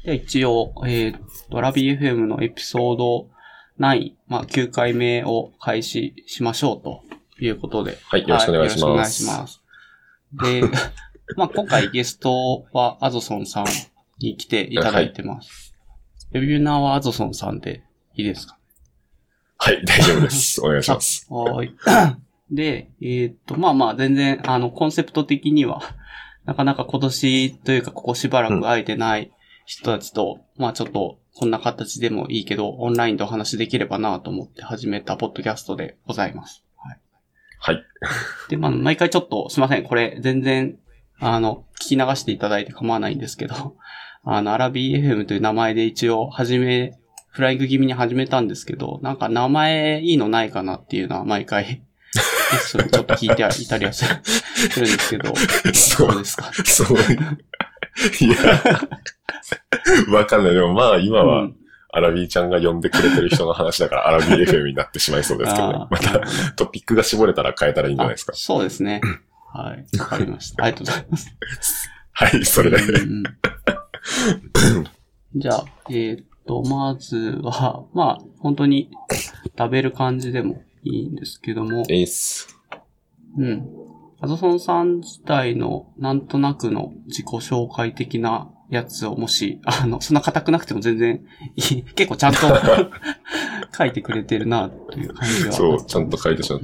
で、一応、ラビー FM のエピソード9、9回目を開始しましょうということで。 はい、よろしくお願いします。よろしくお願いします。 で、今回ゲストはアゾソンさんに来ていただいてます。レビューナーはアゾソンさんでいいですか？ はい、大丈夫です。お願いします。 はい。で、全然、コンセプト的には、なかなか今年というかここしばらく会えてない人たちと、ちょっとこんな形でもいいけど、オンラインでお話できればなと思って始めたポッドキャストでございます。はい。 はい。 で、毎回ちょっと、すいません。これ、全然、聞き流していただいて構わないんですけど、アラビー FM という名前で一応フライング気味に始めたんですけど、なんか名前いいのないかなっていうのは毎回、ちょっと聞いていたりはするんですけど、そうですか。 そう。いや、わかんない。でも今は、アラビーちゃんが呼んでくれてる人の話だからアラビー FM になってしまいそうですけどね。またトピックが絞れたら変えたらいいんじゃないですか。 そうですね。はい。わかりました。ありがとうございます。 はい、それで。 じゃあ、まずは、本当に食べる感じでもいいんですけども。アゾソンさん自体のなんとなくの自己紹介的なやつをもし、そんな硬くなくても全然いい。結構ちゃんと書いてくれてるな、という感じは。 そう、ちゃんと書いてしまった。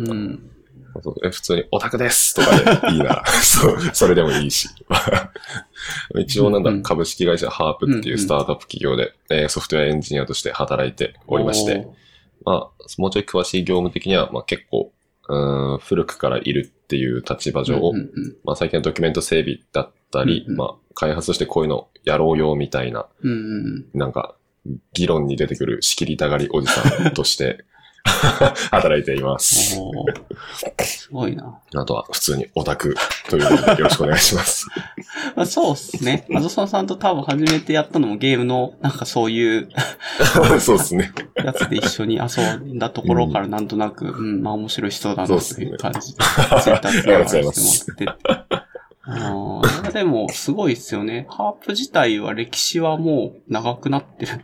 普通にオタクですとかでいいなら、それでもいいし。一応株式会社ハープっていうスタートアップ企業で、ソフトウェアエンジニアとして働いておりまして、もうちょい詳しい業務的には、結構、古くからいるっていう立場上、最近のドキュメント整備だったり、開発としてこういうのやろうよみたいな、議論に出てくる仕切りたがりおじさんとして、働いています。 すごいな。 あとは普通にオタクということでよろしくお願いします。 そうですね。アゾソンさんと多分初めてやったのもゲームのそういうそうですね。 やつで一緒に遊んだところからなんとなく、面白い人だなという感じで、ツイッターでやらせてもらって。でもすごいですよね。ハープ自体は歴史はもう長くなってる。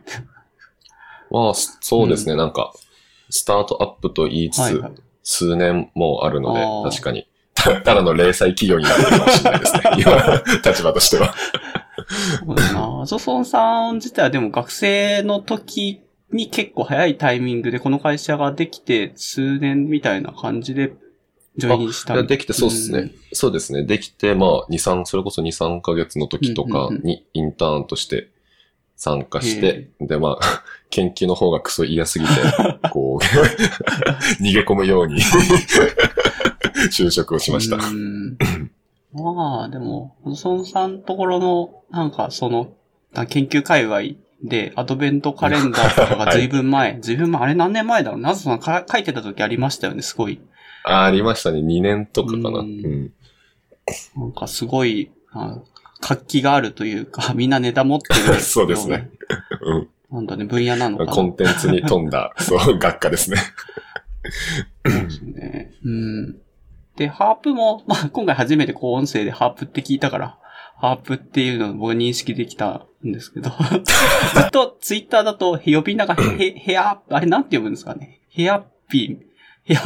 そうですね。スタートアップと言いつつ、数年もあるので、確かに、ただの零細企業になってるかもしれないですね。今、立場としては。 そうだな。アゾソンさん自体はでも学生の時に結構早いタイミングでこの会社ができて数年みたいな感じでジョインした。 できてそうですね。そうですね。できて、それこそ2、3ヶ月の時とかにインターンとして参加して、で、研究の方がクソ嫌すぎて、逃げ込むように就職をしました。 でも、アゾソンさんところの、研究界隈で、アドベントカレンダーとかが随分前、あれ何年前だろうな、アゾソンさん書いてた時ありましたよね、すごい。 ありましたね、2年とかかな。 すごい、活気があるというか、みんなネタ持ってる。 そうですね。 分野なのかな。 コンテンツに富んだ、学科ですね。 そうですね。で、ハープも、今回初めて音声でハープって聞いたから、ハープっていうのを僕認識できたんですけど、ずっとツイッターだと呼び名があれなんて読むんですかね。ヘアピー。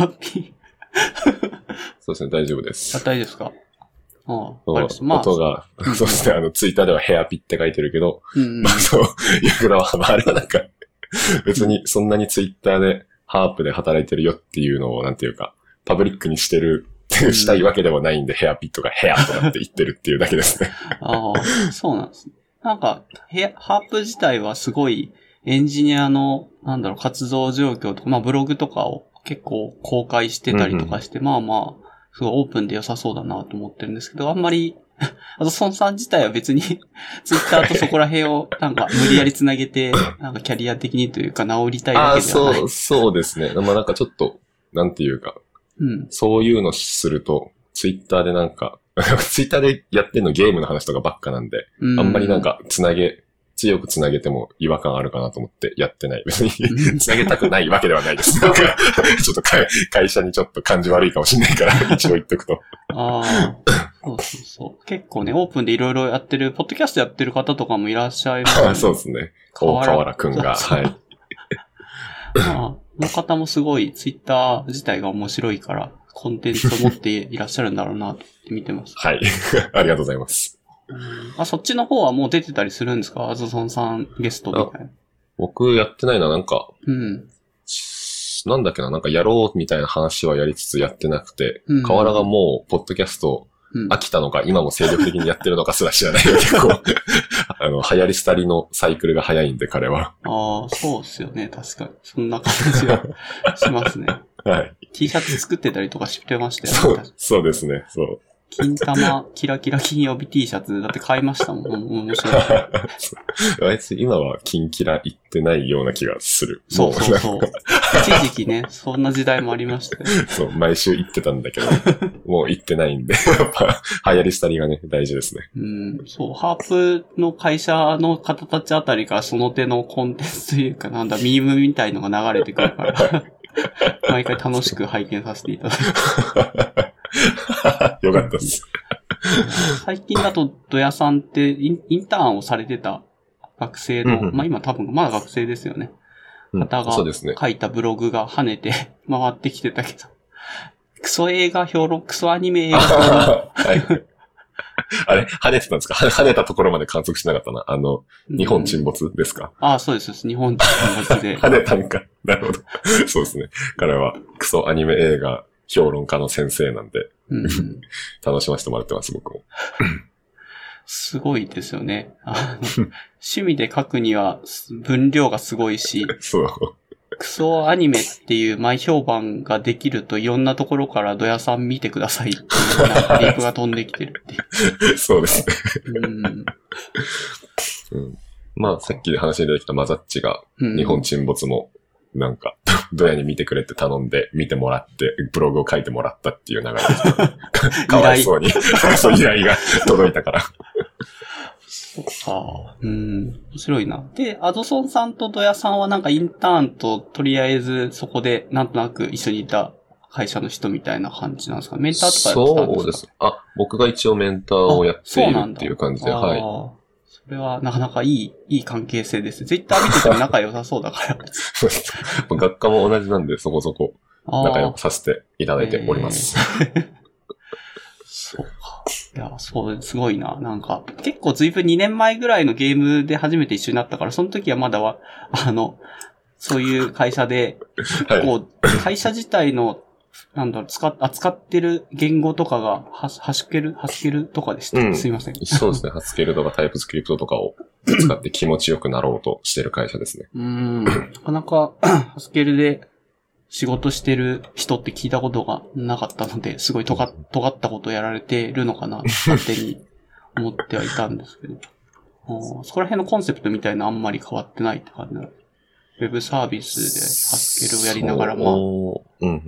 そうですね、大丈夫です。 大丈夫ですか？ 音が、そうですね、ツイッターではヘアピって書いてるけど、あれは別にそんなにツイッターでハープで働いてるよっていうのを、パブリックにしたいわけでもないんで、ヘアピットがヘアとかって言ってるっていうだけですね。 そうなんですね。ハープ自体はすごいエンジニアの、活動状況とか、ブログとかを結構公開してたりとかして、すごいオープンで良さそうだなと思ってるんですけど、あんまり、アゾソンさん自体は別に、ツイッターとそこら辺を、無理やりつなげて、キャリア的にというか、直りたいだけではない。 そうですね。ちょっと、そういうのすると、ツイッターでツイッターでやってんのゲームの話とかばっかなんで、あんまり強くつなげても違和感あるかなと思ってやってない。別につなげたくないわけではないです。ちょっと会社にちょっと感じ悪いかもしれないから、一応言っとくと。 そうそうそう。結構ね、オープンでいろいろやってる、ポッドキャストやってる方とかもいらっしゃいます、 ね。そうですね。大河原くんが。はい。 まあ、この方もすごい、ツイッター自体が面白いから、コンテンツを持っていらっしゃるんだろうなって見てます。 はい。ありがとうございます。 そっちの方はもう出てたりするんですか？アズソンさんゲストみたいな。 僕やってないな、なんか、 うん。 なんだっけな、なんかやろうみたいな話はやりつつやってなくて、河原がもう、ポッドキャスト飽きたのか、今も精力的にやってるのかすら知らないよ。結構、流行り廃りのサイクルが早いんで、彼は。 ああ、そうですよね。確かに。そんな感じはしますね。 はい。 T シャツ作ってたりとかしてましたよね。そうですね。そう。 金玉、キラキラ金曜日 T シャツだって買いましたもん。面白い。 あいつ今は金キラ言ってないような気がする。 そうそうそう。一時期ね、そんな時代もありましたよ。 そう、毎週言ってたんだけど、もう言ってないんで、やっぱ流行り廃りがね、大事ですね。 そう、ハープの会社の方たちあたりからその手のコンテンツというか、なんだ、ミームみたいのが流れてくるから、毎回楽しく拝見させていただいて。 よかったです。 最近だと、ドヤさんってインターンをされてた学生の、まあ今多分まだ学生ですよね。方が書いたブログが跳ねて回ってきてたけど、クソ映画評論、クソアニメ映画評論。 はい。あれ跳ねてたんですか？跳ねたところまで観測しなかったな。日本沈没ですか？ そうです。日本沈没で。 跳ねたんか。なるほど。そうですね。彼はクソアニメ映画評論家の先生なんで、楽しませてもらってます、僕も。 すごいですよね。趣味で書くには分量がすごいし、 そう。 クソアニメっていう前評判ができるといろんなところからドヤさん見てくださいっていうリープが飛んできてるっていう。 そうですね。まあさっき話に出てきたマザッチが日本沈没もなんかドヤに見てくれって頼んで見てもらってブログを書いてもらったっていう流れですかわいそうにそう依頼が届いたから。 そっか。面白いな。で、アドソンさんとドヤさんはなんかインターンととりあえずそこでなんとなく一緒にいた会社の人みたいな感じなんですか？メンターとかやってたんですか？ そうです。僕が一応メンターをやっているっていう感じで、はい。 それはなかなかいい関係性です。ツイッター見てても仲良さそうだから。 学科も同じなんでそこそこ仲良くさせていただいております。 そうか。いや、そう、すごいな。なんか、結構ずいぶん2年前ぐらいのゲームで初めて一緒になったから、その時はまだは、そういう会社で、結構、会社自体の、扱ってる言語とかが、ハスケルとかでした。すいません。 そうですね。ハスケルとかタイプスクリプトとかを使って気持ちよくなろうとしてる会社ですね。 なかなか、ハスケルで、仕事してる人って聞いたことがなかったので、すごい尖ったことをやられてるのかな、勝手に思ってはいたんですけど。そこら辺のコンセプトみたいなあんまり変わってないって感じなの。ウェブサービスでハスケルをやりながら、尖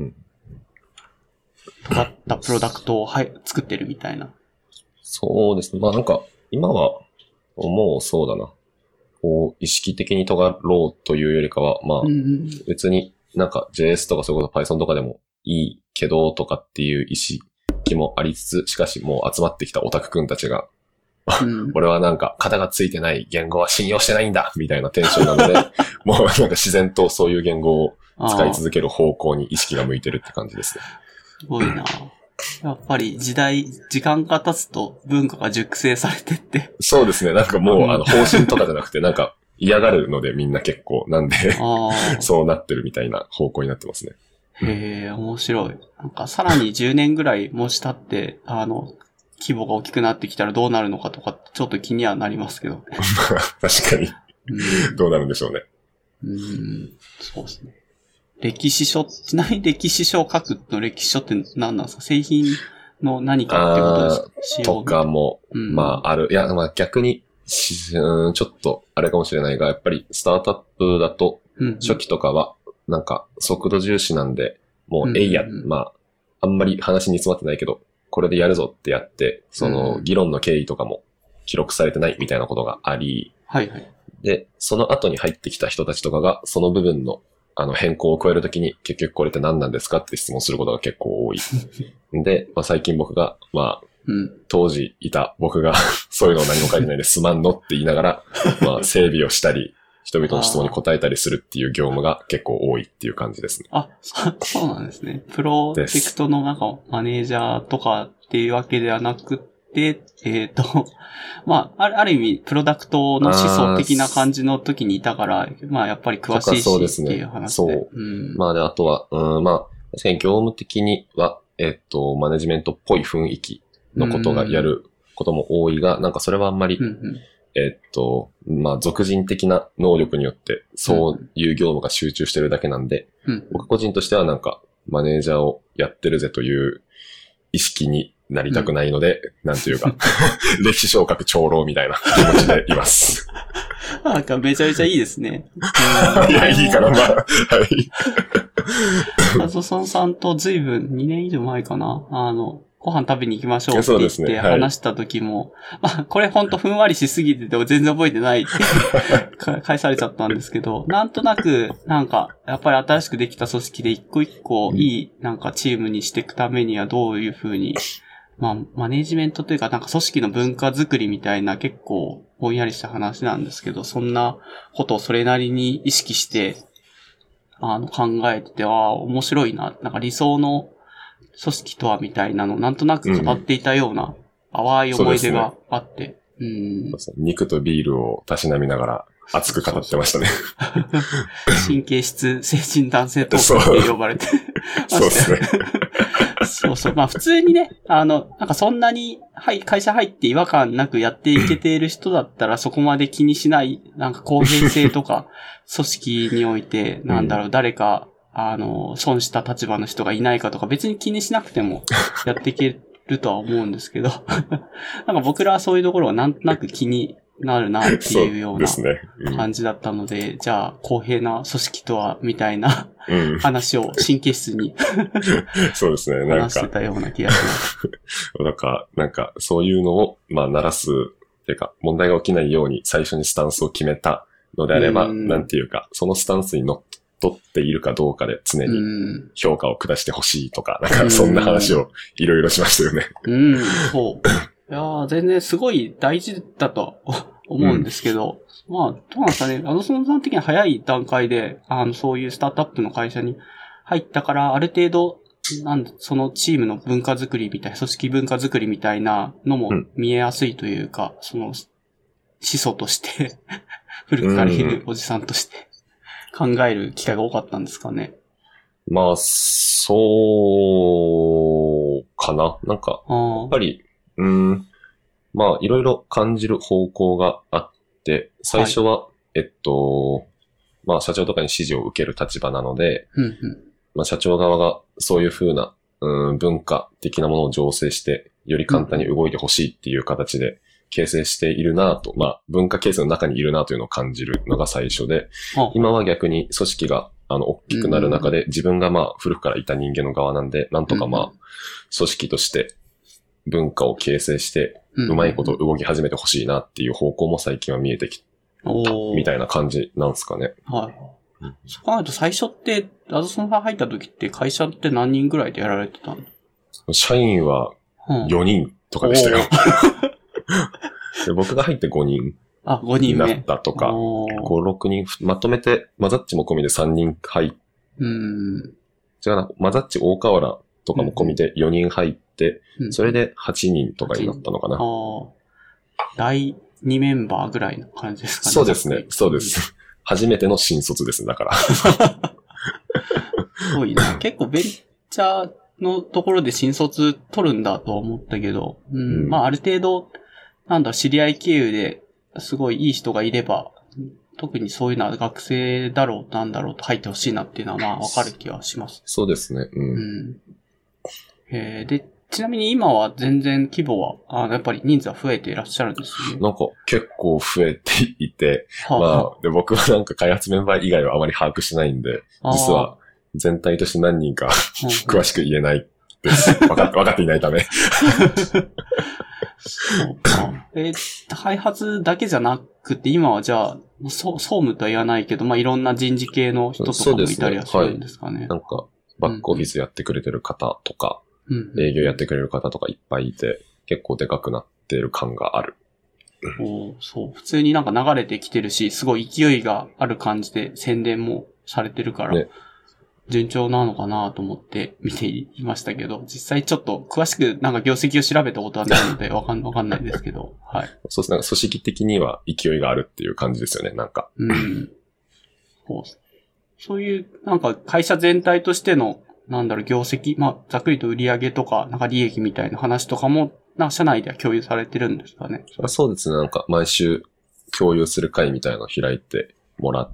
ったプロダクトを作ってるみたいな。 そうですね。まあなんか、今は、もうそうだな。意識的に尖ろうというよりかは、まあ、別に、なんか JS とかそういうこと Python とかでもいいけどとかっていう意識もありつつ、しかしもう集まってきたオタクくんたちが、俺はなんか型がついてない言語は信用してないんだみたいなテンションなので、もうなんか自然とそういう言語を使い続ける方向に意識が向いてるって感じですね。 すごいな。やっぱり時間が経つと文化が熟成されてって。 そうですね。なんかもう方針とかじゃなくてなんか、嫌がるのでみんな結構なんでそうなってるみたいな方向になってますね。 へえ、面白い。なんかさらに10年ぐらいもし経って規模が大きくなってきたらどうなるのかとかちょっと気にはなりますけど、ね。 確かに、どうなるんでしょうね。 そうですね。ちなみに歴史書を書くの歴史書って何なんですか？製品の何かってことですか？ とかも、まあある。いや、まあ逆にちょっとあれかもしれないが、やっぱりスタートアップだと初期とかはなんか速度重視なんで、もうまああんまり話に詰まってないけど、これでやるぞってやって、その議論の経緯とかも記録されてないみたいなことがあり、で、その後に入ってきた人たちとかがその部分の変更を加えるときに結局これって何なんですかって質問することが結構多い。で、まあ、最近僕が、まあ、 当時いた僕がそういうのを何も書いてないですまんのって言いながら、まあ整備をしたり、人々の質問に答えたりするっていう業務が結構多いっていう感じですね。 そうなんですね。プロジェクトのなんかマネージャーとかっていうわけではなくて、まあ、ある意味、プロダクトの思想的な感じの時にいたから、まあ、やっぱり詳しいしっていう話で。 そう。まあ、で、あとは、まあ、確かに業務的には、マネジメントっぽい雰囲気のことがやることも多いが、なんかそれはあんまり、まあ、属人的な能力によって、そういう業務が集中してるだけなんで、僕個人としてはなんか、マネージャーをやってるぜという意識になりたくないので、なんていうか、歴史昇格長老みたいな気持ちでいます。 なんかめちゃめちゃいいですね。 いや、いいかな、まあ。はい。 アゾソンさんと随分2年以上前かな。ご飯食べに行きましょうって言って話した時も、まあ、これほんとふんわりしすぎてて全然覚えてないって返されちゃったんですけど、なんとなく、なんか、やっぱり新しくできた組織で一個一個いい、なんかチームにしていくためにはどういうふうに、まあ、マネジメントというか、なんか組織の文化づくりみたいな結構ぼんやりした話なんですけど、そんなことをそれなりに意識して、考えてて、面白いな。なんか理想の組織とはみたいなのなんとなく語っていたような淡い思い出があって、 肉とビールをたしなみながら熱く語ってましたね。 神経質成人男性トークって呼ばれてそうですね。 そうそう。まあ普通にね、なんかそんなに、会社入って違和感なくやっていけている人だったらそこまで気にしない、なんか公平性とか、組織において、誰か、損した立場の人がいないかとか別に気にしなくてもやっていけるとは思うんですけど、なんか僕らはそういうところがなんとなく気になるなっていうような感じだったので、じゃあ公平な組織とはみたいな話を神経質にそうですね。なんか話してたような気がします。 なんかそういうのをまあ鳴らすっていうか問題が起きないように最初にスタンスを決めたのであれば、なんていうかそのスタンスにのっとっているかどうかで常に評価を下してほしいとか、なんかそんな話をいろいろしましたよね。 そう。いやー全然すごい大事だと思うんですけど、まあ、どうなんですかね。そのさん的には早い段階で、そういうスタートアップの会社に入ったから、ある程度、そのチームの文化づくりみたいな、組織文化づくりみたいなのも見えやすいというか、その、思想として、古くからいるおじさんとして、考える機会が多かったんですかね。 まあ、そうかな。なんか、やっぱり、まあ、いろいろ感じる方向があって、最初は、まあ、社長とかに指示を受ける立場なので、まあ、社長側がそういう風な、文化的なものを醸成して、より簡単に動いてほしいっていう形で形成しているなと、まあ、文化形成の中にいるなというのを感じるのが最初で、今は逆に組織が、大きくなる中で、自分がまあ、古くからいた人間の側なんで、なんとかまあ、組織として文化を形成して、うまいこと動き始めてほしいなっていう方向も最近は見えてきたみたいな感じなんですかね。 はい。そう考えると最初って、アゾソンさん入った時って会社って何人ぐらいでやられてたの？ 社員は4人とかでしたよ。で僕が入って5人になったとか、5、6人、まとめて、マザッチも込みで3人入って、違うな、マザッチ大河原とかも込みで4人入って、それで8人とかになったのかな。 第2メンバーぐらいの感じですかね。 そうですね。そうです。初めての新卒です、だから。すごいな。結構ベンチャーのところで新卒取るんだとは思ったけど、まあある程度、知り合い経由ですごいいい人がいれば、特にそういうのは学生だろう、なんだろうと入ってほしいなっていうのはまあわかる気はします。 そうですね。 で、ちなみに今は全然規模は、やっぱり人数は増えていらっしゃるんですね。 なんか結構増えていて、まあ、で僕はなんか開発メンバー以外はあまり把握してないんで、実は全体として何人か詳しく言えないです。分かっていないため。 そうか。開発だけじゃなくて、今はじゃあ、総務とは言わないけど、まあ、いろんな人事系の人とかもいたりはするんですかね。はい、 なんか、バックオフィスやってくれてる方とか、営業やってくれる方とかいっぱいいて、 結構でかくなってる感がある。 そう。普通になんか流れてきてるし、すごい勢いがある感じで宣伝もされてるから、ね、順調なのかなと思って見ていましたけど、実際ちょっと詳しくなんか業績を調べたことはないのでわかんないですけど、はい。 そうですね。組織的には勢いがあるっていう感じですよね、なんか。 そういう、なんか会社全体としての、業績、ざっくりと売上とか、なんか利益みたいな話とかも、なんか社内では共有されてるんですかね。 そうですね。なんか毎週共有する会みたいなのを開いてもらって、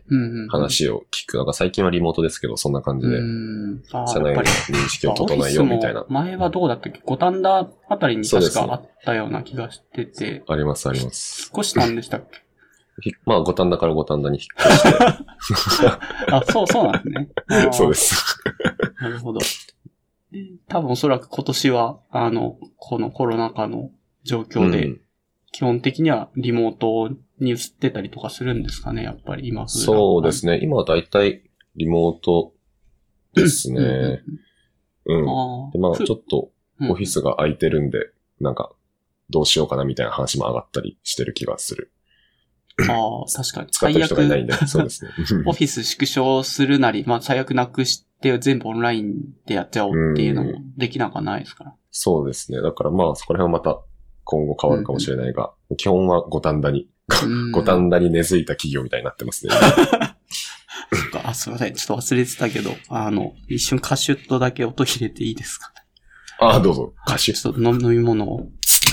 話を聞く。なんか最近はリモートですけど、そんな感じで、社内の認識を整えようみたいな。 前はどうだったっけ？五反田あたりに確かあったような気がしてて。 あります、あります。 引っ越したんでしたっけ？ 五反田から五反田に引っ越して。 そうなんですね。 そうです。 なるほど。多分おそらく今年は、このコロナ禍の状況で、基本的にはリモートに移ってたりとかするんですかね、やっぱり今。 そうですね。今はだいたいリモートですね。で、ちょっとオフィスが空いてるんで、なんか、どうしようかなみたいな話も上がったりしてる気がする。 確かに。 使ってる人がいないんで、そうですね。 オフィス縮小するなり、最悪なくして全部オンラインでやっちゃおうっていうのもできなくはないですから。 そうですね。だからそこら辺はまた今後変わるかもしれないが、基本は五反田に根付いた企業みたいになってますね。 そっか、すいません。ちょっと忘れてたけど、一瞬カシュッとだけ音入れていいですか？ どうぞ。カシュッと。ちょっと飲み物を。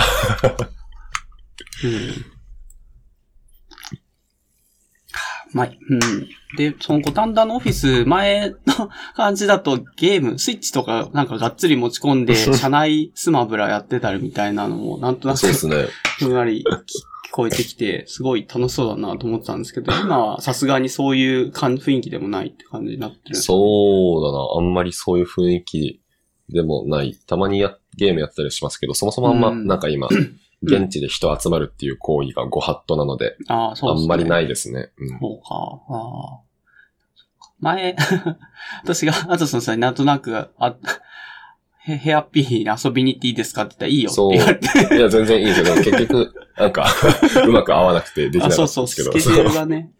で、その五反田のオフィス、前の感じだとゲーム、スイッチとかなんかがっつり持ち込んで、社内スマブラやってたりみたいなのも、なんとなく、ふんわり聞こえてきて、すごい楽しそうだなと思ってたんですけど、今はさすがにそういう雰囲気でもないって感じになってる。 そうだな。あんまりそういう雰囲気でもない。たまにゲームやったりしますけど、そもそもあんま、なんか今、現地で人集まるっていう行為がご法度なので、あんまりないですね。 そうか。前、私がアドソンさんになんとなく、ヘアピーに遊びに行っていいですかって言ったらいいよって言われて。 いや、全然いいけど、結局、なんか、うまく合わなくてできなかったんですけど。 スケジュールがね。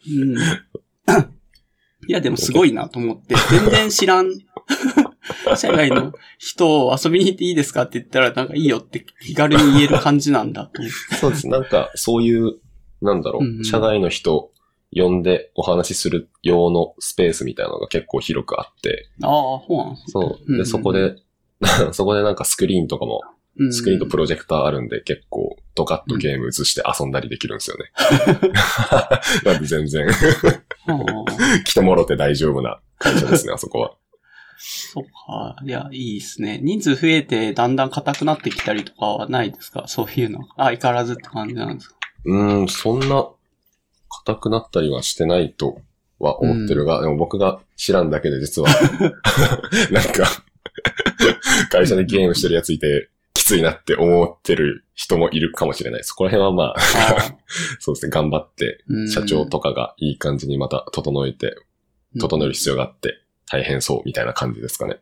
いや、でもすごいなと思って、全然知らん。社外の人を遊びに行っていいですかって言ったら、なんかいいよって気軽に言える感じなんだと思って。 そうです。なんか、そういう、社外の人呼んでお話しする用のスペースみたいなのが結構広くあって。 そうなんですね。 そう。で、そこでなんかスクリーンとかも、スクリーンとプロジェクターあるんで結構ドカッとゲーム映して遊んだりできるんですよね。なんで全然来てもろて大丈夫な会社ですね、あそこは。 そうか。いや、いいですね。人数増えてだんだん硬くなってきたりとかはないですか？そういうの。相変わらずって感じなんですか？ そんな硬くなったりはしてないとは思ってるが、でも僕が知らんだけで実は、なんか、会社でゲームしてるやついて、きついなって思ってる人もいるかもしれない。そこら辺はそうですね、頑張って、社長とかがいい感じにまた整える必要があって、大変そうみたいな感じですかね。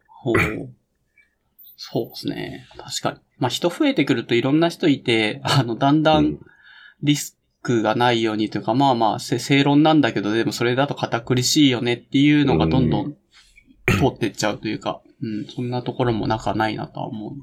そうですね。確かに。人増えてくるといろんな人いて、だんだんリスクがないようにというか、正論なんだけど、でもそれだと堅苦しいよねっていうのがどんどん通ってっちゃうというか、そんなところもないなとは思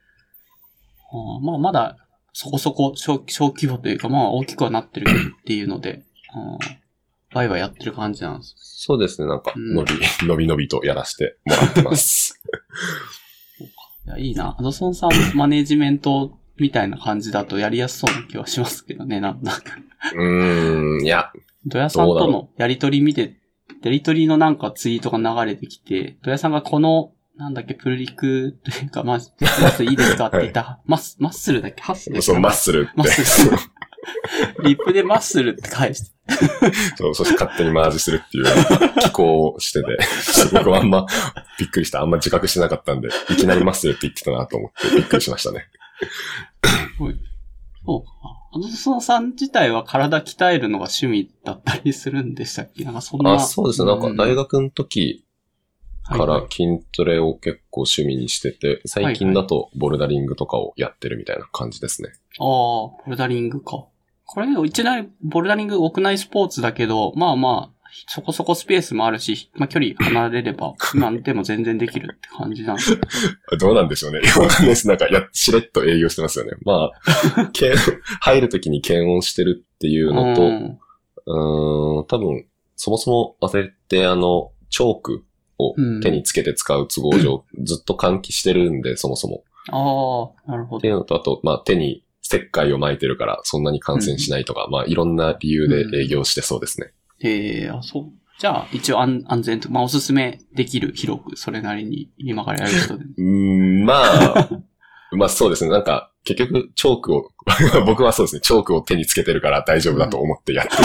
う。まだそこそこ小規模というか、大きくはなってるっていうので、ワイワイやってる感じなんです。 そうですね、なんか、のびのびとやらせてもらってます。 いや、いいな。アドソンさんマネジメントみたいな感じだとやりやすそうな気はしますけどね、なんか。 いや。 ドヤさんとのやりとりのなんかツイートが流れてきて、ドヤさんがこの、プルリクというか、やついいですかって言ったら、マッスルだっけ？ハッスル。 そう、マッスルって。 マッスル。リップでマッスルって返して。 そして勝手にマージするっていう寄稿をしてて、僕はあんまびっくりした。あんま自覚してなかったんで、いきなりマッスルって言ってたなと思ってびっくりしましたね。 そうか。アドソンさん自体は体鍛えるのが趣味だったりするんでしたっけ？なんかそんな。 そうですね。なんか大学の時から筋トレを結構趣味にしてて、最近だとボルダリングとかをやってるみたいな感じですね。 ああ、ボルダリングか。これね、一応ボルダリング屋内スポーツだけど、まあまあ、そこそこスペースもあるし、まあ距離離れれば、今でも全然できるって感じなんですけど。 どうなんでしょうね。わかんないです。なんか、しれっと営業してますよね。まあ、入るときに検温してるっていうのと、多分、そもそもあれって、チョークを手につけて使う都合上、ずっと換気してるんで、そもそも。 ああ、なるほど。 っていうのと、あと、まあ、手に石灰を巻いてるから、そんなに感染しないとか、まあ、いろんな理由で営業してそうですね。 そう。じゃあ、一応安全と、まあ、おすすめできる、広く、それなりに、今からやる人で。 まあ、まあそうですね。なんか、結局、チョークを、僕はそうですね、チョークを手につけてるから大丈夫だと思ってやって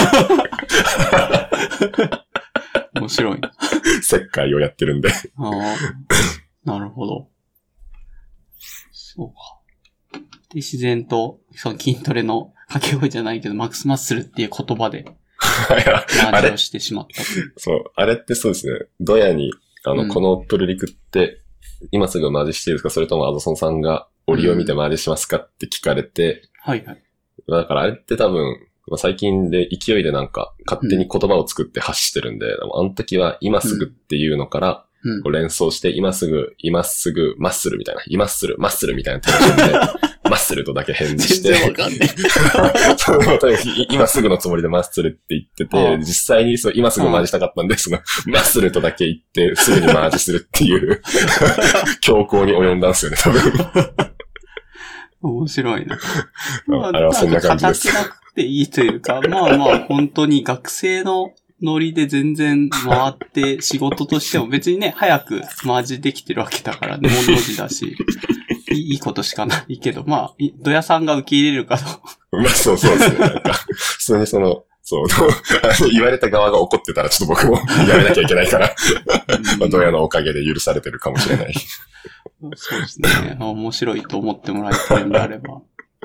る。 面白い。 石灰をやってるんで。 ああ、なるほど。そうか。で、自然と、その筋トレの掛け声じゃないけど、マックスマッスルっていう言葉で、マージをしてしまったという。 そう、あれってそうですね。ドヤに、このプルリクって、今すぐマージしていいですか、それともアドソンさんが折を見てマージしますかって聞かれて、 はいはい。 だからあれって多分、最近で勢いでなんか勝手に言葉を作って発してるんで、あの時は今すぐっていうのから、連想して今すぐ、マッスルみたいな、マッスルみたいなテンションで、マッスルとだけ返事して。 全然わかんない。 今すぐのつもりでマッスルって言ってて、実際に今すぐマージしたかったんで、マッスルとだけ言って、すぐにマージするっていう、強行に及んだんですよね、多分。 面白いな。 あれはそんな感じです。 形なくていいというか、まあまあ、本当に学生のノリで全然回って仕事としても別にね、早くマージできてるわけだからね、物字だし、いいことしかないけど、まあ、ドヤさんが受け入れるかと。 まあそうですね。なんか、普通に言われた側が怒ってたらちょっと僕もやめなきゃいけないから、まあドヤのおかげで許されてるかもしれない。 そうですね。面白いと思ってもらえてるんであれば。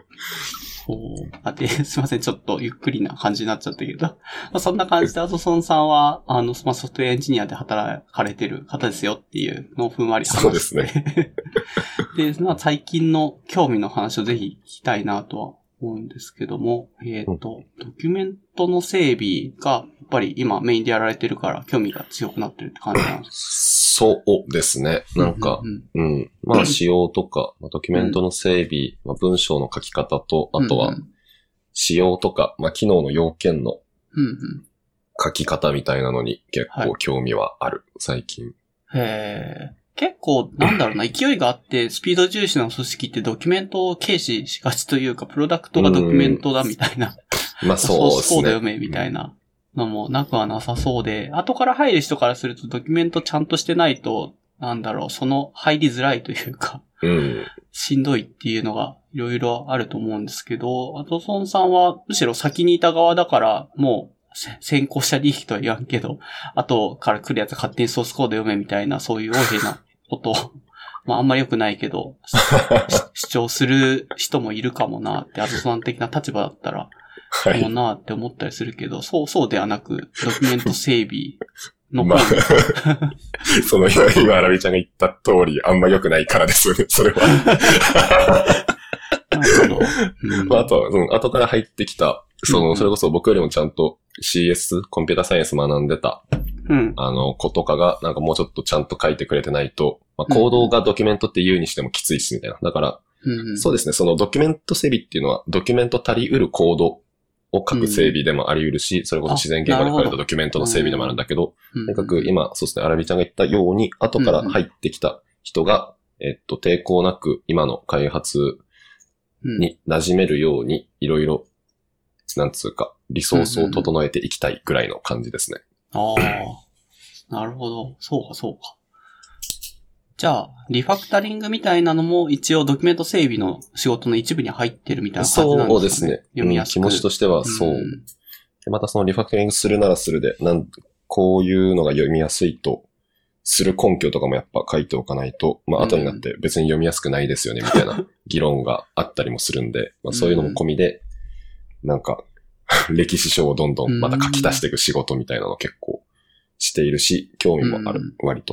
すいません、ちょっとゆっくりな感じになっちゃったけど。まあ、そんな感じで、アドソンさんは、まあ、ソフトウェアエンジニアで働かれてる方ですよっていうのをふんわり話して。 そうですね。 で、まあ、最近の興味の話をぜひ聞きたいなとは思うんですけども、ドキュメントの整備が、やっぱり今メインでやられてるから興味が強くなってるって感じなんですか？ そうですね。なんか、まあ仕様とか、ドキュメントの整備、まあ、文章の書き方と、あとは仕様とか、まあ機能の要件の書き方みたいなのに結構興味はある、最近。 へー。結構、なんだろうな、勢いがあって、スピード重視の組織ってドキュメントを軽視しがちというか、プロダクトがドキュメントだみたいな。 まあそうですね。 ソースコード読めみたいなのもなくはなさそうで、後から入る人からするとドキュメントちゃんとしてないと、なんだろう、その入りづらいというか、しんどいっていうのがいろいろあると思うんですけど、アドソンさんはむしろ先にいた側だから、もう、先行者利益とは言わんけど、後から来るやつ勝手にソースコード読めみたいな、そういう大変なことを、まああんまり良くないけど、主張する人もいるかもなって、アドソンさん的な立場だったら、かもなって思ったりするけど、そうではなく、ドキュメント整備の方に。 今、アラビちゃんが言った通り、あんま良くないからですよね、それは。 なるほど。 あとは、後から入ってきた、それこそ僕よりもちゃんと CS、コンピュータサイエンス学んでた、子とかが、なんかもうちょっとちゃんと書いてくれてないと、まあ、コードがドキュメントって言うにしてもきついし、みたいな。だから、そうですね、そのドキュメント整備っていうのは、ドキュメント足りうるコードを書く整備でもあり得るし、それこそ自然言語で書かれたドキュメントの整備でもあるんだけど、とにかく今、そうですね、アラビちゃんが言ったように、後から入ってきた人が、抵抗なく今の開発に馴染めるように、いろいろ、なんつうか、リソースを整えていきたいぐらいの感じですね。 ああ、なるほど。そうか。じゃあ、リファクタリングみたいなのも一応ドキュメント整備の仕事の一部に入ってるみたいな感じなんですかね。 そうですね。読みやすく。気持ちとしてはそう。でまたそのリファクタリングするならするで、こういうのが読みやすいとする根拠とかもやっぱ書いておかないと、まあ後になって別に読みやすくないですよねみたいな議論があったりもするんで、まあそういうのも込みで、なんか歴史書をどんどんまた書き足していく仕事みたいなのを結構しているし、興味もある、割と。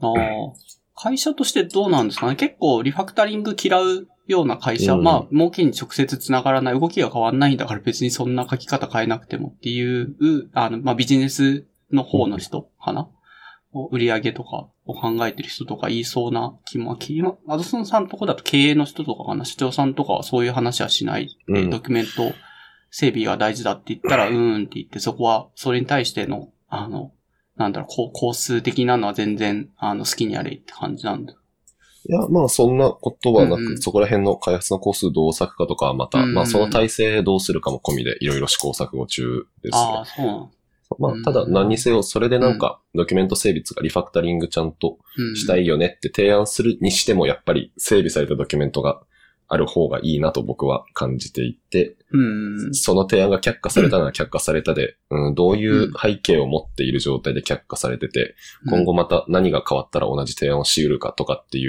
ああ。会社としてどうなんですかね。結構リファクタリング嫌うような会社、まあ、儲けに直接つながらない、動きが変わんないんだから別にそんな書き方変えなくてもっていう、まあ、ビジネスの方の人かな。売り上げとかを考えてる人とか言いそうな気も、アドソンさんのとこだと経営の人とかかな、社長さんとかはそういう話はしないで、ドキュメント整備が大事だって言ったら、って言って、そこは、それに対しての、工数的なのは全然、好きにやれって感じなんだ。 いや、まあそんなことはなく、そこら辺の開発の工数どう割くかとかはまた、まあその体制どうするかも込みでいろいろ試行錯誤中ですね。 ああ、そうなんまあ、ただ何にせよ、それでなんか、ドキュメント整備とかリファクタリングちゃんとしたいよねって提案するにしても、やっぱり整備されたドキュメントがある方がいいなと僕は感じていて、その提案が却下されたのは却下されたで、どういう背景を持っている状態で却下されてて、今後また何が変わったら同じ提案をし得るかとかっていう、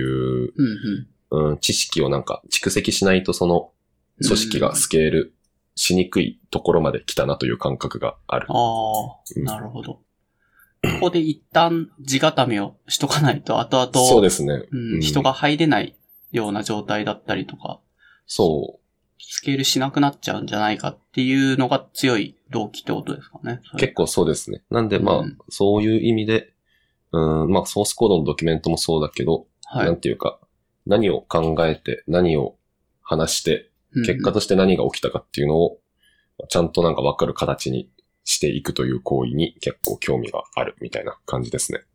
知識をなんか蓄積しないとその組織がスケールしにくいところまで来たなという感覚がある。 ああ、なるほど。ここで一旦地固めをしとかないと後々、 そうですね、 人が入れないような状態だったりとか、 そう。 スケールしなくなっちゃうんじゃないかっていうのが強い動機ってことですかね。 結構そうですね。なんでまあ、そういう意味で、まあソースコードのドキュメントもそうだけど、なんていうか、何を考えて何を話して、結果として何が起きたかっていうのを、ちゃんとなんか分かる形にしていくという行為に結構興味があるみたいな感じですね。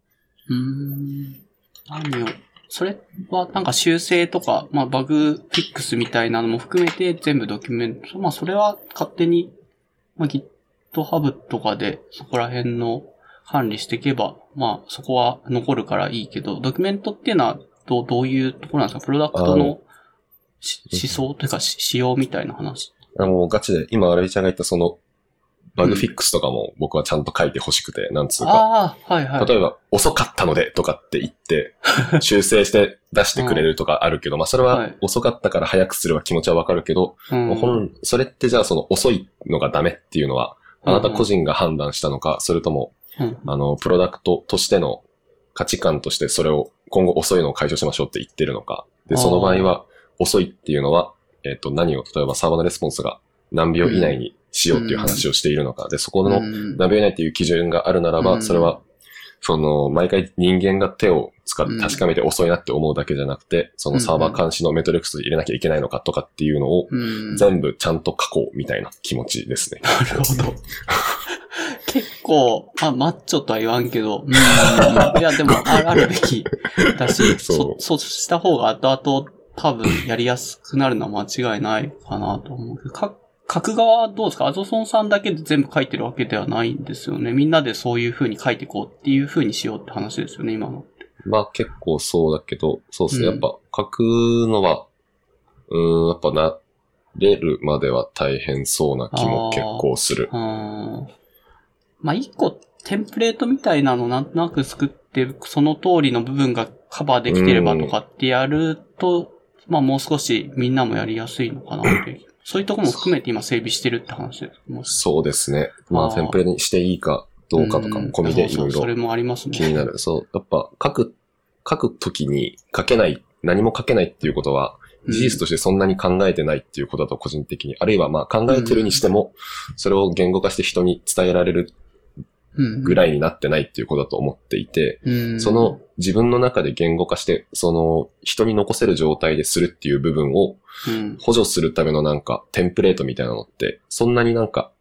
それはなんか修正とか、まあバグフィックスみたいなのも含めて全部ドキュメント、まあそれは勝手に、まあ、GitHub とかでそこら辺の管理していけば、まあそこは残るからいいけど、ドキュメントっていうのはどういうところなんですか？プロダクトの思想というか仕様みたいな話。 ガチで、今、アラビちゃんが言ったその、バグフィックスとかも僕はちゃんと書いてほしくて、なんつうか。例えば、遅かったのでとかって言って、修正して出してくれるとかあるけど、まあそれは遅かったから早くすれば気持ちはわかるけど、それってじゃあその遅いのがダメっていうのは、あなた個人が判断したのか、それとも、プロダクトとしての価値観としてそれを今後遅いのを解消しましょうって言ってるのか。で、その場合は、遅いっていうのは、何を、例えばサーバーのレスポンスが何秒以内にしようっていう話をしているのか。で、そこの何秒以内っていう基準があるならば、それは、毎回人間が手を使って確かめて遅いなって思うだけじゃなくて、そのサーバー監視のメトリックス入れなきゃいけないのかとかっていうのを、全部ちゃんと書こうみたいな気持ちですね。 なるほど。結構、マッチョとは言わんけど、いや、でも、あるべきだし、そうした方が後々多分やりやすくなるのは間違いないかなと思うけど、書く側はどうですか？アゾソンさんだけで全部書いてるわけではないんですよね。みんなでそういう風に書いていこうっていう風にしようって話ですよね、今の。 まあ結構そうだけど、そうですね。やっぱ書くのは、やっぱ慣れるまでは大変そうな気も結構する。 まあ一個テンプレートみたいなのなんとなく作って、その通りの部分がカバーできてればとかってやると、まあもう少しみんなもやりやすいのかなって。そういうところも含めて今整備してるって話です。 そうですね。まあテンプレにしていいかどうかとかも込みでいろいろそれもありますね。 気になる。そう。やっぱ書くときに何も書けないっていうことは、事実としてそんなに考えてないっていうことだと個人的に。あるいはまあ考えてるにしても、それを言語化して人に伝えられるぐらいになってないっていうことだと思っていて、その自分の中で言語化して、その人に残せる状態でするっていう部分を補助するためのなんかテンプレートみたいなのって、そんなになんか、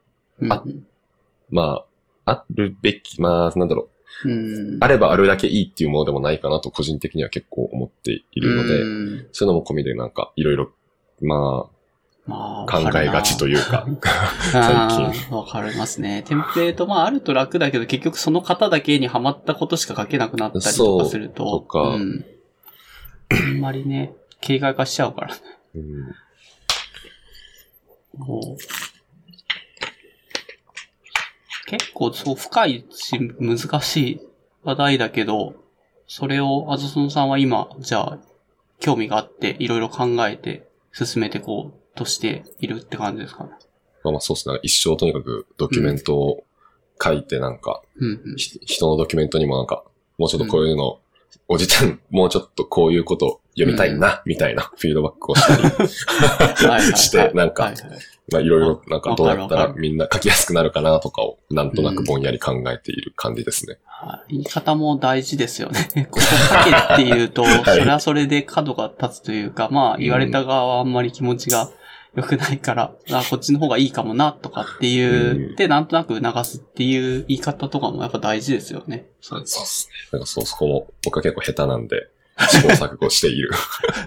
まあ、あるべき、まあ、なんだろう。あればあるだけいいっていうものでもないかなと個人的には結構思っているので、そういうのも込みでなんかいろいろ、まあ、考えがちというか、最近。 わかりますね。テンプレート、まああると楽だけど結局その型だけにはまったことしか書けなくなったりとかすると、あんまりね、形骸化しちゃうからね。結構そう深いし難しい話題だけど、それをアゾソンさんは今、じゃあ、興味があっていろいろ考えて進めてこうとしているって感じですかね。 まあそうですね。一生とにかくドキュメントを書いてなんか、人のドキュメントにもなんか、もうちょっとこういうのおじちゃん、もうちょっとこういうこと読みたいな、みたいなフィードバックをしたりして、なんか、まあいろいろなんかどうやったらみんな書きやすくなるかなとかをなんとなくぼんやり考えている感じですね。 言い方も大事ですよね。ここ書けっていうと、それはそれで角が立つというか、まあ言われた側はあんまり気持ちが良くないから、こっちの方がいいかもなとかっていう、で、なんとなく流すっていう言い方とかもやっぱ大事ですよね。 そうですね。なんかそこも僕は結構下手なんで、試行錯誤している。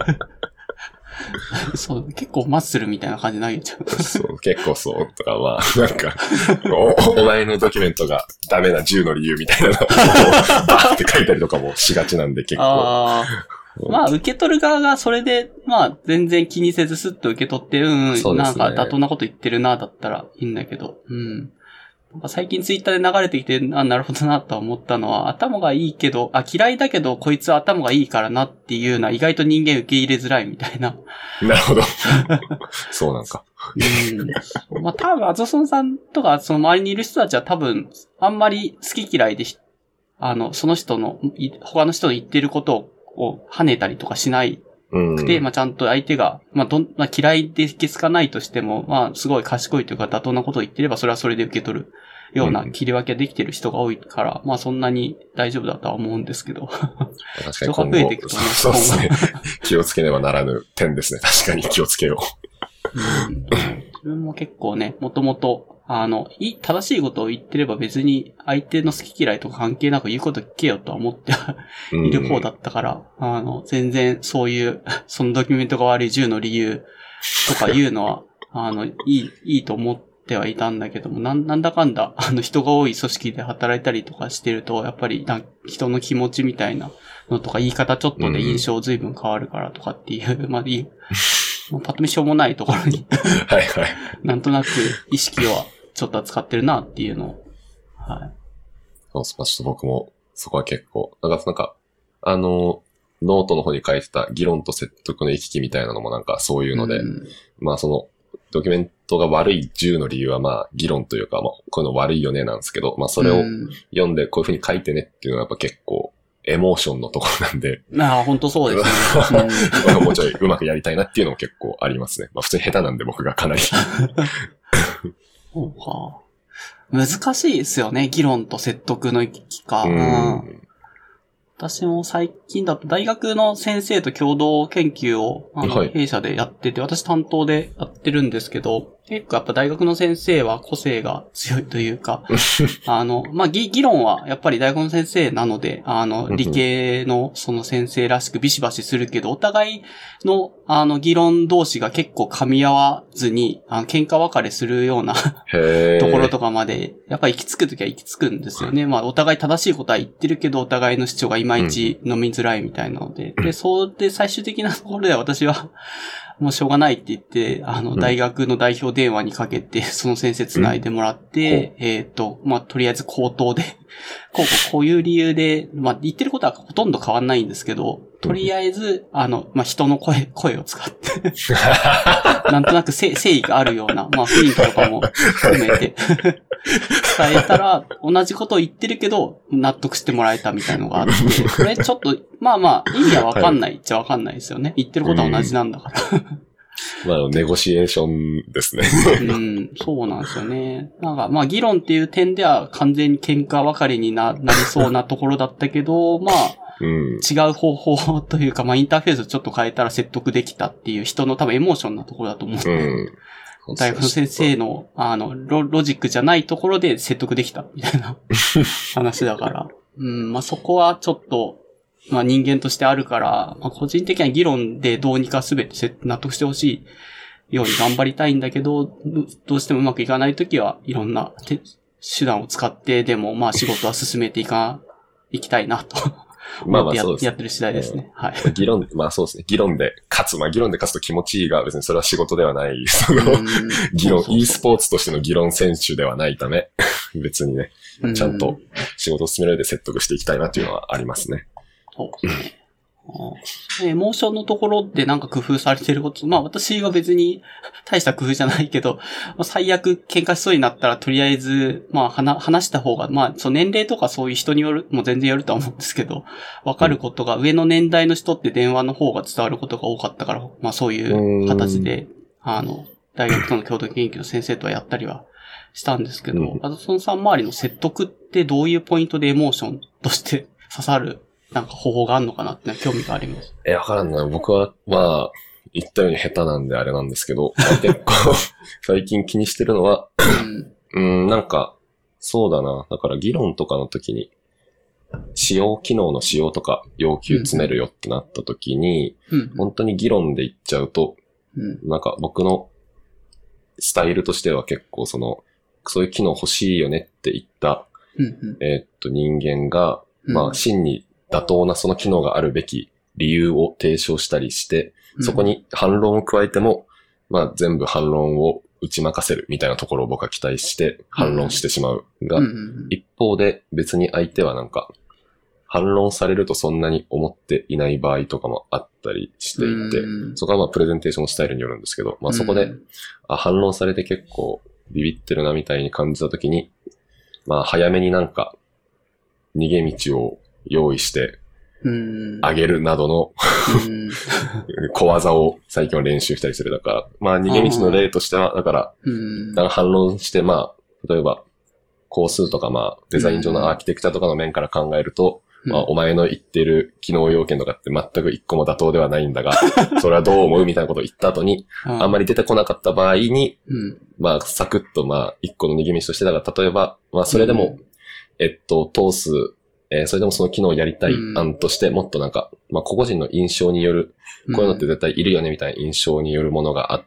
そう、結構マッスルみたいな感じ投げちゃう。 そう、結構そうとか、まあ、なんかお前のドキュメントがダメな10の理由みたいなのをバーって書いたりとかもしがちなんで結構。 まあ、受け取る側がそれで、まあ、全然気にせずスッと受け取って、なんか妥当なこと言ってるな、だったらいいんだけど、なんか最近ツイッターで流れてきて、なるほどなと思ったのは、頭がいいけど、嫌いだけど、こいつは頭がいいからなっていうのは意外と人間受け入れづらいみたいな。 なるほど。そうなんか。 まあ多分、アゾソンさんとか、その周りにいる人たちは多分、あんまり好き嫌いでその人の、他の人の言ってることを跳ねたりとかしないくて、まあちゃんと相手が、まあ嫌いで気づかないとしても、まあすごい賢いというか妥当なことを言ってれば、それはそれで受け取るような切り分けできてる人が多いから、まあそんなに大丈夫だとは思うんですけど。 確かに今後、そうですね。気をつけねばならぬ点ですね。確かに気をつけよう。 自分も結構ね、もともと、正しいことを言ってれば別に相手の好き嫌いとか関係なく言うこと聞けよとは思っている方だったから、全然そういう、そのドキュメントが悪い10の理由とか言うのは、いいと思ってはいたんだけども、なんだかんだ、人が多い組織で働いたりとかしてると、やっぱり人の気持ちみたいなのとか言い方ちょっとで印象随分変わるからとかっていう、まあパッと見しょうもないところにはいはい。 なんとなく意識はちょっと使ってるなっていうのを。はい。 そうです。まあ、ちょっと僕もそこは結構、なんか、ノートの方に書いてた議論と説得の行き来みたいなのもなんかそういうので、まあそのドキュメントが悪い10の理由はまあ議論というか、まあこういうの悪いよねなんですけど、まあそれを読んでこういう風に書いてねっていうのはやっぱ結構エモーションのところなんで。 本当そうですね。 もうちょいうまくやりたいなっていうのも結構ありますね。まあ普通に下手なんで僕がかなり。 難しいですよね。議論と説得の行き来か。私も最近だと大学の先生と共同研究を弊社でやってて、私担当でやってるんですけど、結構やっぱ大学の先生は個性が強いというか、まあ、議論はやっぱり大学の先生なので、理系のその先生らしくビシバシするけど、お互いの議論同士が結構噛み合わずに、喧嘩別れするようなところとかまで、やっぱり行き着くときは行き着くんですよね。まあ、お互い正しいことは言ってるけど、お互いの主張がいまいち飲みづらいみたいなので、で、そうで最終的なところでは私は、もうしょうがないって言って、大学の代表電話にかけて、その先生繋いでもらって、まあ、とりあえず口頭で、こういう理由で、まあ、言ってることはほとんど変わんないんですけど、とりあえず、まあ、人の声を使ってなんとなく誠意があるような、まあ、雰囲気とかも含めて伝えたら、同じことを言ってるけど、納得してもらえたみたいのがあって、これちょっと、まあまあ、意味はわかんないっちゃわかんないですよね。言ってることは同じなんだから。 まあ、ネゴシエーションですね。 そうなんですよね。なんか、まあ、議論っていう点では完全に喧嘩別れになりそうなところだったけど、まあ、違う方法というか、まあ、インターフェースをちょっと変えたら説得できたっていう人の多分エモーションなところだと思うんで、大学の先生の、ロジックじゃないところで説得できたみたいな話だから、まあ、そこはちょっと、まあ人間としてあるから、まあ個人的には議論でどうにかすべて納得してほしいように頑張りたいんだけど、どうしてもうまくいかないときはいろんな手段を使ってでもまあ仕事は進めていきたいなと。 まあまあそうです。 やってる次第ですね。はい。 まあそうですね。議論で勝つ。まあ議論で勝つと気持ちいいが別にそれは仕事ではない。議論、e スポーツとしての議論選手ではないため、別にね、ちゃんと仕事を進める上で説得していきたいなっていうのはありますね。 そうですね。 エモーションのところでなんか工夫されてること、まあ私は別に大した工夫じゃないけど、まあ、最悪喧嘩しそうになったらとりあえず、まあ話した方が、まあその年齢とかそういう人による、もう全然よるとは思うんですけど、わかることが、上の年代の人って電話の方が伝わることが多かったから、まあそういう形で、大学との共同研究の先生とはやったりはしたんですけど、あとそのさん周りの説得ってどういうポイントでエモーションとして刺さるなんか方法があるのかなって興味があります。 わからんな。僕は、まあ、言ったように下手なんであれなんですけど、結構、最近気にしてるのは、なんか、そうだな。だから議論とかの時に、機能の使用とか要求詰めるよってなった時に、本当に議論で言っちゃうと、なんか僕のスタイルとしては結構そういう機能欲しいよねって言った、人間が、まあ、真に妥当なその機能があるべき理由を提唱したりして、そこに反論を加えても、まあ全部反論を打ち負かせるみたいなところを僕は期待して反論してしまうが、一方で別に相手はなんか、反論されるとそんなに思っていない場合とかもあったりしていて、そこはまあプレゼンテーションのスタイルによるんですけど、まあそこで、反論されて結構ビビってるなみたいに感じたときに、まあ早めになんか逃げ道を用意してあげるなどの小技を最近は練習したりする。だから、まあ逃げ道の例としては、だから、反論して、まあ、例えば、工数とかまあ、デザイン上のアーキテクチャとかの面から考えると、まあ、お前の言ってる機能要件とかって全く一個も妥当ではないんだが、それはどう思うみたいなことを言った後に、あんまり出てこなかった場合に、まあ、サクッとまあ、一個の逃げ道として、だから例えば、まあ、それでも、通す、それでもその機能をやりたい案として、もっとなんか、まあ、個々人の印象による、こういうのって絶対いるよねみたいな印象によるものがあって、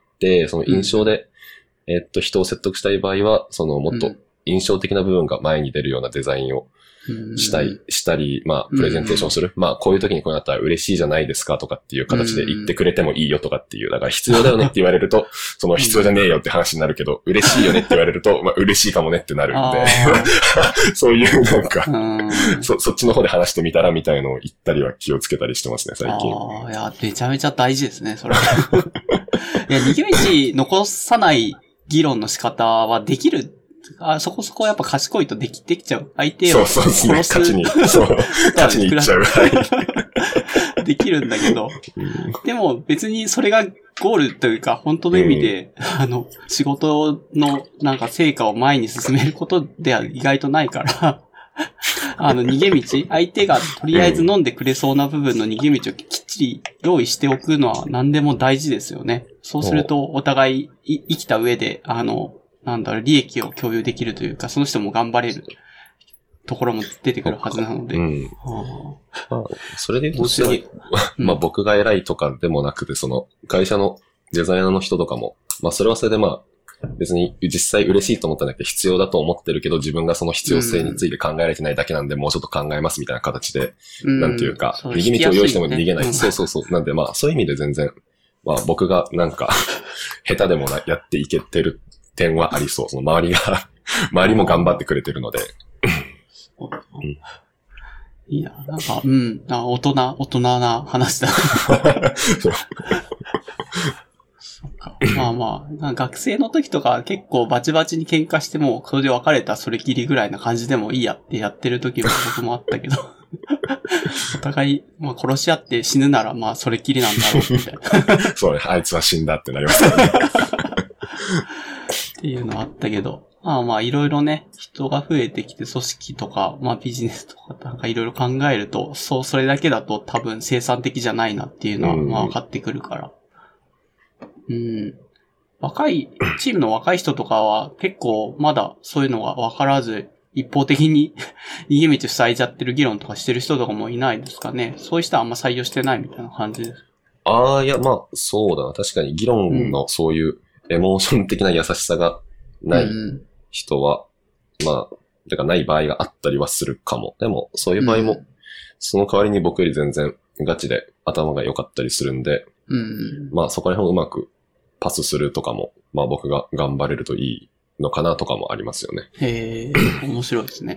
その印象で、人を説得したい場合は、もっと印象的な部分が前に出るようなデザインをしたり、まあ、プレゼンテーションする。まあ、こういう時にこうなったら嬉しいじゃないですかとかっていう形で言ってくれてもいいよとかっていう、だから必要だよねって言われると、必要じゃねえよって話になるけど、嬉しいよねって言われると、まあ、嬉しいかもねってなるんで、そういうなんか、そっちの方で話してみたらみたいのを言ったりは気をつけたりしてますね、最近。 いや、めちゃめちゃ大事ですね、それ。いや、逃げ道残さない議論の仕方はできる。そこそこやっぱ賢いとできちゃう。相手を殺す。 勝ちにいっちゃう。 できるんだけど。でも別にそれがゴールというか、本当の意味で、仕事のなんか成果を前に進めることでは意外とないから、逃げ道、相手がとりあえず飲んでくれそうな部分の逃げ道をきっちり用意しておくのは何でも大事ですよね。そうするとお互い生きた上で、利益を共有できるというか、その人も頑張れるところも出てくるはずなので。 まあ、それで言うと、まあ僕が偉いとかでもなくて、会社のデザイナーの人とかも、まあそれはそれでまあ、別に実際嬉しいと思ったんだけど必要だと思ってるけど、自分がその必要性について考えられてないだけなんで、もうちょっと考えますみたいな形で、なんていうか、逃げ道を用意しても逃げない。そう。なんでまあ、そういう意味で全然、まあ僕がなんか、下手でもやっていけてる点はありそう。周りも頑張ってくれてるので。 いいな、なんか、大人な話だ。まあ、学生の時とか結構バチバチに喧嘩しても、それで別れたそれきりぐらいな感じでもいいやってやってる時も僕もあったけど、お互い、まあ殺し合って死ぬならまあそれきりなんだろうみたいな。 そうね、あいつは死んだってなりますからね。 っていうのあったけど、まあいろいろね、人が増えてきて組織とか、まあビジネスとかなんかいろいろ考えると、それだけだと多分生産的じゃないなっていうのはまあ分かってくるから。チームの若い人とかは結構まだそういうのが分からず、一方的に逃げ道塞いじゃってる議論とかしてる人とかもいないですかね。そういう人はあんま採用してないみたいな感じです。 いや、まあ、そうだな。確かに議論のそういうエモーション的な優しさがない人は、まあ、てかない場合があったりはするかも。でも、そういう場合も、その代わりに僕より全然ガチで頭が良かったりするんで、まあそこら辺をうまくパスするとかも、まあ僕が頑張れるといいのかなとかもありますよね。 へえ、面白いですね。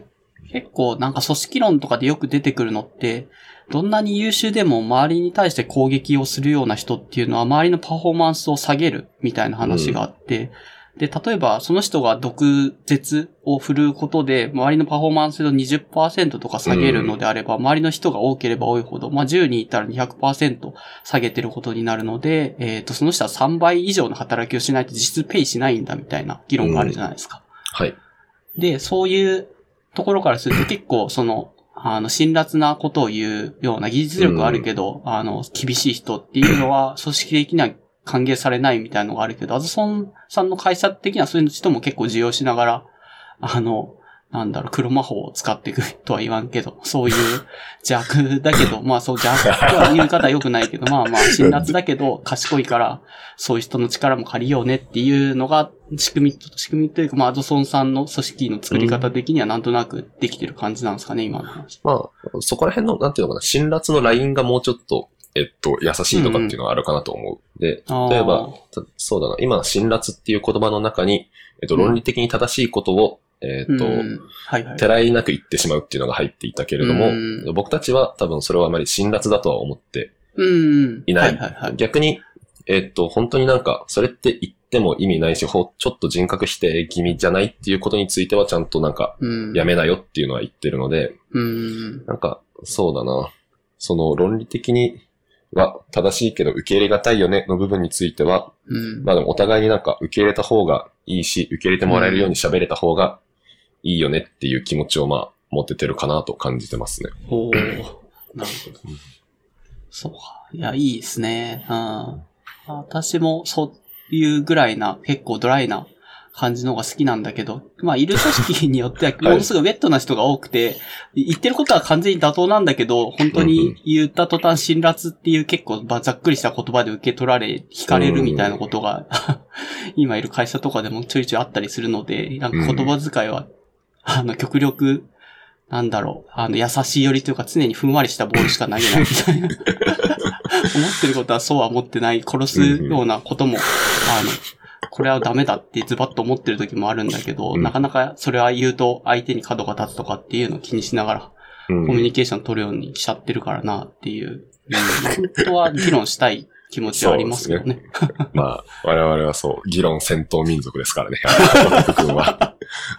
結構なんか組織論とかでよく出てくるのって、どんなに優秀でも周りに対して攻撃をするような人っていうのは周りのパフォーマンスを下げるみたいな話があって、で、例えばその人が毒舌を振るうことで周りのパフォーマンスを 20% とか下げるのであれば、周りの人が多ければ多いほど、10人いたら 200% 下げてることになるので、その人は3倍以上の働きをしないと実質ペイしないんだみたいな議論があるじゃないですか。 はい。 で、そういうところからすると結構辛辣なことを言うような技術力あるけど、厳しい人っていうのは組織的には歓迎されないみたいなのがあるけど、アズソンさんの会社的にはそういう人も結構需要しながら、黒魔法を使っていくとは言わんけど、そういう邪悪だけど、そう邪悪とは言う方は良くないけど、辛辣だけど賢いから、そういう人の力も借りようねっていうのが、仕組みというか、アドソンさんの組織の作り方的にはなんとなくできてる感じなんですかね、今の話。 そこら辺の、なんていうのかな、辛辣のラインがもうちょっと、優しいとかっていうのがあるかなと思う。で、例えば、そうだな、今、辛辣っていう言葉の中に、論理的に正しいことを、てらいなく言ってしまうっていうのが入っていたけれども、僕たちは多分それはあまり辛辣だとは思っていない。逆に、本当になんか、それって言っても意味ないし、ちょっと人格否定気味じゃないっていうことについてはちゃんとなんか、やめなよっていうのは言ってるので、なんか、そうだな。その論理的には正しいけど受け入れがたいよねの部分については、でもお互いになんか受け入れた方がいいし、受け入れてもらえるように喋れた方がいいよねっていう気持ちを持ててるかなと感じてますね。 おー、なるほど。そうか。いや、いいですね。私もそういうぐらいな、結構ドライな感じの方が好きなんだけど、いる組織によってはものすごいウェットな人が多くて、言ってることは完全に妥当なんだけど、本当に言った途端辛辣っていう結構ざっくりした言葉で受け取られ、惹かれるみたいなことが、今いる会社とかでもちょいちょいあったりするので、なんか言葉遣いは、極力、優しい寄りというか常にふんわりしたボールしか投げないみたいな。思ってることはそうは思ってない、殺すようなことも、これはダメだってズバッと思ってる時もあるんだけど、なかなかそれは言うと相手に角が立つとかっていうのを気にしながら、コミュニケーション取るようにしちゃってるからなっていう、本当は議論したい気持ちはありますけどね。 我々はそう、議論戦闘民族ですからね。君は。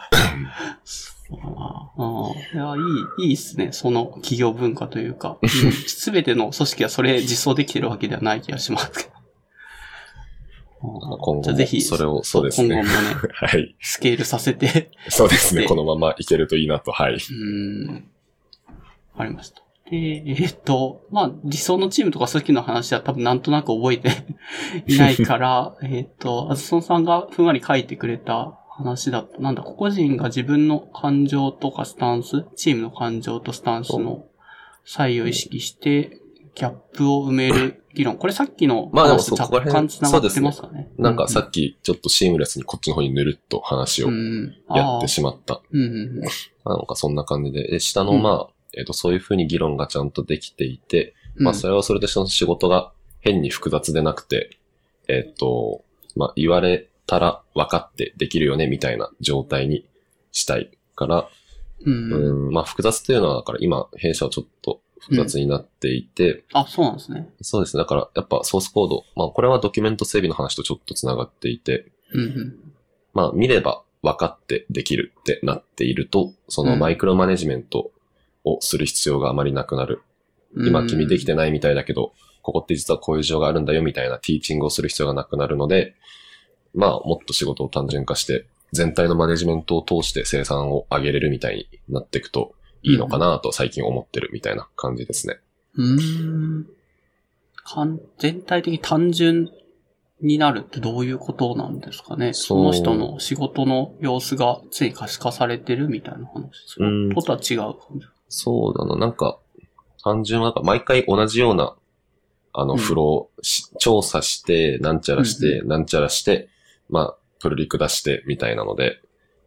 いや、いいっすね。その企業文化というか、すべての組織はそれ実装できてるわけではない気がしますけど。 今後もぜひそれを、そうですね。 今後もね、はい。スケールさせて。 そうですね。このままいけるといいなと、はい。 わかりました。で、理想のチームとか組織の話は多分なんとなく覚えていないから、あずそんさんがふんわり書いてくれた話だと、個々人が自分の感情とかスタンス、チームの感情とスタンスの差異を意識して、ギャップを埋める議論。これさっきの話と若干繋がってますかね。 なんかさっきちょっとシームレスにこっちの方にぬるっと話をやってしまった。なんかそんな感じで、下のそういう風に議論がちゃんとできていて、それはそれでその仕事が変に複雑でなくて、言われたら分かってできるよねみたいな状態にしたいから、複雑というのはだから今弊社はちょっと複雑になっていて、 そうなんですね。 そうですね。だからやっぱソースコード、これはドキュメント整備の話とちょっとつながっていて、見れば分かってできるってなっていると、そのマイクロマネジメントをする必要があまりなくなる。今君できてないみたいだけど、ここって実はこういう事情があるんだよみたいなティーチングをする必要がなくなるので、もっと仕事を単純化して、全体のマネジメントを通して生産を上げれるみたいになっていくといいのかなと最近思ってるみたいな感じですね。 全体的に単純になるってどういうことなんですかね。その人の仕事の様子がつい可視化されてるみたいな話。そういうことは違う感じ。 そうだな。なんか、単純なんか毎回同じような、フロー、調査して、なんちゃらして、なんちゃらして、プルリク出してみたいなので、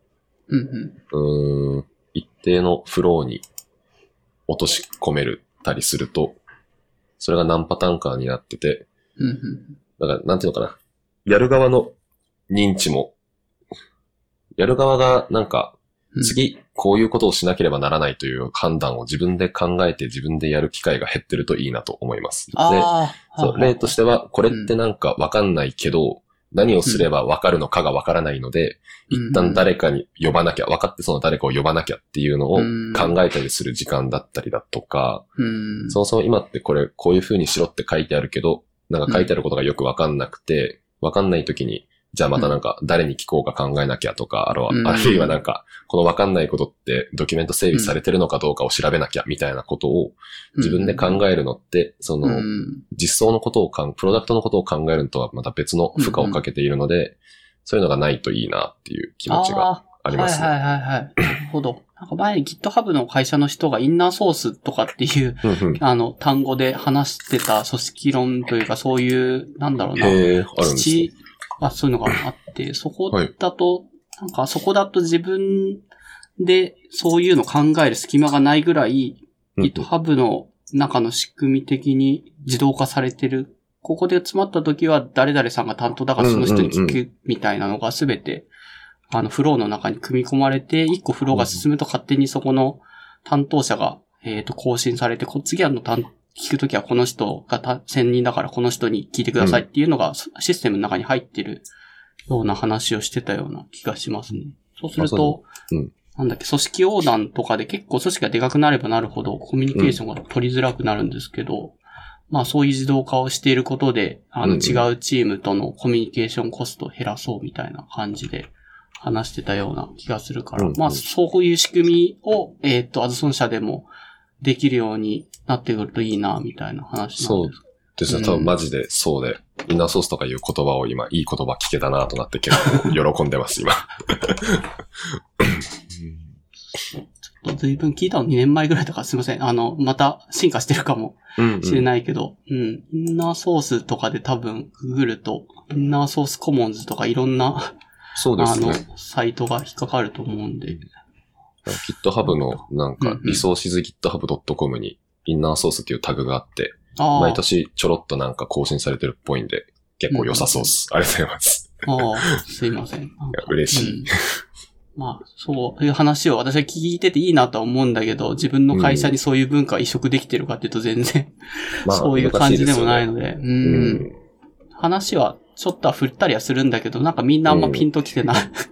一定のフローに落とし込めるたりすると、それが何パターンかになってて、だから、なんていうのかな。やる側の認知も、やる側がなんか、 次、こういうことをしなければならないという判断を自分で考えて自分でやる機会が減ってるといいなと思います。で、そう、例としては、これってなんかわかんないけど、何をすればわかるのかがわからないので、一旦誰かに呼ばなきゃ、分かってその誰かを呼ばなきゃっていうのを考えたりする時間だったりだとか、そもそも今ってこれ、こういう風にしろって書いてあるけど、なんか書いてあることがよくわかんなくて、わかんない時に、じゃあまたなんか誰に聞こうか考えなきゃとか、あるいはなんか、このわかんないことってドキュメント整備されてるのかどうかを調べなきゃみたいなことを自分で考えるのって、その、実装のことをプロダクトのことを考えるのとはまた別の負荷をかけているので、そういうのがないといいなっていう気持ちがありますね。 はい。なるほど。なんか前に GitHub の会社の人がインナーソースとかっていう単語で話してた組織論というかそういう、なんだろうな。 あるんですね。 そういうのがあって、そこだと、なんかそこだと自分でそういうの考える隙間がないぐらい、GitHub の中の仕組み的に自動化されてる。ここで詰まった時は誰々さんが担当だからその人に聞くみたいなのがすべて、フローの中に組み込まれて、一個フローが進むと勝手にそこの担当者が、更新されて、次聞くときはこの人が専任だからこの人に聞いてくださいっていうのがシステムの中に入ってるような話をしてたような気がしますね。そうすると、なんだっけ、組織横断とかで結構組織がでかくなればなるほどコミュニケーションが取りづらくなるんですけど、まあそういう自動化をしていることで、違うチームとのコミュニケーションコストを減らそうみたいな感じで話してたような気がするから、まあそういう仕組みを、アズソン社でもできるようになってくるといいな、みたいな話なんです。 そうですね。多分マジでそうで、インナーソースとかいう言葉を今、いい言葉聞けたなとなって結構喜んでます、今。 ちょっと随分聞いたの2年前ぐらいとかすいません。また進化してるかもしれないけど、インナーソースとかで多分ググると、インナーソースコモンズとかいろんな、 そうですね。 サイトが引っかかると思うんで。 GitHub のなんか、リソーシズ GitHub.com にインナーソースっていうタグがあって、毎年ちょろっとなんか更新されてるっぽいんで、結構良さそうです。ありがとうございます。 すいません。 嬉しい。 まあ、そういう話を私は聞いてていいなとは思うんだけど、自分の会社にそういう文化が移植できてるかっていうと全然、そういう感じでもないので、話はちょっとは振ったりはするんだけど、なんかみんなあんまピンときてない。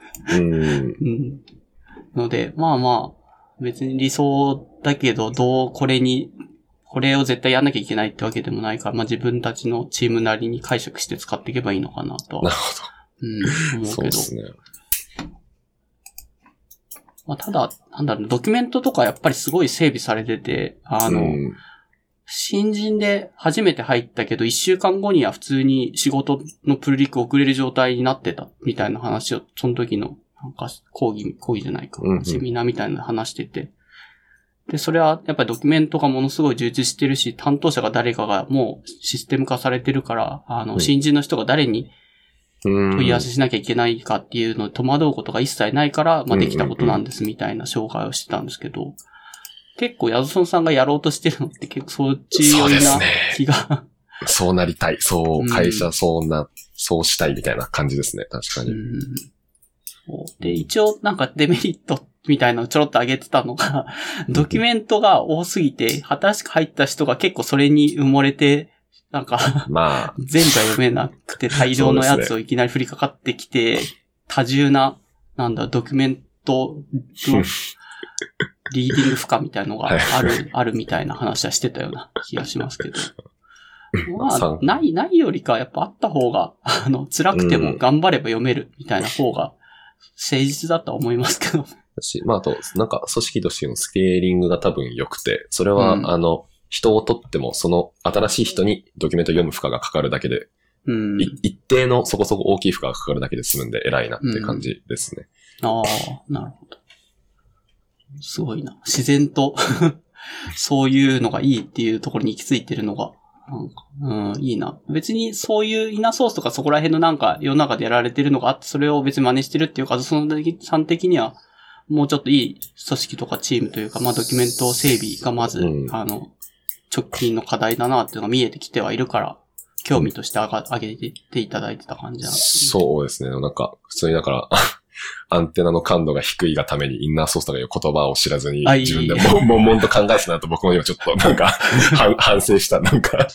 ので、まあまあ、別に理想だけど、これを絶対やんなきゃいけないってわけでもないから、まあ自分たちのチームなりに解釈して使っていけばいいのかなとは。 なるほど。 思うけど。 そうですね。 まあただ、なんだろう、ドキュメントとかやっぱりすごい整備されてて、新人で初めて入ったけど、1週間後には普通に仕事のプルリク送れる状態になってた、みたいな話を、その時の、なんか、講義じゃないか、セミナーみたいなの話してて。で、それはやっぱりドキュメントがものすごい充実してるし、担当者が誰かがもうシステム化されてるから、新人の人が誰に問い合わせしなきゃいけないかっていうのに戸惑うことが一切ないから、まあできたことなんですみたいな紹介をしてたんですけど、結構ヤズソンさんがやろうとしてるのって結構そっち寄りな気が。 そうなりたい。そう、会社そうしたいみたいな感じですね。確かに。 で、一応なんかデメリットみたいなのをちょろっと上げてたのが、ドキュメントが多すぎて、新しく入った人が結構それに埋もれて、なんか、まあ、全部読めなくて大量のやつをいきなり降りかかってきて、多重な、ドキュメントのリーディング負荷みたいなのがあるみたいな話はしてたような気がしますけど。まあ、ないよりか、やっぱあった方が、辛くても頑張れば読めるみたいな方が、誠実だとは思いますけど。 まあ、あと、なんか、組織としてのスケーリングが多分良くて、それは、人を取っても、その新しい人にドキュメント読む負荷がかかるだけで、一定のそこそこ大きい負荷がかかるだけで済むんで偉いなって感じですね。 ああ、なるほど。すごいな。自然と、そういうのがいいっていうところに行き着いてるのが、なんかいいな。別にそういうイナーソースとかそこら辺のなんか世の中でやられてるのがあって、それを別に真似してるっていうか、そのさん的には、もうちょっといい組織とかチームというか、まあドキュメント整備がまず、直近の課題だなっていうのが見えてきてはいるから、興味として上げていただいてた感じなんですね。 そうですね。なんか、普通にだから、 アンテナの感度が低いがためにインナーソースとかいう言葉を知らずにあいい自分で悶々と考えてたなと僕も今ちょっとなんか反省した、なんか。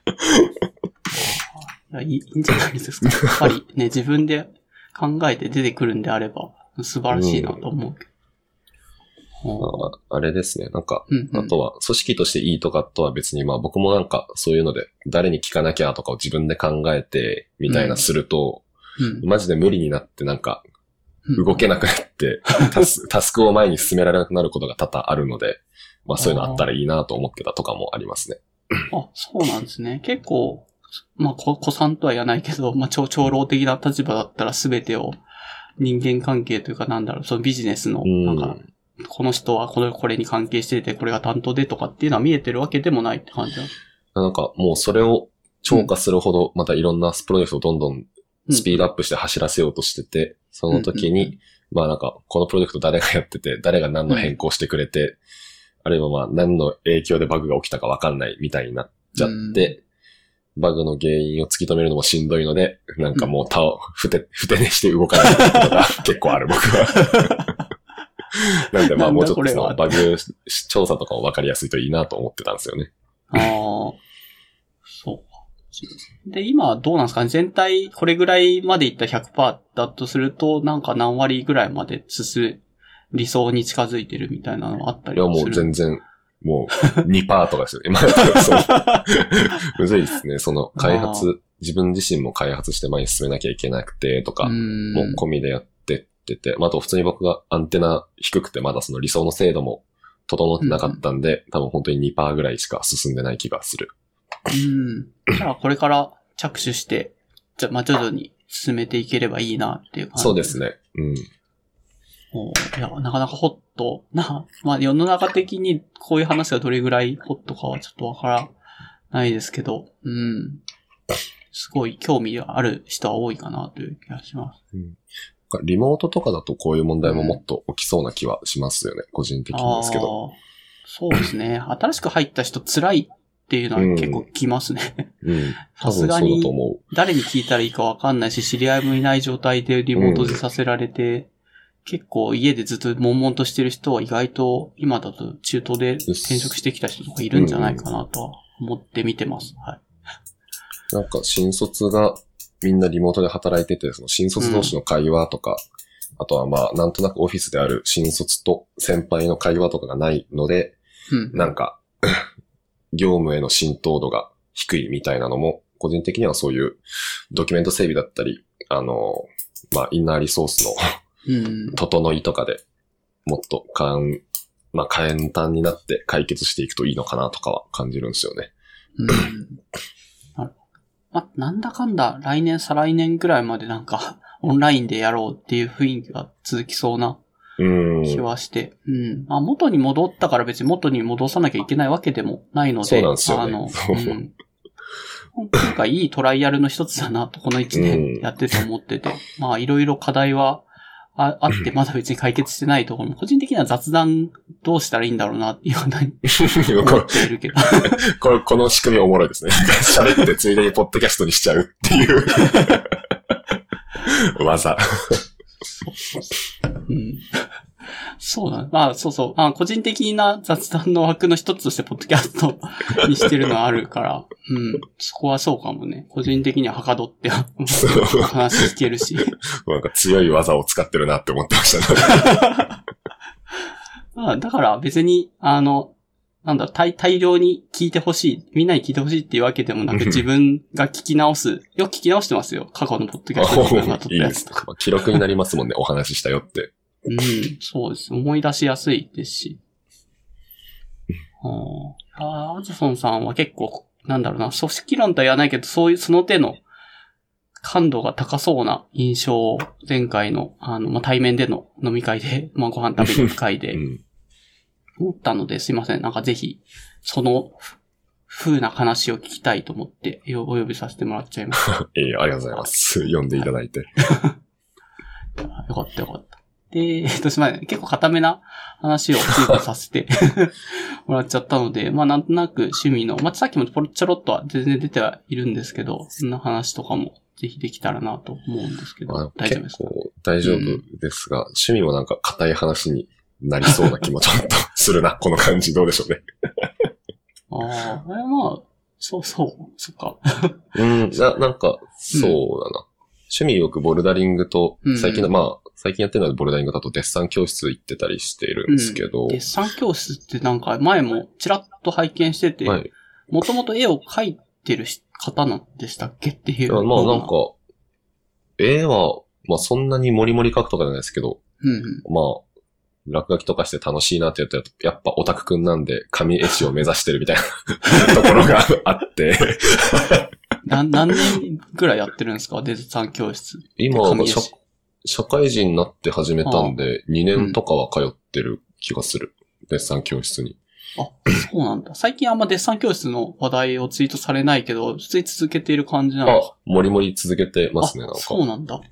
いいんじゃないですか。やっぱりね、自分で考えて出てくるんであれば素晴らしいなと思うけど。 あれですね。なんか、 うんうん、 あとは組織としていいとかとは別に、まあ僕もなんかそういうので誰に聞かなきゃとかを自分で考えてみたいなすると、マジで無理になってなんか動けなくなってタスクを前に進められなくなることが多々あるので、まあそういうのあったらいいなと思ってたとかもありますね。 あ、そうなんですね。結構、まあ、子さんとは言わないけど、まあ、長老的な立場だったら全てを人間関係というかなんだろう、そのビジネスの、なんか、この人はこれに関係してて、これが担当でとかっていうのは見えてるわけでもないって感じだ。 なんかもうそれを超過するほど、またいろんなプロジェクトをどんどんスピードアップして走らせようとしてて、その時に、まあなんか、このプロジェクト誰がやってて、誰が何の変更してくれて、あるいはまあ何の影響でバグが起きたかわかんないみたいになっちゃって、バグの原因を突き止めるのもしんどいので、なんかもうふて寝して動かないことが結構ある僕は。なんでまあもうちょっとそのバグ調査とかもわかりやすいといいなと思ってたんですよね。 ああ、そう。で、今どうなんですかね、全体これぐらいまでいった 100% だとすると、なんか何割ぐらいまで理想に近づいてるみたいなのあったりする？ いやもう全然、もう 2% とかですよ。今むずいですね。その自分自身も開発して前に進めなきゃいけなくてとか、もう込みでやってってて、まあ、あと普通に僕がアンテナ低くてまだその理想の精度も整ってなかったんで、多分本当に 2% ぐらいしか進んでない気がする。 じゃあこれから着手して、まあ、徐々に進めていければいいなっていう感じ。 そうですね。 いや、なかなかホットな、まあ世の中的にこういう話がどれぐらいホットかはちょっとわからないですけど、すごい興味がある人は多いかなという気がします。 リモートとかだとこういう問題ももっと起きそうな気はしますよね、個人的にですけど。 そうですね。新しく入った人辛いっていうのは結構きますね。さすがに誰に聞いたらいいかわかんないし、知り合いもいない状態でリモートでさせられて、結構家でずっと悶々としてる人は意外と今だと中東で転職してきた人とかいるんじゃないかなとは思って見てます。はい。 なんか新卒がみんなリモートで働いてて、その新卒同士の会話とか、あとはまあなんとなくオフィスである新卒と先輩の会話とかがないので、なんか業務への浸透度が低いみたいなのも、個人的にはそういうドキュメント整備だったり、まあインナーリソースの整いとかでもっと簡単になって解決していくといいのかなとかは感じるんですよね。 なんだかんだ来年再来年ぐらいまでなんかオンラインでやろうっていう雰囲気が続きそうな気はして、まあ、元に戻ったから別に元に戻さなきゃいけないわけでもないので、 そうなんですよね。 今回いいトライアルの一つだなとこの1年やってて思ってて、まあいろいろ課題はあってまだ別に解決してないところも、個人的には雑談どうしたらいいんだろうなっていうのに思っているけど。 この仕組みおもろいですね。喋ってついでにポッドキャストにしちゃうっていう技。 そうだね。まあそうそう。個人的な雑談の枠の一つとしてポッドキャストにしてるのはあるから、そこはそうかもね。個人的にははかどって話聞けるし。 なんか強い技を使ってるなって思ってましたね。だから別に、大量に聞いてほしい。みんなに聞いてほしいっていうわけでもなく、自分が聞き直す。よく聞き直してますよ。過去のポッドキャスト自分が撮ったやつとか。 記録になりますもんね。お話ししたよって。 そうです。思い出しやすいですし。アズソンさんは結構、組織論とは言わないけど、その手の感度が高そうな印象を前回の、対面での飲み会で、ご飯食べに行く会で、思ったので、すいません。ぜひ、その風な話を聞きたいと思って、お呼びさせてもらっちゃいました。 ありがとうございます。呼んでいただいて。 よかった。で、すいません。結構固めな話を追加させてもらっちゃったので、なんとなく趣味の、さっきもちょろっとは全然出てはいるんですけど、そんな話とかもぜひできたらなと思うんですけど、大丈夫ですか？ 結構大丈夫ですが、趣味もなんか硬い話になりそうな気もちょっとするな、この感じどうでしょうね。 ああ、まあ、そっか。 なんか、そうだな。趣味よくボルダリングと、最近やってるのはボルダリングだとデッサン教室行ってたりしているんですけど。 デッサン教室ってなんか前もちらっと拝見してて、もともと絵を描いてる方なんでしたっけっていう。 まあなんか、絵は、まあそんなにモリモリ描くとかじゃないですけど、まあ、落書きとかして楽しいなってやったら、やっぱオタクくんなんで紙絵師を目指してるみたいなところがあって。 何年ぐらいやってるんですか？デッサン教室。 今、社会人になって始めたんで、2年とかは通ってる気がする。デッサン教室に。 あ、そうなんだ。最近あんまデッサン教室の話題をツイートされないけど、普通に続けている感じなんですか？ もりもり続けてますね、なんか。 そうなんだ。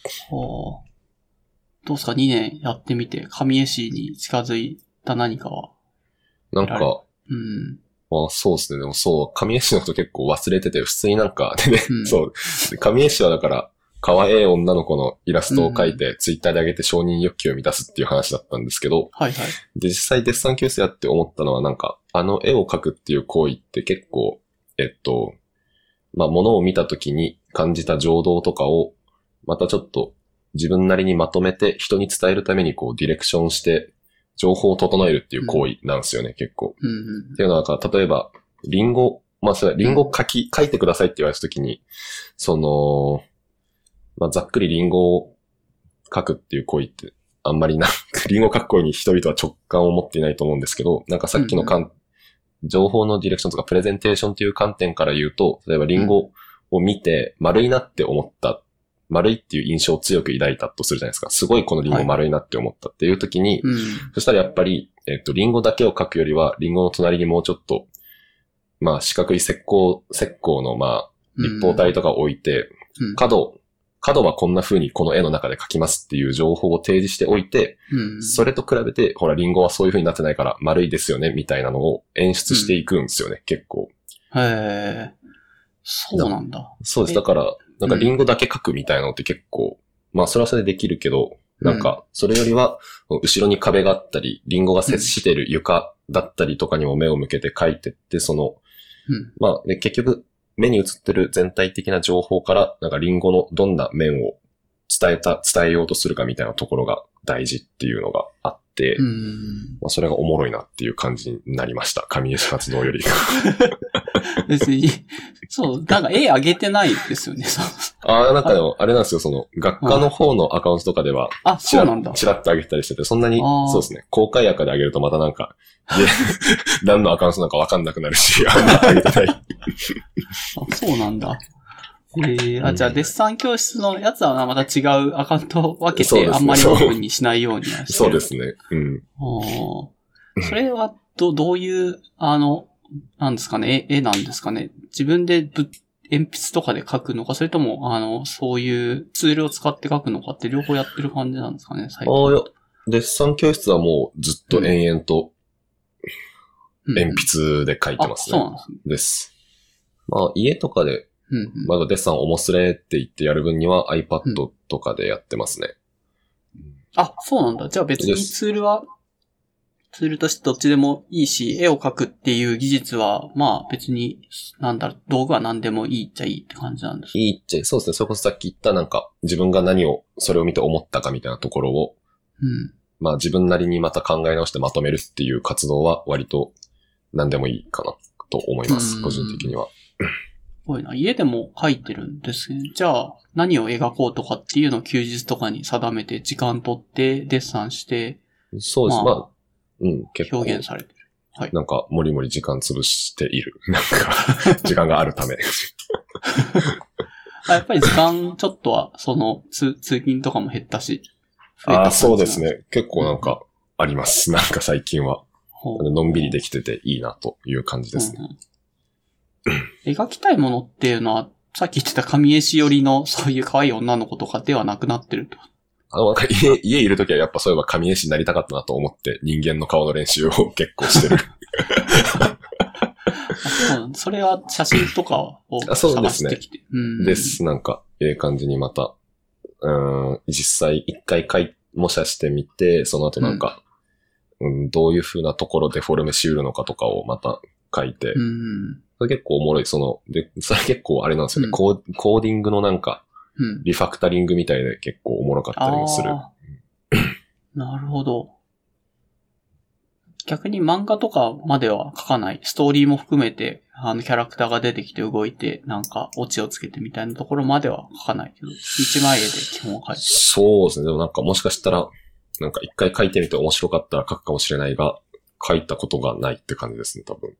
どうですか？ 2 年やってみて、神絵師に近づいた何かは。 なんか、まあそうですね。でも神絵師のこと結構忘れてて、普通になんか、でね、そう。神絵師はだから、可愛い女の子のイラストを描いて、ツイッターで上げて承認欲求を満たすっていう話だったんですけど、で、実際デッサン教室やって思ったのはなんか、絵を描くっていう行為って結構、まあ物を見た時に感じた情動とかを、またちょっと自分なりにまとめて人に伝えるためにこうディレクションして情報を整えるっていう行為なんですよね、結構。っていうのは、例えば、リンゴ書いてくださいって言われた時に、まあ、ざっくりリンゴを書くっていう行為って、あんまりリンゴを書く行為に人々は直感を持っていないと思うんですけど、なんかさっきの情報のディレクションとかプレゼンテーションっていう観点から言うと、例えばリンゴを見て丸いなって思った、丸いっていう印象を強く抱いたとするじゃないですか。すごいこのリンゴ丸いなって思ったっていう時に、そしたらやっぱり、リンゴだけを書くよりは、リンゴの隣にもうちょっと、まあ四角い石膏のまあ立方体とかを置いて、角はこんな風にこの絵の中で描きますっていう情報を提示しておいて、それと比べて、ほら、リンゴはそういう風になってないから丸いですよね、みたいなのを演出していくんですよね、結構。 そうなんだ。 そうです。だから、なんかリンゴだけ描くみたいなのって結構、まあそれはそれでできるけど、なんか、それよりは、後ろに壁があったり、リンゴが接している床だったりとかにも目を向けて描いてって、まあ、で、結局、目に映ってる全体的な情報から、なんかリンゴのどんな面を伝えようとするかみたいなところが大事っていうのがあって、まあ、それがおもろいなっていう感じになりました。神絵師活動より。 別に、なんか絵上げてないですよね。 なんかあれなんですよ、学科の方のアカウントとかでは、 そうなんだ。 チラッと上げてたりしてて、そんなに、そうですね、公開アカで上げるとまたなんか、何のアカウントなんかわかんなくなるし、あんま上げてない。 そうなんだ。じゃあデッサン教室のやつはまた違うアカウントを分けて、あんまりオープンにしないようにはしてる。 そうですね。 それはどういう、なんですかね、絵なんですかね。自分で鉛筆とかで描くのか、それとも、そういうツールを使って描くのかって両方やってる感じなんですかね、最近。 いや、デッサン教室はもうずっと延々と鉛筆で描いてますね。 そうなんです。 まあ、家とかで、まだデッサン面白いって言ってやる分には iPad とかでやってますね。 そうなんだ。じゃあ別にツールとしてどっちでもいいし、絵を描くっていう技術は、まあ別に、道具は何でもいいっちゃいいって感じなんですか？ いいっちゃいい。そうですね。それこそさっき言ったなんか、自分がそれを見て思ったかみたいなところを、まあ自分なりにまた考え直してまとめるっていう活動は割と何でもいいかなと思います。個人的には。 すごいな。家でも描いてるんですね。じゃあ、何を描こうとかっていうのを休日とかに定めて、時間取ってデッサンして、 そうです。結構。 表現されてる。はい。 なんか、もりもり時間潰している。なんか、時間があるため。 やっぱり時間ちょっとは、通勤とかも減ったし。 そうですね。結構なんか、あります。なんか最近は。のんびりできてていいなという感じですね。 描きたいものっていうのは、さっき言ってた神絵師寄りのそういう可愛い女の子とかではなくなってると。 なんか家いるときはやっぱそういえば神絵師になりたかったなと思って人間の顔の練習を結構してる。 それは写真とかを探してきて。 です。なんか、 感じにまた、実際一回模写してみて、その後なんか、どういう風なところでフォルメしうるのかとかをまた書いて、それ結構おもろい、それ結構あれなんですよね、コーディングのなんか、リファクタリングみたいで結構おもろかったりもする。 なるほど。逆に漫画とかまでは書かない。ストーリーも含めて、キャラクターが出てきて動いて、なんか、オチをつけてみたいなところまでは書かないけど、一枚絵で基本は書いてる。 そうですね。でもなんかもしかしたら、なんか一回書いてみて面白かったら書くかもしれないが、書いたことがないって感じですね、多分。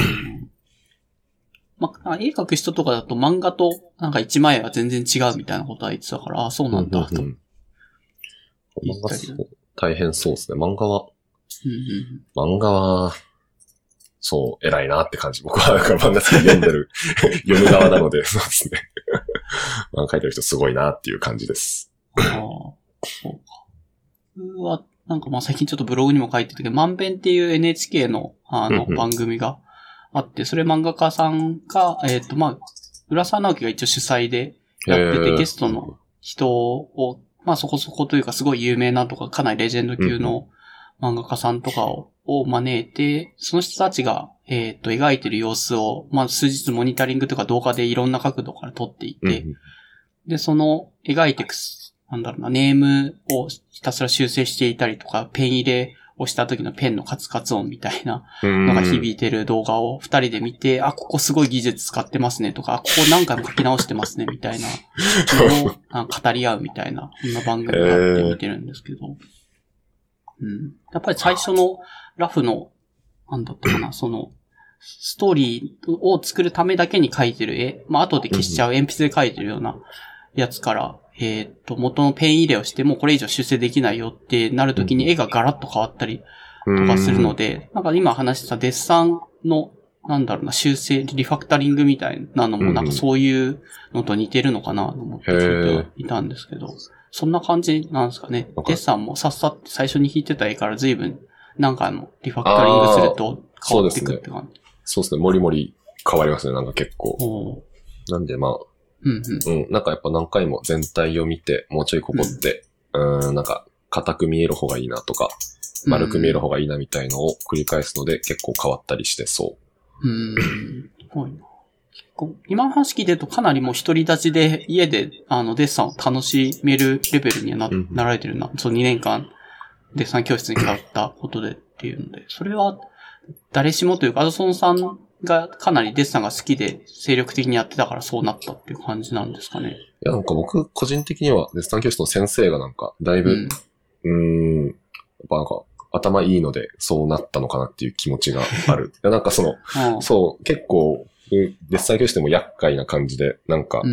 まあ、絵描く人とかだと漫画となんか一枚絵は全然違うみたいなことは言ってたから、そうなんだ、と言ったり。 大変そうですね。漫画は、そう、偉いなって感じ。僕は漫画好き読んでる、読む側なので、そうですね。漫画描いてる人すごいなっていう感じです。 そうか。僕は、なんかまあ最近ちょっとブログにも書いてたけど、まんべんっていう NHK の番組があって、それ漫画家さんが、まあ、浦沢直樹が一応主催でやってて、ゲストの人を、まあそこそこというかすごい有名なとか、かなりレジェンド級の漫画家さんとかを招いて、その人たちが、描いてる様子を、まあ数日モニタリングとか動画でいろんな角度から撮っていて、で、その描いていく、なんだろうな、ネームをひたすら修正していたりとか、ペン入れをした時のペンのカツカツ音みたいなのが響いてる動画を二人で見て、あ、ここすごい技術使ってますねとか、ここ何回も書き直してますねみたいなのを語り合うみたいな、そんな番組があって見てるんですけど、やっぱり最初のラフの、なんだったかな、その、ストーリーを作るためだけに描いてる絵、まあ後で消しちゃう鉛筆で描いてるようなやつから、元のペン入れをしてもこれ以上修正できないよってなるときに絵がガラッと変わったりとかするので、なんか今話したデッサンの、なんだろうな、修正、リファクタリングみたいなのもなんかそういうのと似てるのかなと思って聞いていたんですけど、そんな感じなんですかね。デッサンもさっさって最初に引いてた絵から随分何回もリファクタリングすると変わっていくって感じ。 そうですね。もりもり変わりますね。なんか結構。なんでまあ、なんかやっぱ何回も全体を見て、もうちょいここって、なんか硬く見える方がいいなとか、丸く見える方がいいなみたいのを繰り返すので結構変わったりしてそう。 今の話聞いてるとかなりもう独り立ちで家でデッサンを楽しめるレベルにはなられてるな。そう2年間デッサン教室に通ったことでっていうので、それは誰しもというか、アドソンさんがかなりデッサンが好きで精力的にやってたからそうなったっていう感じなんですかね。 いや、なんか僕個人的にはデッサン教室の先生がなんかだいぶ、やっぱなんか頭いいのでそうなったのかなっていう気持ちがある。いやなんかそう、結構デッサン教室でも厄介な感じで、なんか、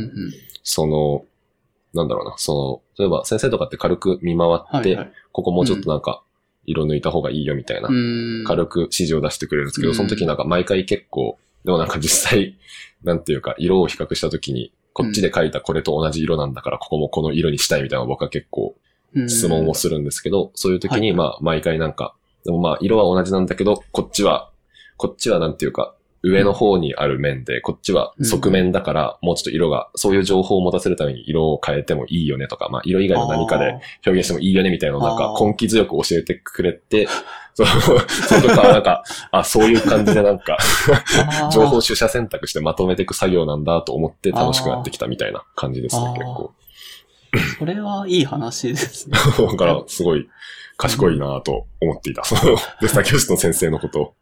なんだろうな、例えば先生とかって軽く見回って、ここもうちょっとなんか、色抜いた方がいいよみたいな、軽く指示を出してくれるんですけど、その時なんか毎回結構、でもなんか実際、なんていうか、色を比較した時に、こっちで描いたこれと同じ色なんだから、ここもこの色にしたいみたいな僕は結構、質問をするんですけど、そういう時にまあ毎回なんか、でもまあ色は同じなんだけど、こっちはなんていうか、上の方にある面で、こっちは側面だから、もうちょっと色が、そういう情報を持たせるために色を変えてもいいよねとか、まあ色以外の何かで表現してもいいよねみたいなのをなんか根気強く教えてくれて、そのとかはなんか、そういう感じでなんか、情報取捨選択してまとめていく作業なんだと思って楽しくなってきたみたいな感じですね、結構。 それはいい話ですね。 だから、すごい賢いなと思っていた。その、デッサン教室の先生のことを。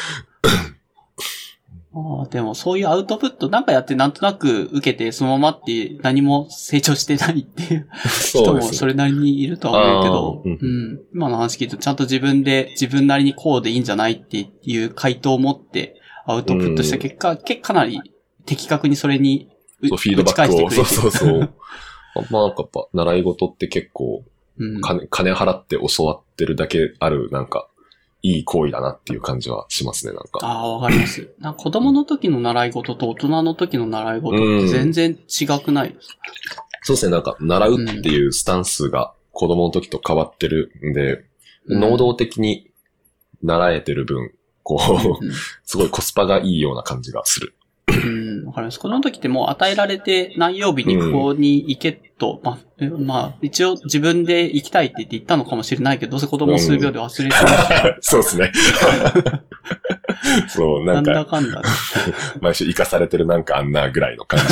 でもそういうアウトプットなんかやってなんとなく受けてそのままって何も成長してないっていう人もそれなりにいるとは思うけど、今の話聞いるとちゃんと自分なりにこうでいいんじゃないっていう回答を持ってアウトプットした結果、かなり的確にそれにフィードバックを、そう。まあなんかやっぱ習い事って結構、金払って教わってるだけあるなんか、いい行為だなっていう感じはしますね、なんか。 わかります。子供の時の習い事と大人の時の習い事って全然違くないですか？ そうですね、なんか、習うっていうスタンスが子供の時と変わってるんで、能動的に習えてる分、こう、すごいコスパがいいような感じがする。 わかります。この時ってもう与えられて何曜日にここに行けと、一応自分で行きたいって言ったのかもしれないけど、どうせ子供数秒で忘れてました。 そうですね。そう、なんだかんだ。 毎週生かされてるなんかあんなぐらいの感じ。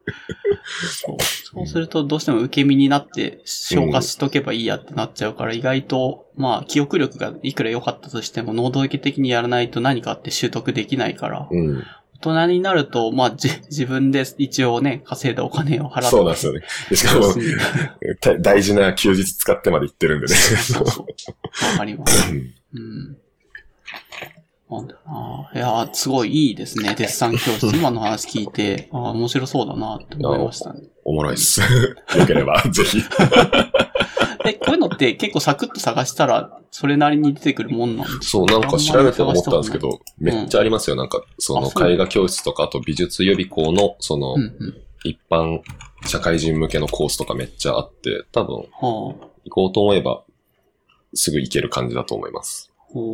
そうするとどうしても受け身になって消化しとけばいいやってなっちゃうから、意外と、記憶力がいくら良かったとしても、能動的にやらないと何かって習得できないから、大人になると、自分で一応ね、稼いだお金を払って。 そうなんですよね。しかも、大事な休日使ってまで行ってるんでね。 そう。わかります。なんだいや、すごいいいですね、デッサン教室。今の話聞いて、面白そうだなって思いましたね。 おもろいっす。よければ、ぜひ。 こういうのって結構サクッと探したら、それなりに出てくるもんなんですか？ そう、なんか調べて思ったんですけど、めっちゃありますよ。なんか、その絵画教室とか、あと美術予備校の、一般社会人向けのコースとかめっちゃあって、多分、行こうと思えば、すぐ行ける感じだと思います。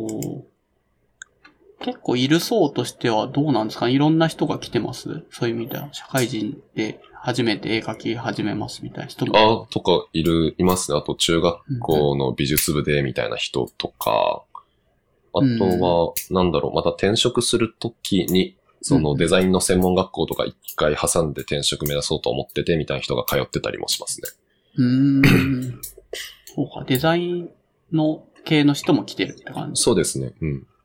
結構いる層としてはどうなんですか？いろんな人が来てます？そういう意味では、社会人で初めて絵描き始めますみたいな人も。 とかいますね。あと中学校の美術部でみたいな人とか、あとは、また転職するときに、そのデザインの専門学校とか一回挟んで転職目指そうと思っててみたいな人が通ってたりもしますね。 そうか、デザインの系の人も来てるって感じ？ そうですね。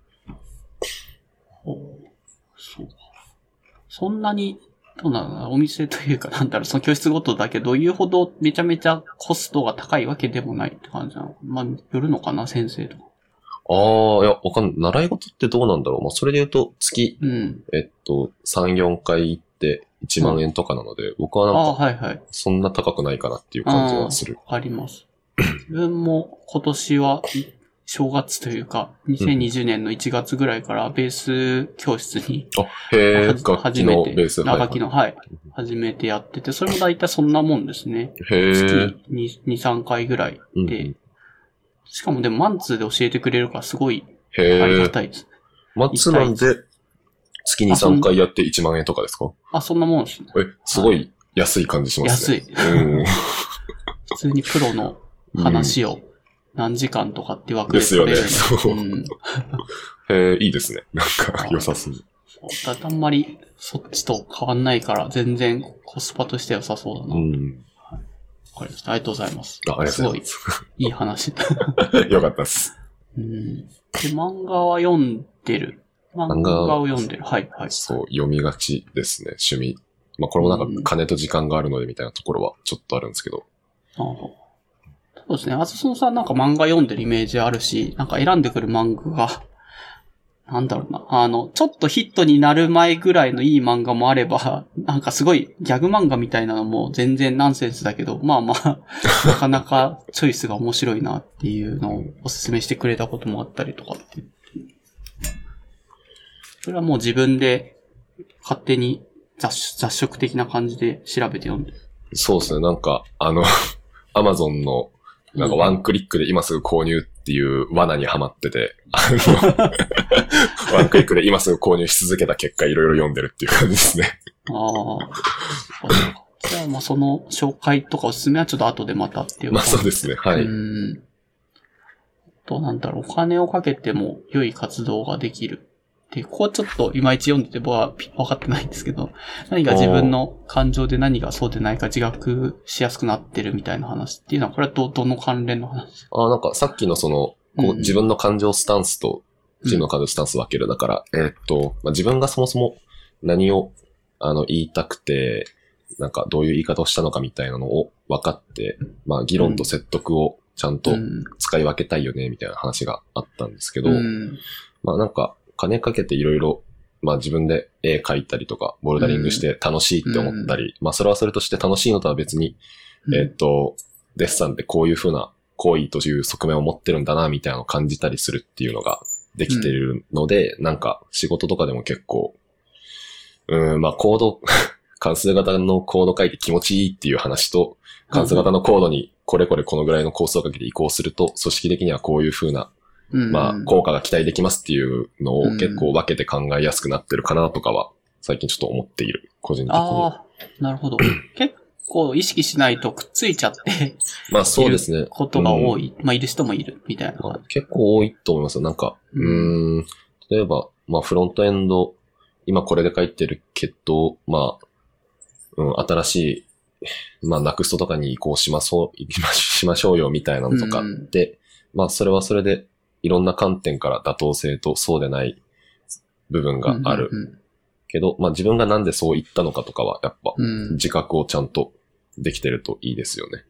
そうか。そんなに、お店というかその教室ごとだけど、言うほどめちゃめちゃコストが高いわけでもないって感じなの？よるのかな、先生とか。 いや、わかんない。習い事ってどうなんだろう。それで言うと、月、3、4回行って1万円とかなので、僕はそんな高くないかなっていう感じはする。 わかります。自分も今年は、正月というか、2020年の1月ぐらいからベース教室に、 楽器のベース。 楽器の、初めてやってて、それも大体そんなもんですね。月2、3回ぐらいで、しかもでもマンツーで教えてくれるからすごいありがたいです。 マンツーなんで、月2、3回やって1万円とかですか？ そんなもんですね。 すごい安い感じしますね。 安い。普通にプロの話を何時間とかって枠で取れる。ですよね。いいですね。なんか良さそう。 あんまりそっちと変わんないから全然コスパとして良さそうだな。わかりました。ありがとうございます。すごいいい話。 よかったです。 で、漫画は読んでる。漫画を読んでる。 そう、読みがちですね、趣味。これもなんか金と時間があるのでみたいなところはちょっとあるんですけど。 そうですね。あずそんさんなんか漫画読んでるイメージあるし、なんか選んでくる漫画が、ちょっとヒットになる前ぐらいのいい漫画もあれば、なんかすごいギャグ漫画みたいなのも全然ナンセンスだけど、なかなかチョイスが面白いなっていうのをおすすめしてくれたこともあったりとかって。それはもう自分で勝手に雑食的な感じで調べて読んでる。 そうですね。なんか、アマゾンのなんかワンクリックで今すぐ購入っていう罠にはまってて、ワンクリックで今すぐ購入し続けた結果いろいろ読んでるっていう感じですね。 じゃあその紹介とかおすすめはちょっと後でまたっていう。 そうですね。はい。 お金をかけても良い活動ができる。で、ここちょっといまいち読んでて僕は分かってないんですけど、何が自分の感情で何がそうでないか自覚しやすくなってるみたいな話っていうのは、これはどの関連の話？ なんかさっきの自分の感情スタンスと自分の感情スタンス分ける。だから、自分がそもそも何を言いたくて、なんかどういう言い方をしたのかみたいなのを分かって、議論と説得をちゃんと使い分けたいよねみたいな話があったんですけど、なんか金かけていろいろ、自分で絵描いたりとか、ボルダリングして楽しいって思ったり、それはそれとして楽しいのとは別に、デッサンってこういう風な行為という側面を持ってるんだな、みたいなのを感じたりするっていうのができているので、なんか仕事とかでも結構、コード、関数型のコード書いて気持ちいいっていう話と、関数型のコードにこれこれこのぐらいのコースをかけて移行すると、組織的にはこういう風な効果が期待できますっていうのを結構分けて考えやすくなってるかなとかは最近ちょっと思っている、個人的に。 ああ、なるほど。結構意識しないとくっついちゃって、 まあそうですね。 ことが多い。まあいる人もいる、みたいな。 結構多いと思います。なんか、例えば、まあフロントエンド、今これで書いてるけど、まあ、新しい、まあ、Nextとかに移行しましょうよみたいなのとかで、まあ、それはそれで、いろんな観点から妥当性とそうでない部分がある。けど、まあ、自分がなんでそう言ったのかとかは、やっぱ、自覚をちゃんとできてるといいですよね。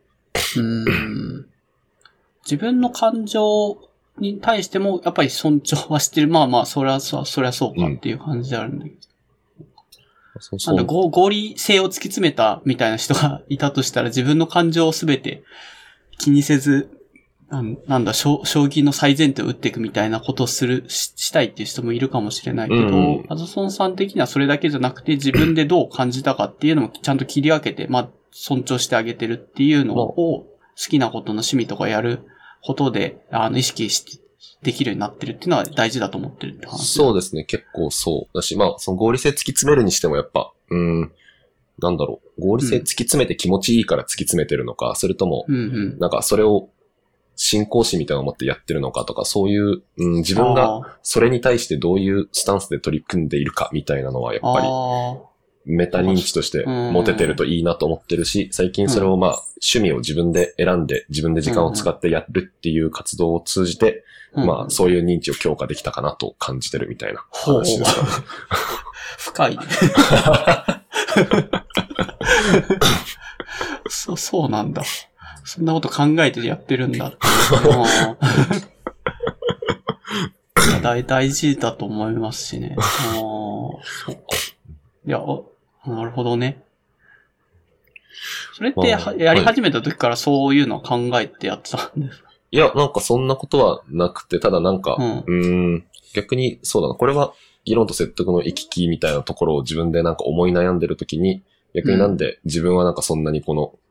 自分の感情に対しても、やっぱり尊重はしてる。まあまあ、そりゃそうかっていう感じであるんだけど。なんだ合理性を突き詰めたみたいな人がいたとしたら自分の感情をすべて気にせず、なんだ、将棋の最前提を打っていくみたいなことをしたいっていう人もいるかもしれないけど、アドソンさん的にはそれだけじゃなくて自分でどう感じたかっていうのもちゃんと切り分けて、まあ、尊重してあげてるっていうのを好きなことの趣味とかやることで、意識して、できるようになってるっていうのは大事だと思ってるって話。 そうですね。結構そうだし、まあ、その合理性突き詰めるにしてもやっぱ、なんだろう。合理性突き詰めて気持ちいいから突き詰めてるのか、それとも、なんかそれを信仰心みたいなのを持ってやってるのかとか、そういう、自分がそれに対してどういうスタンスで取り組んでいるかみたいなのはやっぱり、メタ認知として持ててるといいなと思ってるし、最近それをまあ、趣味を自分で選んで、自分で時間を使ってやるっていう活動を通じて、まあ、そういう認知を強化できたかなと感じてるみたいな話ですかね。 深いね。そうなんだ。そんなこと考えてやってるんだって。大事だと思いますしね。そうか。いや、なるほどね。それってやり始めた時からそういうのを考えてやってたんですか？ いや、なんかそんなことはなくて、ただなんか、逆にそうだな、これは議論と説得の行き来みたいなところを自分でなんか思い悩んでるときに、逆になんで自分はなんかそんなにこの、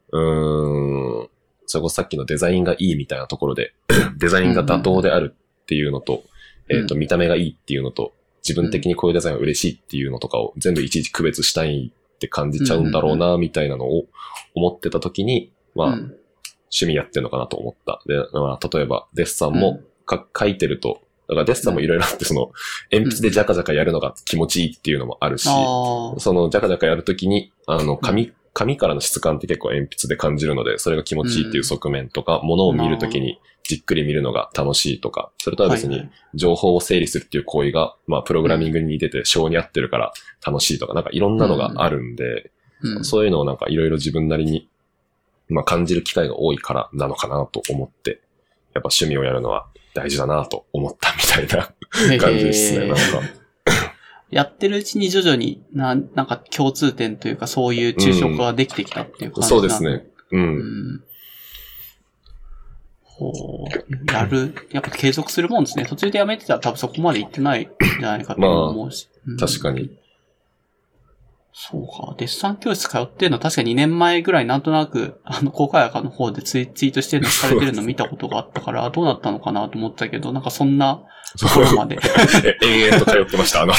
それこそさっきのデザインがいいみたいなところで、デザインが妥当であるっていうのと、見た目がいいっていうのと、自分的にこういうデザインが嬉しいっていうのとかを全部いちいち区別したいって感じちゃうんだろうな、みたいなのを思ってたときに、まあ、趣味やってんのかなと思った。で、まあ、例えばデッサンも書いてると、だからデッサンもいろいろあって、その、鉛筆でジャカジャカやるのが気持ちいいっていうのもあるし、そのジャカジャカやるときに、紙からの質感って結構鉛筆で感じるので、それが気持ちいいっていう側面とか、物を見るときにじっくり見るのが楽しいとか、それとは別に情報を整理するっていう行為が、まあ、プログラミングに似てて性に合ってるから楽しいとか、なんかいろんなのがあるんで、そういうのをなんかいろいろ自分なりに、まあ、感じる機会が多いからなのかなと思って、やっぱ趣味をやるのは大事だなと思ったみたいな感じですね、なんか。 やってるうちに徐々になんか共通点というかそういう抽象化ができてきたっていう感じそうですね。 やっぱ継続するもんですね。途中でやめてたら多分そこまで行ってないんじゃないかと思うし。 確かに。 そうか。デッサン教室通ってるの確か2年前ぐらいなんとなく、公開赤の方でツイートしてるのされてるの見たことがあったから、どうなったのかなと思ったけど、なんかそんなところまで。 延々と通ってました、後も。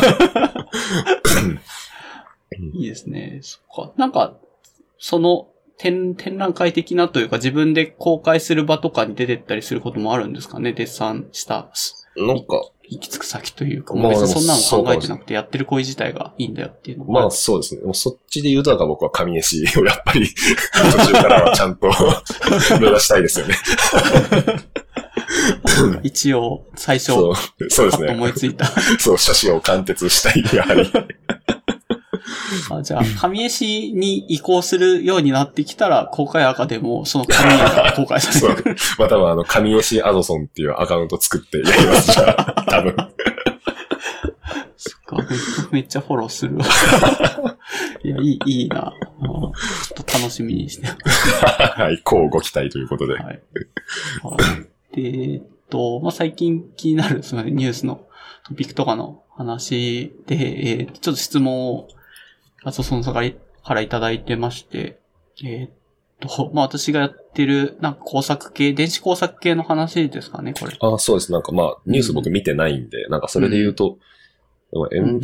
いいですね。そっか。なんか、その展覧会的なというか自分で公開する場とかに出てったりすることもあるんですかね、デッサンした。 なんか、 行き着く先というか、別にそんなの考えてなくてやってる行為自体がいいんだよっていうのまあそうですね。もうそっちで言うとなんか僕は神絵師をやっぱり途中からはちゃんと目指したいですよね。 一応、最初、 そうですね。 思いついた。 そう、写真を貫徹したい、やはり。 じゃあ、神絵師に移行するようになってきたら、公開赤でも、その神絵が公開されてくる。 まあ多分神絵師アドソンっていうアカウント作ってやります、じゃあ、多分。 そっか、めっちゃフォローするわ。いや、いいな。ちょっと楽しみにして。 はい、こうご期待ということで。はい。 で、まあ、最近気になる、すみません、ニュースのトピックとかの話で、ちょっと質問を、アドソンさんからいただいてまして、まあ、私がやってる、なんか工作系、電子工作系の話ですかね、これ。 そうです。なんかまあ、ニュース僕見てないんで、なんかそれで言うと、 でもうんうん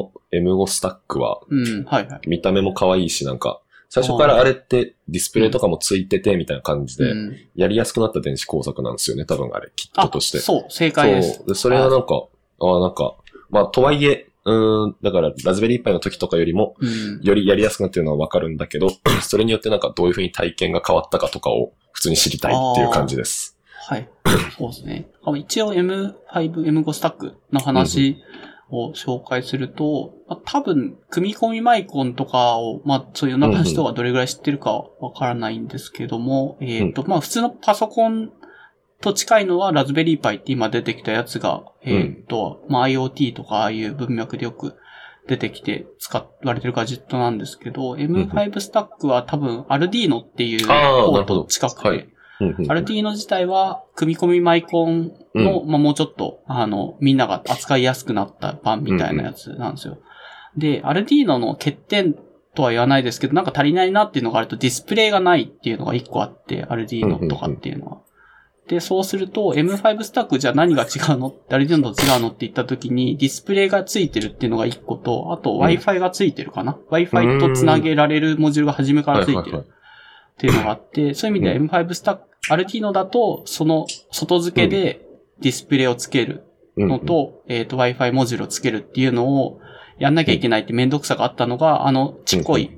M5 スタックは、 はいはい。 見た目も可愛いし、なんか、最初からあれってディスプレイとかもついててみたいな感じで、やりやすくなった電子工作なんですよね、多分あれ、キットとして。 そう、正解です。 そう。で、それはなんか、なんか、まあ、とはいえ、だから、ラズベリーパイの時とかよりも、よりやりやすくなってるのはわかるんだけど、それによってなんかどういう風に体験が変わったかとかを普通に知りたいっていう感じです。 はい。そうですね。一応 M5、M5 スタックの話を紹介すると、多分、組み込みマイコンとかを、そういう中の人がどれぐらい知ってるかわからないんですけども、普通のパソコンと近いのはラズベリーパイって今出てきたやつが、IoT とかああいう文脈でよく出てきて使われてるガジェットなんですけど、M5 スタックは多分 Arduino っていうポート近くて、Arduino 自体は組み込みマイコンの、もうちょっと、みんなが扱いやすくなった版みたいなやつなんですよ。で、Arduino の欠点とは言わないですけど、なんか足りないなっていうのがあるとディスプレイがないっていうのが一個あって、Arduino とかっていうのは。で、そうすると M5 スタックじゃ何が違うのArduino と違うのって言った時にディスプレイがついてるっていうのが一個と、あと Wi-Fi がついてるかな、?Wi-Fi とつなげられるモジュールが初めからついてるっていうのがあって、そういう意味では M5 スタック、Arduino だとその外付けでディスプレイをつけるのと、Wi-Fi モジュールをつけるっていうのをやんなきゃいけないってめんどくさがあったのが、ちっこい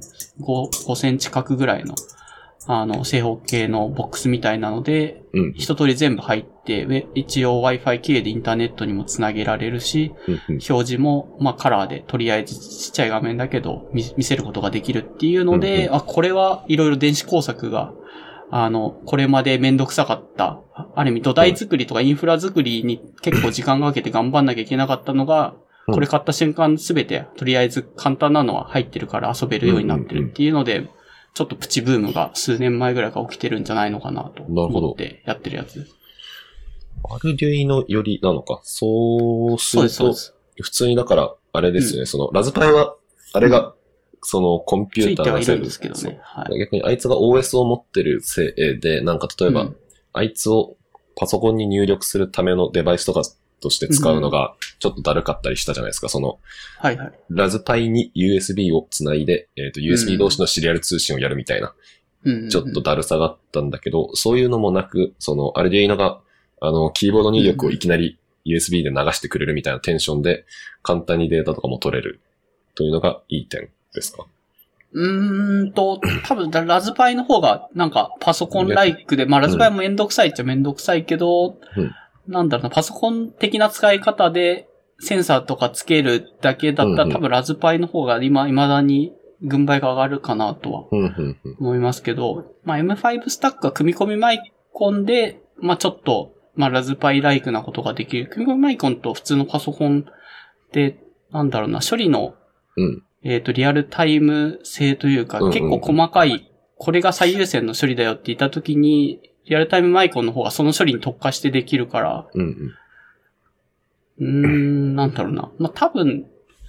5センチ角ぐらいの正方形のボックスみたいなので、一通り全部入って、一応 Wi-Fi 経由でインターネットにもつなげられるし、表示も、カラーでとりあえずちっちゃい画面だけど見せることができるっていうので、これはいろいろ電子工作が、これまでめんどくさかった、ある意味土台作りとかインフラ作りに結構時間かけて頑張んなきゃいけなかったのが、これ買った瞬間すべてとりあえず簡単なのは入ってるから遊べるようになってるっていうので、ちょっとプチブームが数年前ぐらいから起きてるんじゃないのかなと思ってやってるやつ。 アルデュイノよりなのか。そうすると、普通にだから、あれですよね、その、ラズパイは、あれが、その、コンピューターがついてはいるんですけどね。 逆にあいつが OS を持ってるせいで、なんか例えば、あいつをパソコンに入力するためのデバイスとかとして使うのが、ちょっとだるかったりしたじゃないですか。その、ラズパイに USB をつないで、USB 同士のシリアル通信をやるみたいな、ちょっとだるさがあったんだけど、そういうのもなく、その、アルデュイノが、キーボード入力をいきなり USB で流してくれるみたいなテンションで、簡単にデータとかも取れるというのがいい点ですか？ 多分、ラズパイの方が、なんか、パソコンライクで、ラズパイもめんどくさいっちゃめんどくさいけど、なんだろうな、パソコン的な使い方でセンサーとかつけるだけだったら、多分ラズパイの方が未だに軍配が上がるかなとは思いますけど、M5 スタックは組み込みマイコンで、ちょっと、ラズパイライクなことができる。組み込みマイコンと普通のパソコンで、なんだろうな、処理の、リアルタイム性というか、結構細かい、これが最優先の処理だよって言ったときに、リアルタイムマイコンの方がその処理に特化してできるから、なんだろうな。多分、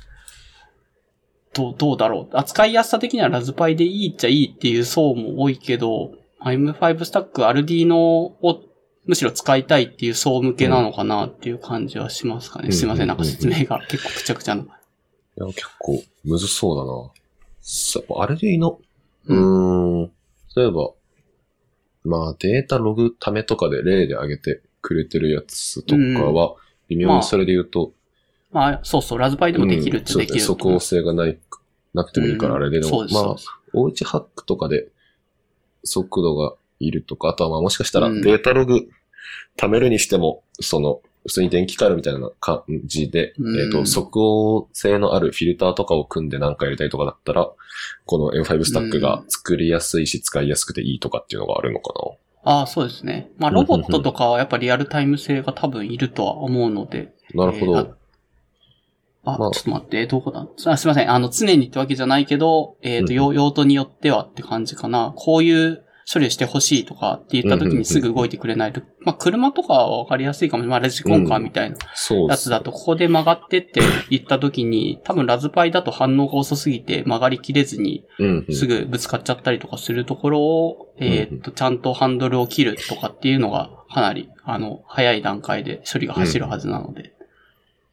どうだろう。扱いやすさ的にはラズパイでいいっちゃいいっていう層も多いけど、M5 スタック、アルディーノをむしろ使いたいっていう層向けなのかなっていう感じはしますかね。すいません、なんか説明が結構くちゃくちゃな。 いや、結構むずそうだな。アルディーノ、例えば、データログためとかで例で挙げてくれてるやつとかは、微妙にそれで言うと、 そうそう、ラズパイでもできるってできる。 即応性がなくてもいいからあれで、でも、おうちハックとかで速度がいるとか、あとはもしかしたらデータログ貯めるにしても、その、普通に電気回路みたいな感じで、即応性のあるフィルターとかを組んでなんかやりたいとかだったら、この M5 スタックが作りやすいし使いやすくていいとかっていうのがあるのかな。そうですね。ロボットとかはやっぱリアルタイム性が多分いるとは思うので。 なるほど。 ちょっと待って、どこだすいません。常にってわけじゃないけど、用途によってはって感じかな。こういう処理をしてほしいとかって言った時にすぐ動いてくれないと。車とかはわかりやすいかも。ラジコンカーみたいなやつだと、ここで曲がってって言った時に、多分ラズパイだと反応が遅すぎて曲がりきれずに、すぐぶつかっちゃったりとかするところを、ちゃんとハンドルを切るとかっていうのがかなり、早い段階で処理が走るはずなので。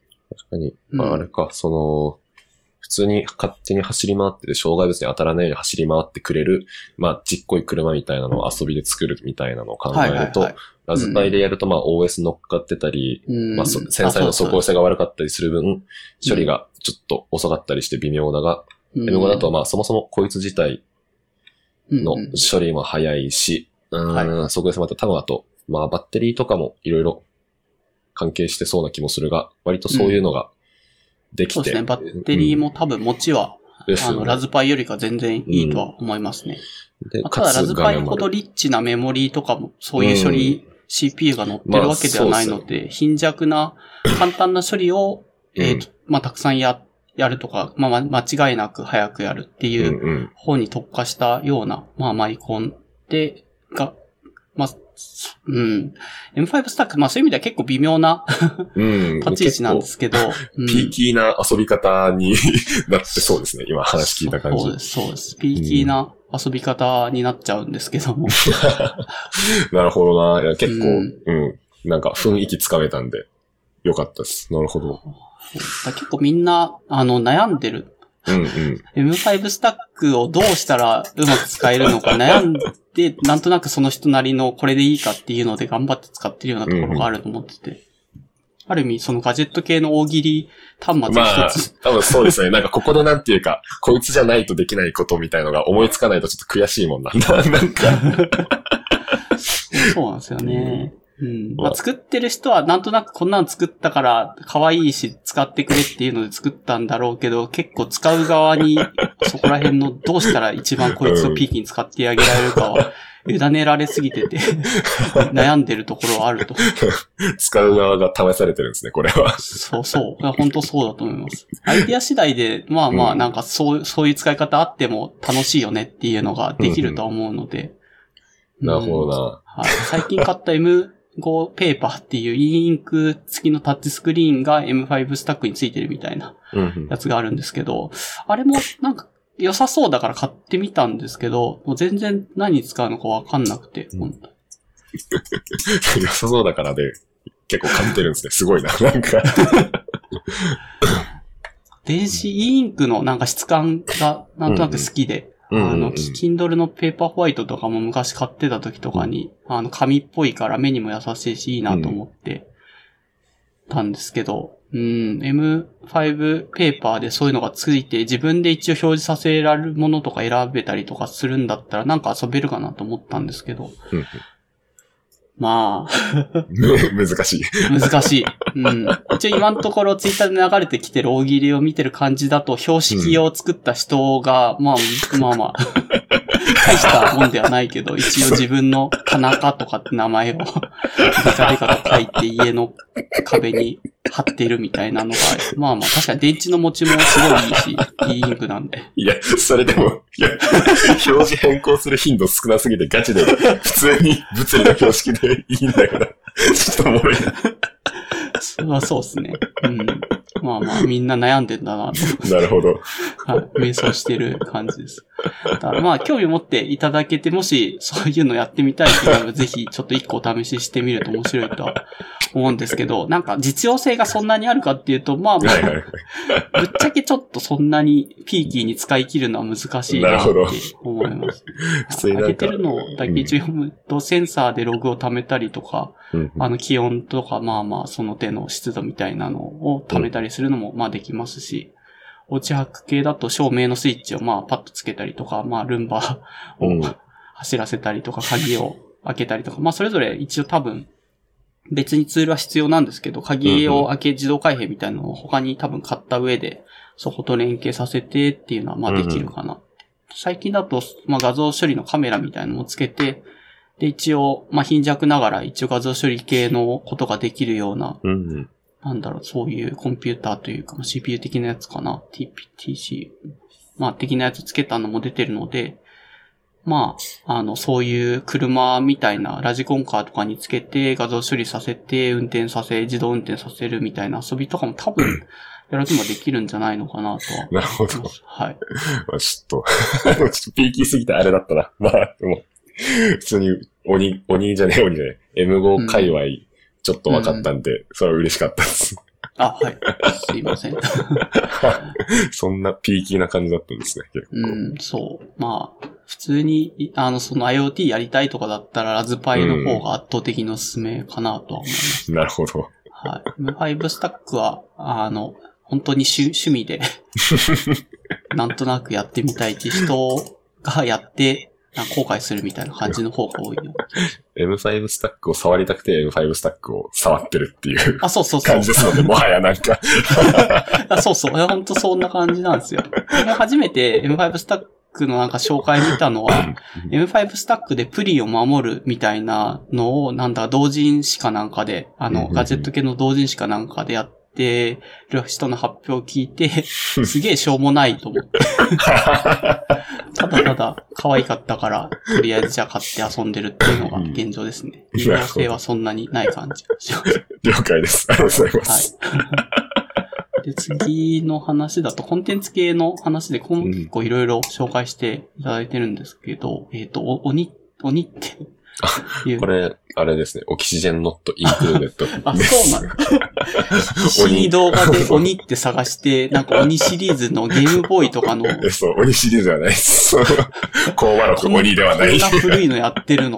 あれか、普通に勝手に走り回ってて、障害物に当たらないように走り回ってくれる、ちっこい車みたいなのを遊びで作るみたいなのを考えると、ラズパイでやるとOS 乗っかってたり、繊細な速効性が悪かったりする分、処理がちょっと遅かったりして微妙だが、M5 だとそもそもこいつ自体の処理も早いし、速効性もあって多分あと、バッテリーとかもいろいろ関係してそうな気もするが、割とそういうのができて。 そうですね。バッテリーも多分持ちは、ラズパイよりか全然いいとは思いますね。ただラズパイほどリッチなメモリーとかも、そういう処理、CPU が乗ってるわけではないので、貧弱な、簡単な処理を、たくさんやるとか、間違いなく早くやるっていう方に特化したような、マイコンで、M5 スタック、そういう意味では結構微妙な立ち位置なんですけど、 ピーキーな遊び方になってそうですね。今話聞いた感じ。 そうです。ピーキーな遊び方になっちゃうんですけども。 なるほどな。いや結構、なんか雰囲気つかめたんで、よかったです。なるほど。 結構みんな、悩んでる。M5 スタックをどうしたらうまく使えるのか悩んで、なんとなくその人なりのこれでいいかっていうので頑張って使ってるようなところがあると思ってて。ある意味、そのガジェット系の大喜利端末一つ。 多分そうですね。なんかここのなんていうか、こいつじゃないとできないことみたいのが思いつかないとちょっと悔しいもんな。なんか。 そうなんですよね。作ってる人はなんとなくこんなの作ったから可愛いし使ってくれっていうので作ったんだろうけど、結構使う側にそこら辺のどうしたら一番こいつをピーキーに使ってあげられるかは委ねられすぎてて悩んでるところはあると。 使う側が試されてるんですね、これは。 そう。本当そうだと思います。アイディア次第で、なんかそういう使い方あっても楽しいよねっていうのができると思うので。 なるほどな。 最近買った M5 ペーパーっていう E インク付きのタッチスクリーンが M5 スタックに付いてるみたいなやつがあるんですけど、あれもなんか良さそうだから買ってみたんですけど、もう全然何に使うのかわかんなくて、本当良さそうだからで結構買ってるんですね。すごいな、なんか。 電子 E インクのなんか質感がなんとなく好きで、Kindle のペーパーホワイトとかも昔買ってた時とかに、紙っぽいから目にも優しいしいいなと思ってたんですけど、M5 ペーパーでそういうのがついて自分で一応表示させられるものとか選べたりとかするんだったらなんか遊べるかなと思ったんですけど、難しい。 難しい。一応今のところツイッターで流れてきてる大喜利を見てる感じだと、標識を作った人が、大したもんではないけど、一応自分の田中とかって名前をデカデカと書いて家の壁に貼っているみたいなのが、確かに電池の持ちもすごいいいし、いいインクなんで。 いや、それでも、表示変更する頻度少なすぎてガチで、普通に物理の標識でいいんだから、ちょっとおもろいな。 そうですね。みんな悩んでんだななるほど。 迷走してる感じです。だから興味持っていただけて、もしそういうのやってみたいというのぜひちょっと一個お試ししてみると面白いとは思うんですけど、なんか実用性がそんなにあるかっていうと、ぶっちゃけちょっとそんなにピーキーに使い切るのは難しいなって思います。開けてるのだけ一応読むと、センサーでログを貯めたりとか、気温とか、その手の湿度みたいなのを貯めたりするのも、できますし、おうちハック系だと照明のスイッチをパッとつけたりとか、ルンバを走らせたりとか、鍵を開けたりとか、それぞれ一応多分、別にツールは必要なんですけど、鍵を開け自動開閉みたいなのを他に多分買った上で、そこと連携させてっていうのはできるかな。最近だと、画像処理のカメラみたいなのもつけて、で、一応、貧弱ながら一応画像処理系のことができるような、そういうコンピューターというか、CPU 的なやつかな。TC、的なやつつけたのも出てるので、そういう車みたいなラジコンカーとかにつけて画像処理させて自動運転させるみたいな遊びとかも多分、やらずもできるんじゃないのかなとは。 なるほど。 はい。 ちょっとピーキーすぎてあれだったな。でも、普通に鬼じゃねえ。M5 界隈、ちょっと分かったんで、それは嬉しかったです。 あ、はい。すいません。 そんなピーキーな感じだったんですね、結構。 うん、そう。まあ、普通に、その IoT やりたいとかだったら、ラズパイの方が圧倒的におすすめかなとは思います。 なるほど。 はい。M5 スタックは、本当に趣味で、なんとなくやってみたいって人がやって、後悔するみたいな感じの方が多いよ。 M5 スタックを触りたくて M5 スタックを触ってるっていうあ、そうそうそう。 感じですので、もはやなんかあ、そうそう。本当そんな感じなんですよ。初めて M5 スタックのなんか紹介見たのは、M5 スタックでプリンを守るみたいなのを、なんだ、同人誌かなんかで、ガジェット系の同人誌かなんかでやってる人の発表を聞いて、すげえしょうもないと思って。ただただ可愛かったから、とりあえずじゃあ買って遊んでるっていうのが現状ですね。利用性はそんなにない感じがします。 了解です。ありがとうございます。 はい。で、次の話だと、コンテンツ系の話で、結構いろいろ紹介していただいてるんですけど、鬼っていう。 これ、あれですね。オキシジェンノットインクルーデッド。 あ、そうなんだ。必死に動画で鬼って探して、なんか鬼シリーズのゲームボーイとかの。 そう、鬼シリーズではないです。コウマロク鬼ではない。 こんな古いのやってるの。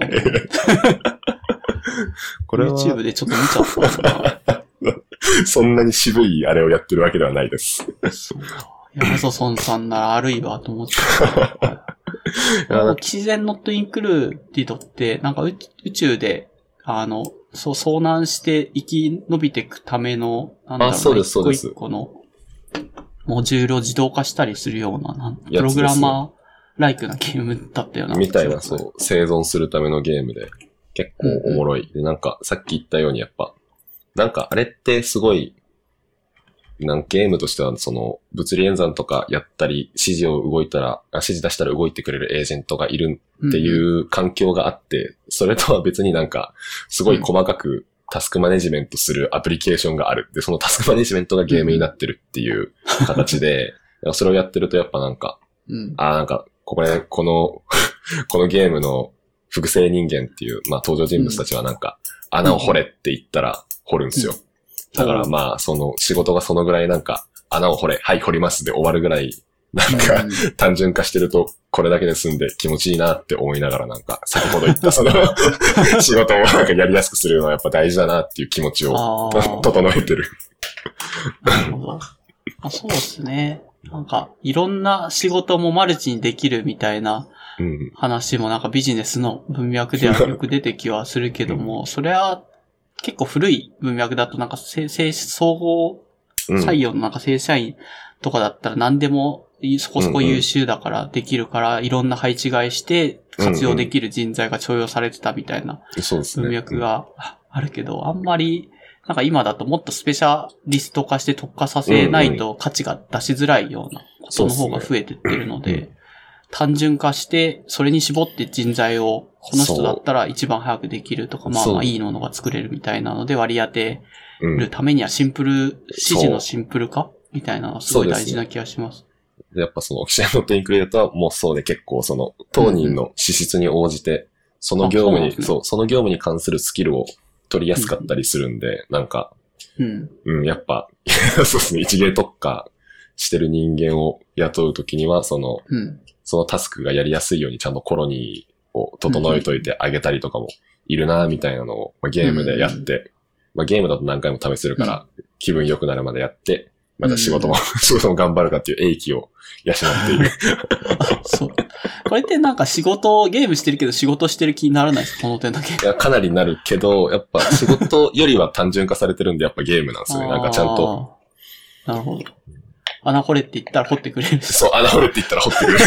これは YouTube でちょっと見ちゃったな。 そんなに渋いあれをやってるわけではないです。 そうか。ヤマソソンさんなら悪いわと思ってた。オキシジェンノットインクルーディドって、なんか宇宙で、遭難して生き延びていくための、なんだろうな、 そうです、そうです。 一個のモジュールを自動化したりするような、プログラマーライクなゲームだったよな。 みたいな、そう、生存するためのゲームで、結構おもろい。で、なんか、さっき言ったようにやっぱ、なんかあれってすごい、ゲームとしては物理演算とかやったり、指示出したら動いてくれるエージェントがいるっていう環境があって、それとは別になんか、すごい細かくタスクマネジメントするアプリケーションがある。で、そのタスクマネジメントがゲームになってるっていう形で、それをやってるとやっぱなんか、なんか、このゲームの複製人間っていう、まあ登場人物たちはなんか、穴を掘れって言ったら掘るんですよ。だからまあ、仕事がそのぐらいなんか、穴を掘れ、はい、掘りますで終わるぐらい、なんか、単純化してると、これだけで済んで気持ちいいなって思いながらなんか、先ほど言った仕事をなんかやりやすくするのはやっぱ大事だなっていう気持ちを整えてる。 なるほど。そうですね。なんか、いろんな仕事もマルチにできるみたいな話もなんかビジネスの文脈ではよく出てきはするけども、それは、結構古い文脈だとなんか総合採用のなんか正社員とかだったら何でもそこそこ優秀だからできるからいろんな配置換えして活用できる人材が重用されてたみたいな文脈があるけど、あんまりなんか今だともっとスペシャリスト化して特化させないと価値が出しづらいようなことの方が増えてってるので、単純化して、それに絞って人材を、この人だったら一番早くできるとか、まあいいものが作れるみたいなので割り当てるためには指示のシンプル化みたいなのがすごい大事な気がします。 でやっぱオキシエンノットインクルーデッドはもうそうで結構当人の資質に応じて、その業務に関するスキルを取りやすかったりするんで、なんか、やっぱ、そうですね、一芸特化してる人間を雇うときには、そのタスクがやりやすいようにちゃんとコロニーを整えといてあげたりとかもいるなみたいなのを、ゲームでやって、ゲームだと何回も試せるから気分良くなるまでやって、また仕事も頑張るかっていう英気を養っている。 そう。これってなんかゲームしてるけど仕事してる気にならないですこの点だけ。 いや、かなりなるけど、やっぱ仕事よりは単純化されてるんで、やっぱゲームなんですよね。なんかちゃんと。 なるほど。穴掘れって言ったら掘ってくれる。 そう、穴掘れって言ったら掘ってくれる。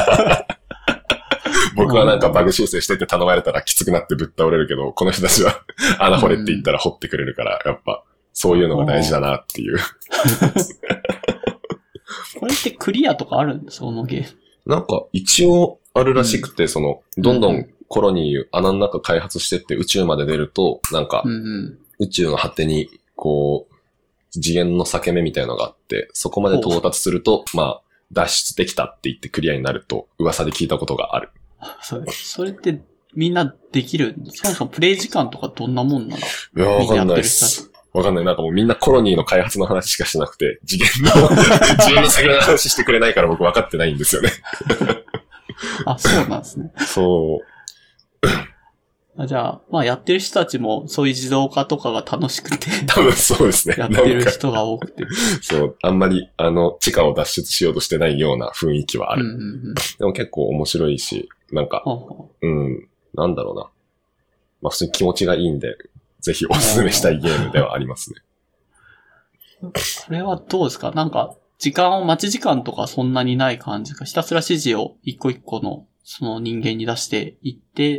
僕はなんかバグ修正してって頼まれたらきつくなってぶっ倒れるけど、この人たちは穴掘れって言ったら掘ってくれるから、やっぱそういうのが大事だなっていう。 これってクリアとかあるんですか、そのゲーム。 なんか一応あるらしくて、どんどんコロニー穴の中開発してって宇宙まで出ると、なんか宇宙の果てに次元の裂け目みたいなのがあって、そこまで到達すると、まあ、脱出できたって言ってクリアになると噂で聞いたことがある。 それってみんなできる？そもそもプレイ時間とかどんなもんなの？ いや、わかんないです。 わかんない。なんかもうみんなコロニーの開発の話しかしなくて、自分の先の話してくれないから僕分かってないんですよね。 あ、そうなんですね。 そう。 じゃあ、まあやってる人たちもそういう自動化とかが楽しくて。 多分そうですね。 やってる人が多くて。 そう。あんまり、地下を脱出しようとしてないような雰囲気はある。でも結構面白いし、なんか、なんだろうな。まあ普通に気持ちがいいんで、ぜひおすすめしたいゲームではありますね。 これはどうですか？なんか、待ち時間とかそんなにない感じか。ひたすら指示を一個一個のその人間に出していって、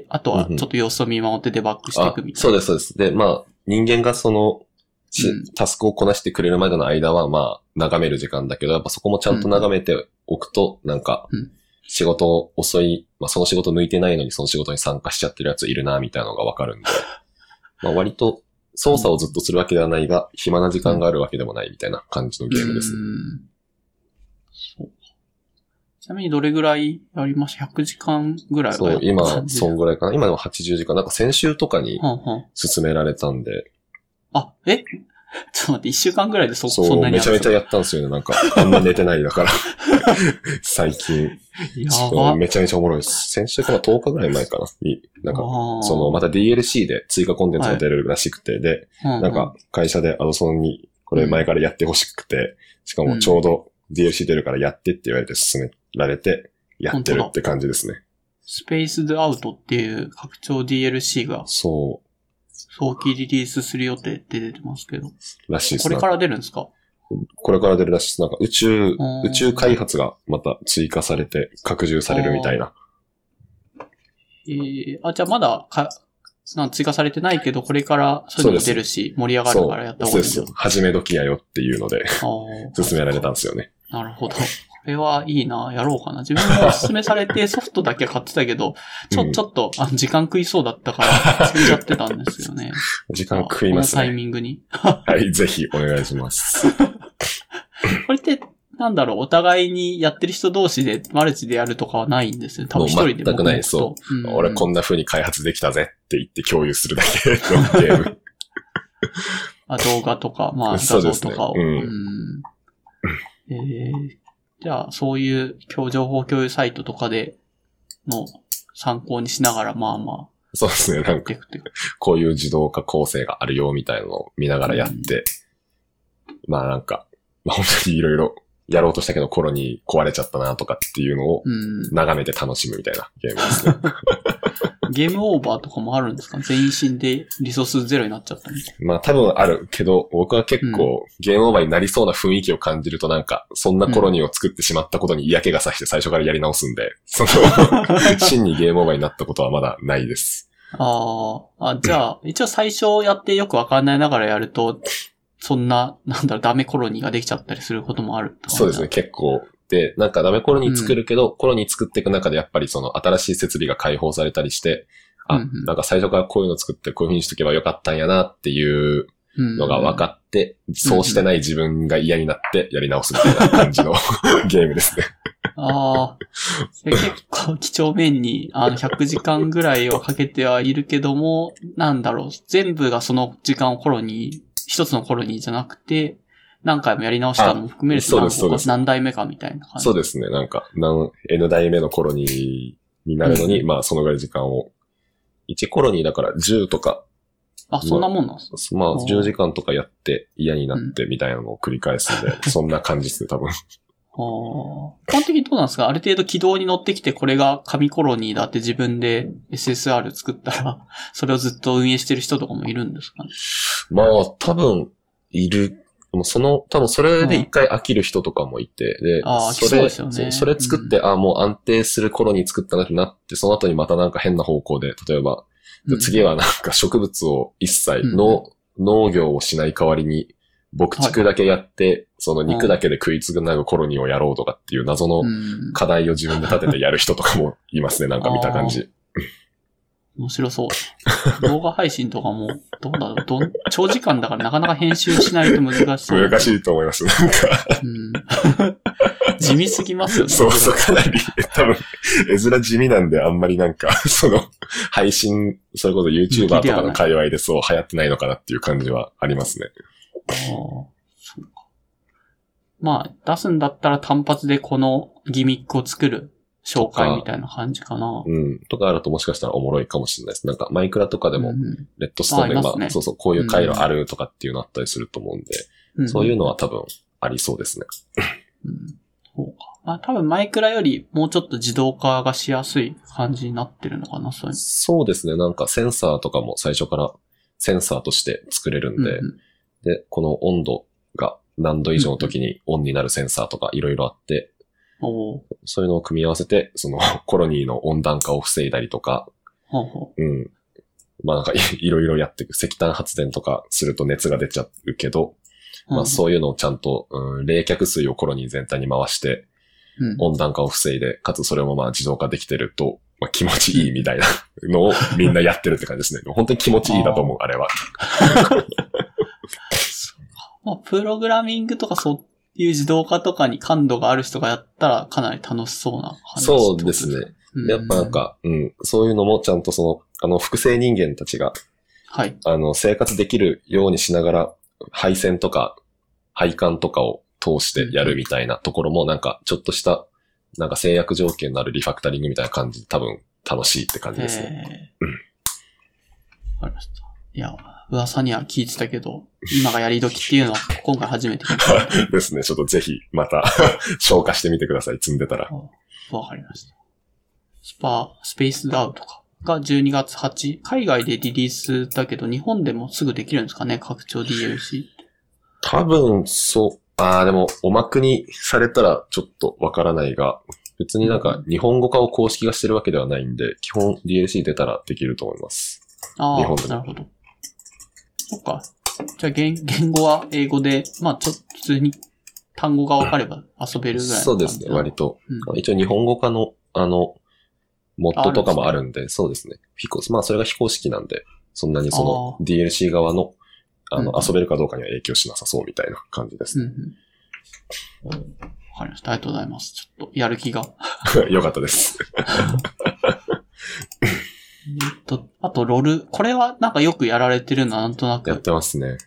あとはちょっと様子を見守ってデバッグしていくみたいな。 そうです、そうです。で、まあ、人間がタスクをこなしてくれるまでの間は、まあ、眺める時間だけど、やっぱそこもちゃんと眺めておくと、なんか、仕事遅い、まあその仕事向いてないのにその仕事に参加しちゃってるやついるな、みたいなのがわかるんで。まあ割と操作をずっとするわけではないが、暇な時間があるわけでもないみたいな感じのゲームですね。 そう。ちなみにどれぐらいやりました？ 100 時間ぐらいはそう、今、そんぐらいかな。今でも80時間。なんか先週とかに進められたんで。 あ、ちょっと待って、1週間ぐらいでそんなにめちゃめちゃやったんですよね。なんか、あんま寝てないだから。最近。めちゃめちゃおもろいです。先週から10日ぐらい前かな。なんか、また DLC で追加コンテンツが出るらしくて、で、なんか、会社でアドソンにこれ前からやってほしくて、しかもちょうど DLC 出るからやってって言われて進められて、やってるって感じですね。 スペースドアウトっていう拡張 DLC が、早期リリースする予定って出てますけど。 らしいです。 これから出るんですか？ これから出るらしいです。なんか宇宙開発がまた追加されて拡充されるみたいな。 じゃあまだ追加されてないけど、これからそういうのも出るし、盛り上がるからやった方がいいですよ。 始め時やよっていうので、進められたんですよね。 なるほど。これはいいな、やろうかな。自分もおすすめされてソフトだけ買ってたけど、ちょっと、時間食いそうだったから、作っちゃってたんですよね。 時間食いますね。 このタイミングに。 はい、ぜひお願いします。 これって、お互いにやってる人同士でマルチでやるとかはないんですよ。多分一人で全くない、そう。俺こんな風に開発できたぜって言って共有するだけのゲーム。 動画とか、画像とかを。じゃあ、そういう情報共有サイトとかでの参考にしながら、 そうですね。なんか、こういう自動化構成があるよみたいなのを見ながらやって、本当にいろいろやろうとしたけどコロニー壊れちゃったなとかっていうのを眺めて楽しむみたいなゲームですね。 ゲームオーバーとかもあるんですか？全員死んでリソースゼロになっちゃったみたいな。多分あるけど、僕は結構ゲームオーバーになりそうな雰囲気を感じるとそんなコロニーを作ってしまったことに嫌気がさして最初からやり直すんで、真にゲームオーバーになったことはまだないです。 じゃあ、一応最初やってよくわかんないながらやると、そんな、ダメコロニーができちゃったりすることもある。 そうですね、結構。で、ダメコロニー作るけど、コロニー作っていく中でやっぱり新しい設備が開放されたりして、最初からこういうの作ってこういう風にしとけばよかったんやなっていうのが分かって、そうしてない自分が嫌になってやり直すみたいな感じのゲームですね。 結構几帳面に、100時間ぐらいをかけてはいるけども、全部がその時間を一つのコロニーじゃなくて、何回もやり直したのも含めると何代目かみたいな感じ。 そうですね。N 代目のコロニーになるのに、そのぐらい時間を。1コロニーだから10とか。 そんなもんなんですか ？10時間とかやって嫌になってみたいなのを繰り返すんで、そんな感じですね、多分。 基本的にどうなんですか？ある程度軌道に乗ってきて、これが紙コロニーだって自分で SSR 作ったら、それをずっと運営してる人とかもいるんですかね？ 多分、いる。多分それで一回飽きる人とかもいて、で、 そうですよね。 それ作って、もう安定するコロニー作ったなってなって、その後にまた変な方向で、例えば、次は植物を一切農業をしない代わりに、牧畜だけやって、その肉だけで食いつぐなるコロニーをやろうとかっていう謎の課題を自分で立ててやる人とかもいますね、見た感じ。 面白そう。動画配信とかも、どうだろう、長時間だからなかなか編集しないと難しい。 難しいと思います。 地味すぎますよね。 そう、かなり、多分、絵面地味なんであんまりなんか、配信、それこそ YouTuber とかの界隈でそう流行ってないのかなっていう感じはありますね。 そうか。まあ、出すんだったら単発でこのギミックを作る紹介みたいな感じかな。 とかあるともしかしたらおもろいかもしれないです。なんかマイクラとかでも、レッドストーンで今、そう、こういう回路あるとかっていうのあったりすると思うんで、そういうのは多分ありそうですね。 そうか。まあ多分マイクラよりもうちょっと自動化がしやすい感じになってるのかな、 そうですね。なんかセンサーとかも最初からセンサーとして作れるんで、で、この温度が何度以上の時にオンになるセンサーとかいろいろあって、そういうのを組み合わせて、そのコロニーの温暖化を防いだりとか、まあなんかいろいろやっていく。石炭発電とかすると熱が出ちゃうけど、まあそういうのをちゃんと、冷却水をコロニー全体に回して、温暖化を防いで、かつそれもまあ自動化できてると、まあ気持ちいいみたいなのをみんなやってるって感じですね。本当に気持ちいいだと思う、あれは。 まあ、プログラミングとかそういう自動化とかに感度がある人がやったらかなり楽しそうな話。 そうですね。やっぱなんか、そういうのもちゃんと複製人間たちが、 はい。 生活できるようにしながら、配線とか、配管とかを通してやるみたいなところも、なんか、ちょっとした、なんか制約条件のあるリファクタリングみたいな感じで多分楽しいって感じですね。 わかりました。いや、噂には聞いてたけど、今がやり時っていうのは今回初めて聞いた。 ですね。ちょっとぜひまた消化してみてください。積んでたら。 わかりました。スペースダウとかが12月8、海外でリリースだけど日本でもすぐできるんですかね、拡張 DLC。 多分そう。でもおまくにされたらちょっとわからないが、別になんか日本語化を公式化してるわけではないんで、基本 DLC 出たらできると思います。 なるほど。そっか。じゃあ言語は英語で、まあ普通に単語が分かれば遊べるぐらいの。 そうですね、割と。一応日本語化のモッドとかもあるんで、そうですね。まあそれが非公式なんで、そんなにDLC 側の、遊べるかどうかには影響しなさそうみたいな感じですね。 わかりました。ありがとうございます。ちょっとやる気が。 よかったです。 あと、ロル。これはなんかよくやられてるのはなんとなく。 やってますね。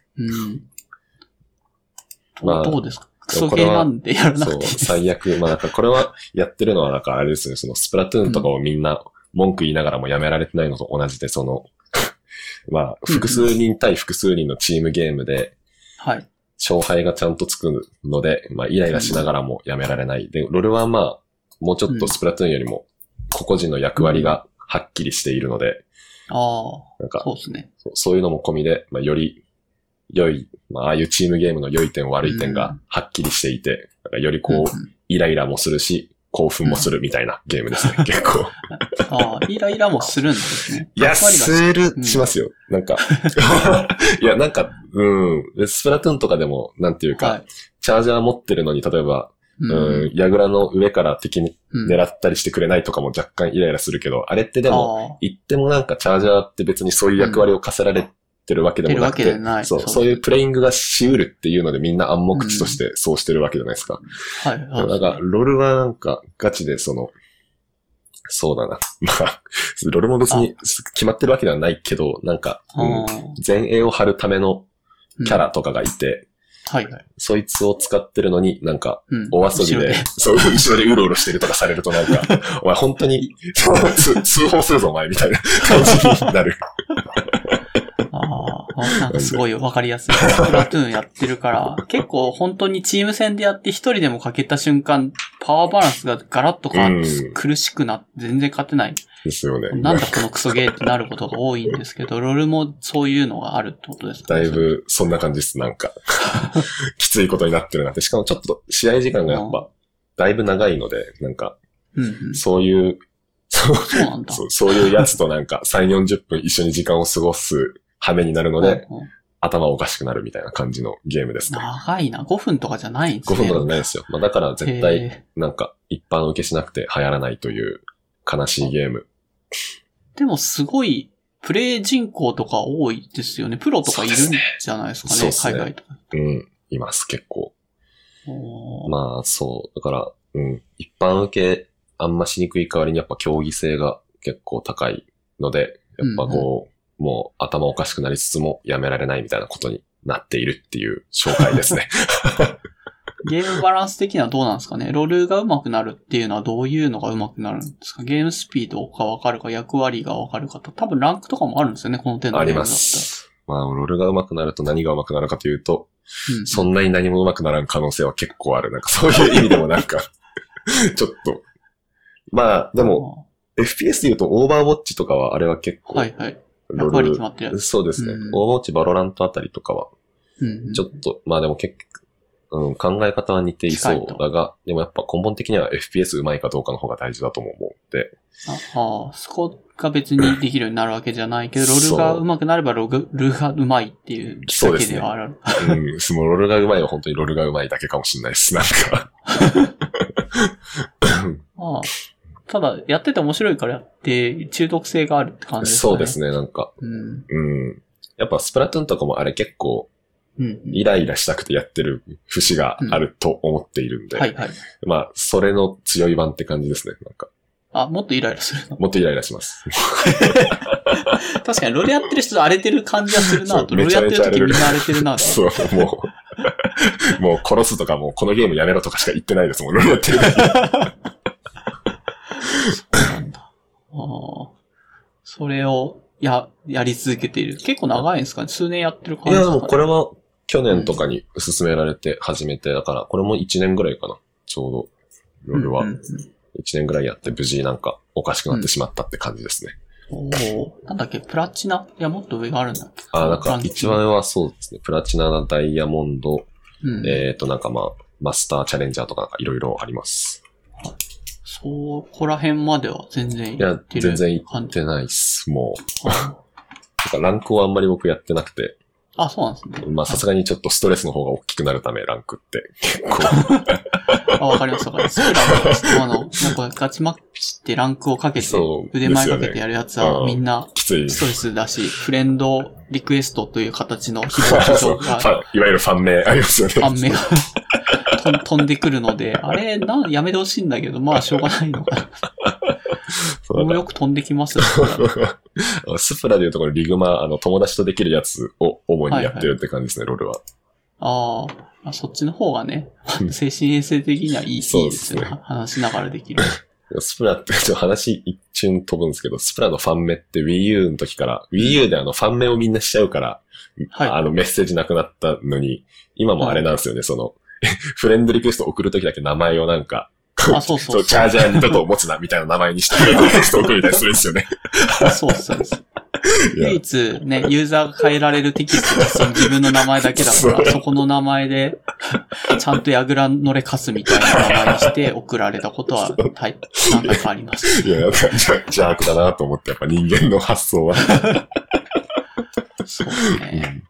どうですか？クソゲーなんでやらなくていいです。 そう、最悪。まあなんかこれはやってるのはなんかあれですね、スプラトゥーンとかをみんな文句言いながらもやめられてないのと同じで、まあ、複数人対複数人のチームゲームで、勝敗がちゃんとつくので、まあ、イライラしながらもやめられない。で、ロルはまあ、もうちょっとスプラトゥーンよりも、個々人の役割がはっきりしているので、なんか、 そうですね。 そういうのも込みで、まあ、より良い、まあ、ああいうチームゲームの良い点悪い点がはっきりしていて、なんかよりこう、イライラもするし、興奮もするみたいなゲームですね、結構。 イライラもするんですね。 いや、しますよ。なんか、いや、なんか、スプラトゥーンとかでも、なんていうか、チャージャー持ってるのに、例えば、矢倉の上から敵に狙ったりしてくれないとかも若干イライラするけど、あれってでも、言ってもなんかチャージャーって別にそういう役割を課せられてるわけでもなくて、そういうプレイングがしうるっていうのでみんな暗黙知としてそうしてるわけじゃないですか。なんか、ロールはなんかガチでそうだな。まあ、ロールも別に決まってるわけではないけど、なんか、前衛を張るためのキャラとかがいて、そいつを使ってるのになんか、お遊びで、後ろでうろうろしてるとかされるとなんか、お前本当に、通報するぞお前みたいな感じになる。 なんかすごいわかりやすい。スプラトゥーンやってるから、結構本当にチーム戦でやって一人でも欠けた瞬間、パワーバランスがガラッと変わって、苦しくなって全然勝てない。 ですよね。 なんだこのクソゲーってなることが多いんですけど、ロールもそういうのがあるってことですか？ だいぶそんな感じです、なんか。きついことになってるなって。しかもちょっと試合時間がやっぱ、だいぶ長いので、なんか、そういう、そういうやつとなんか3、40分一緒に時間を過ごす羽目になるので、頭おかしくなるみたいな感じのゲームですね。 長いな。5分とかじゃないんですね。 5分とかじゃないですよ。まあ、だから絶対、なんか一般受けしなくて流行らないという悲しいゲーム。 でもすごい、プレイ人口とか多いですよね。プロとかいるんじゃないですかね。 そうですね。 海外とか。 います、結構。まあ、そう。だから、 一般受けあんましにくい代わりにやっぱ競技性が結構高いので、やっぱこう、もう頭おかしくなりつつもやめられないみたいなことになっているっていう紹介ですね。 ゲームバランス的にはどうなんですかね。ロールが上手くなるっていうのはどういうのが上手くなるんですか。ゲームスピードがわかるか役割がわかるかと。多分ランクとかもあるんですよね、この手のゲームだったら。あります。 まあ、ロールが上手くなると何が上手くなるかというと、そんなに何も上手くならん可能性は結構ある。なんかそういう意味でもなんか、ちょっと。まあ、でも、FPS で言うとオーバーウォッチとかはあれは結構。 はいはい。役割決まってるやつ。 そうですね。オーバーウォッチ、バロラントあたりとかは、ちょっと、まあでも結局、考え方は似ていそうだが、でもやっぱ根本的には FPS 上手いかどうかの方が大事だと思うので。 そこが別にできるようになるわけじゃないけど、ロールが上手くなればロールが上手いっていうだけではある。 そうですね。ロールが上手いは本当にロールが上手いだけかもしれないです。なんか。 ただ、やってて面白いからやって、中毒性があるって感じですかね。 そうですね、なんか。やっぱスプラトゥーンとかもあれ結構、イライラしたくてやってる節があると思っているんで。はいはい。まあ、それの強い版って感じですね、なんか。 もっとイライラするの？ もっとイライラします。 確かに、ロールやってる人荒れてる感じがするなと。ロールやってる時みんな荒れてるなと。 そう、もう殺すとかもうこのゲームやめろとかしか言ってないですもん、ロールやってる時。 そうなんだ。それをやり続けている。結構長いんですかね？数年やってる感じですかね？ いや、でもこれは去年とかに勧められて始めて、だからこれも1年ぐらいかな。ちょうど、ロールは。1年ぐらいやって無事なんかおかしくなってしまったって感じですね。 なんだっけプラチナ？いや、もっと上があるんだっけ？ なんか一番上はそうですね。プラチナ、ダイヤモンド、なんかまあ、マスターチャレンジャーとかなんかいろいろあります。 そこら辺までは全然行ってる？いや、全然行ってないっす、もう。なんかランクはあんまり僕やってなくて。 そうなんですね。 まあさすがにちょっとストレスの方が大きくなるため、ランクって結構。 わかりますわかります。なんかガチマッチってランクをかけて、腕前かけてやるやつはみんなストレスだし、フレンドリクエストという形の非常事がいわゆるファン名ありますよね。 ファン名が飛んでくるので、あれやめてほしいんだけど、まあしょうがないのかな。よく飛んできますよ。 スプラでいうところリグマ、友達とできるやつを主にやってるって感じですね、ロールは。 そっちの方がね、精神衛生的にはいいですね。話しながらできる。 スプラって話一瞬飛ぶんですけど、スプラのファンメって Wii U の時から、Wii U でファンメをみんなしちゃうから、メッセージなくなったのに、今もあれなんですよね、フレンドリクエスト送る時だけ名前をなんか、そう、チャージャー二度と持つな、みたいな名前にして、フレンドリクエスト送りたりするんですよね。 そう。唯一ね、ユーザーが変えられるテキストがその自分の名前だけだから、そこの名前で、ちゃんとヤグラ乗れカスみたいな名前にして送られたことは、何回かあります。 いや、なんか邪悪だなと思って、やっぱ人間の発想は。 そうね。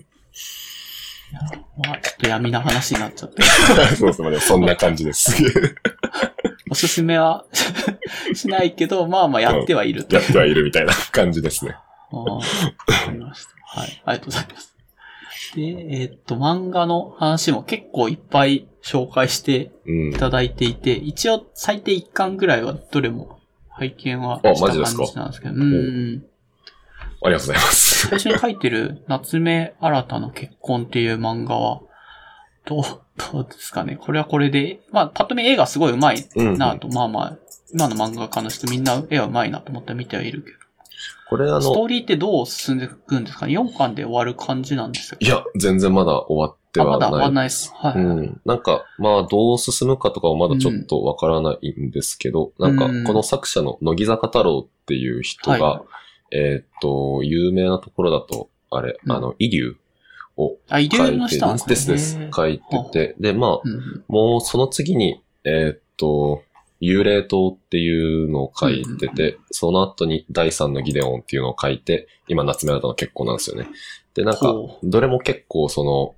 ちょっと闇な話になっちゃって。 そうですね、そんな感じです。 おすすめはしないけど、まあやってはいると。 やってはいるみたいな感じですね。 わかりました。はい、ありがとうございます。で、漫画の話も結構いっぱい紹介していただいていて、一応最低1巻ぐらいはどれも拝見はした感じなんですけど。 ありがとうございます。 最初に書いてる夏目新の結婚っていう漫画は、どうですかね。これはこれで、パッと見絵がすごい上手いなと、今の漫画家の人みんな絵は上手いなと思って見てはいるけど。 これストーリーってどう進んでいくんですかね？ 4 巻で終わる感じなんですか？ いや、全然まだ終わってはない。 まだ終わらないです。はい。 なんか、どう進むかとかはまだちょっとわからないんですけど、なんか、この作者の乃木坂太郎っていう人が、有名なところだと、イリュウを書いて、 の人なんですね。書いてて、で、もうその次に、幽霊島っていうのを書いてて、その後に第3のギデオンっていうのを書いて、今夏目新の結婚なんですよね。で、なんか、どれも結構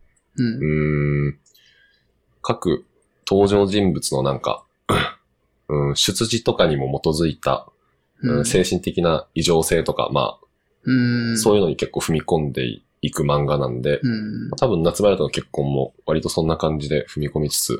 各登場人物のなんか、出自とかにも基づいた、精神的な異常性とか、そういうのに結構踏み込んでいく漫画なんで、多分夏前との結婚も割とそんな感じで踏み込みつつ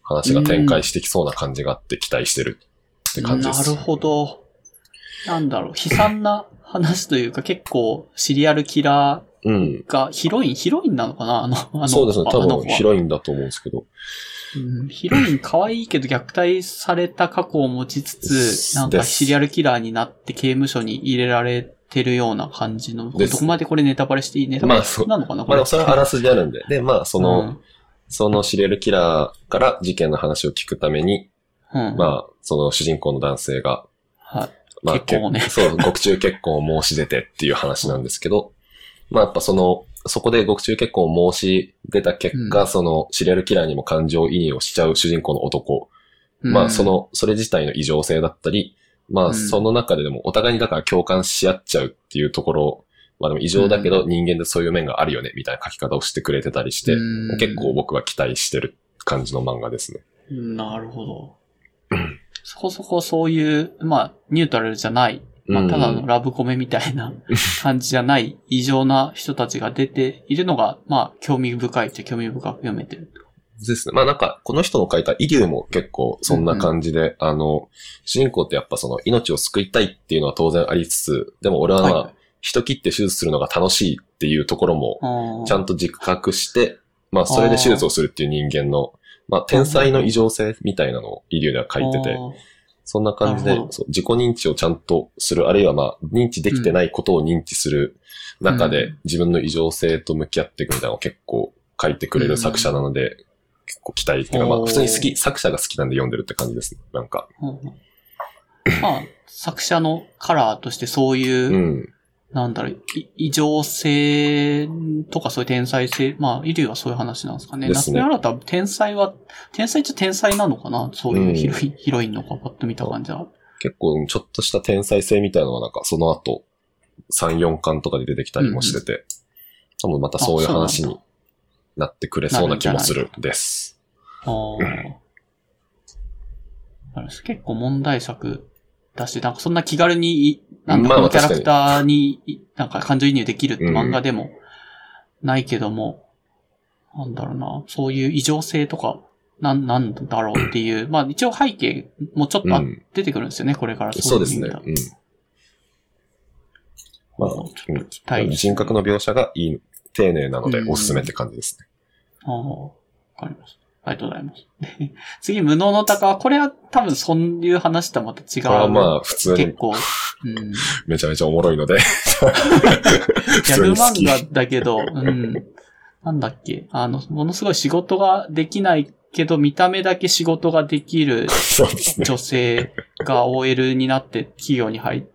話が展開してきそうな感じがあって期待してるって感じです。 なるほど。なんだろう、悲惨な話というか結構シリアルキラーがヒロインなのかなそうですね。多分ヒロインだと思うんですけど。 ヒロイン可愛いけど虐待された過去を持ちつつ、なんかシリアルキラーになって刑務所に入れられてるような感じの。どこまでこれネタバレしていい？ネタバレなのかな、 まあそれはあらすじあるんで。で、まあそのシリアルキラーから事件の話を聞くために、まあその主人公の男性が、まあ結婚をね。 そう、獄中結婚を申し出てっていう話なんですけど、まあやっぱそこで獄中結婚を申し出た結果、そのシリアルキラーにも感情移入をしちゃう主人公の男、まあそれ自体の異常性だったり、まあその中でもお互いにだから共感し合っちゃうっていうところ、まあでも異常だけど人間でそういう面があるよねみたいな書き方をしてくれてたりして、結構僕は期待してる感じの漫画ですね。 なるほど。そこそこそういう、まあニュートラルじゃない、まあただのラブコメみたいな感じじゃない異常な人たちが出ているのが、まあ興味深いっちゃ興味深く読めてる。 ですね。まあなんか、この人の書いたイリューも結構そんな感じで、主人公ってやっぱその命を救いたいっていうのは当然ありつつ、でも俺はまあ、人切って手術するのが楽しいっていうところも、ちゃんと自覚して、まあそれで手術をするっていう人間の、まあ天才の異常性みたいなのをイリューでは書いてて、そんな感じで自己認知をちゃんとする、あるいはまあ認知できてないことを認知する中で、自分の異常性と向き合っていくみたいなのを結構書いてくれる作者なので、結構期待っていうか、まあ普通に作者が好きなんで読んでるって感じですね。なんか。 まあ、作者のカラーとしてそういう、なんだろう、異常性とかそういう天才性、まあ、イリューはそういう話なんですかね。夏目新た天才っちゃ天才なのかな、そういうヒロインのかパッと見た感じは。 結構ちょっとした天才性みたいなのはなんかその後3、4巻とかで出てきたりもしてて、多分またそういう話になってくれそうな気もするです。 結構問題作だし、なんかそんな気軽に、なんかこのキャラクターになんか感情移入できるって漫画でもないけども、なんだろうな、そういう異常性とか、なんだろうっていう、まあ一応背景もちょっと出てくるんですよね、これからそうですね。まあ、人格の描写が丁寧なのでおすすめって感じですね。 わかりました。ありがとうございます。次、無能の鷹。これは多分そういう話とはまた違う。 これはまあ普通に。 結構。 めちゃめちゃおもろいので。ギャグ漫画だけど、なんだっけ。ものすごい仕事ができないけど、見た目だけ仕事ができる女性が OL になって企業に入って、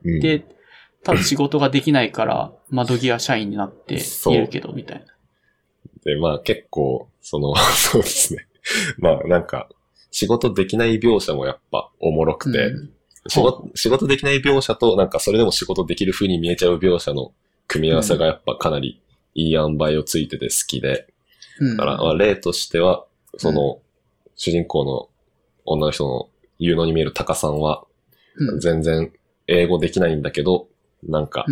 ただ仕事ができないから窓際社員になっているけど、みたいな。 で、まあ結構、そうですね。まあなんか、仕事できない描写もやっぱおもろくて、仕事できない描写となんかそれでも仕事できる風に見えちゃう描写の組み合わせがやっぱかなりいい塩梅をついてて好きで、だから、まあ、例としては、主人公の女の人の有能に見えるタカさんは、全然英語できないんだけど、なんか、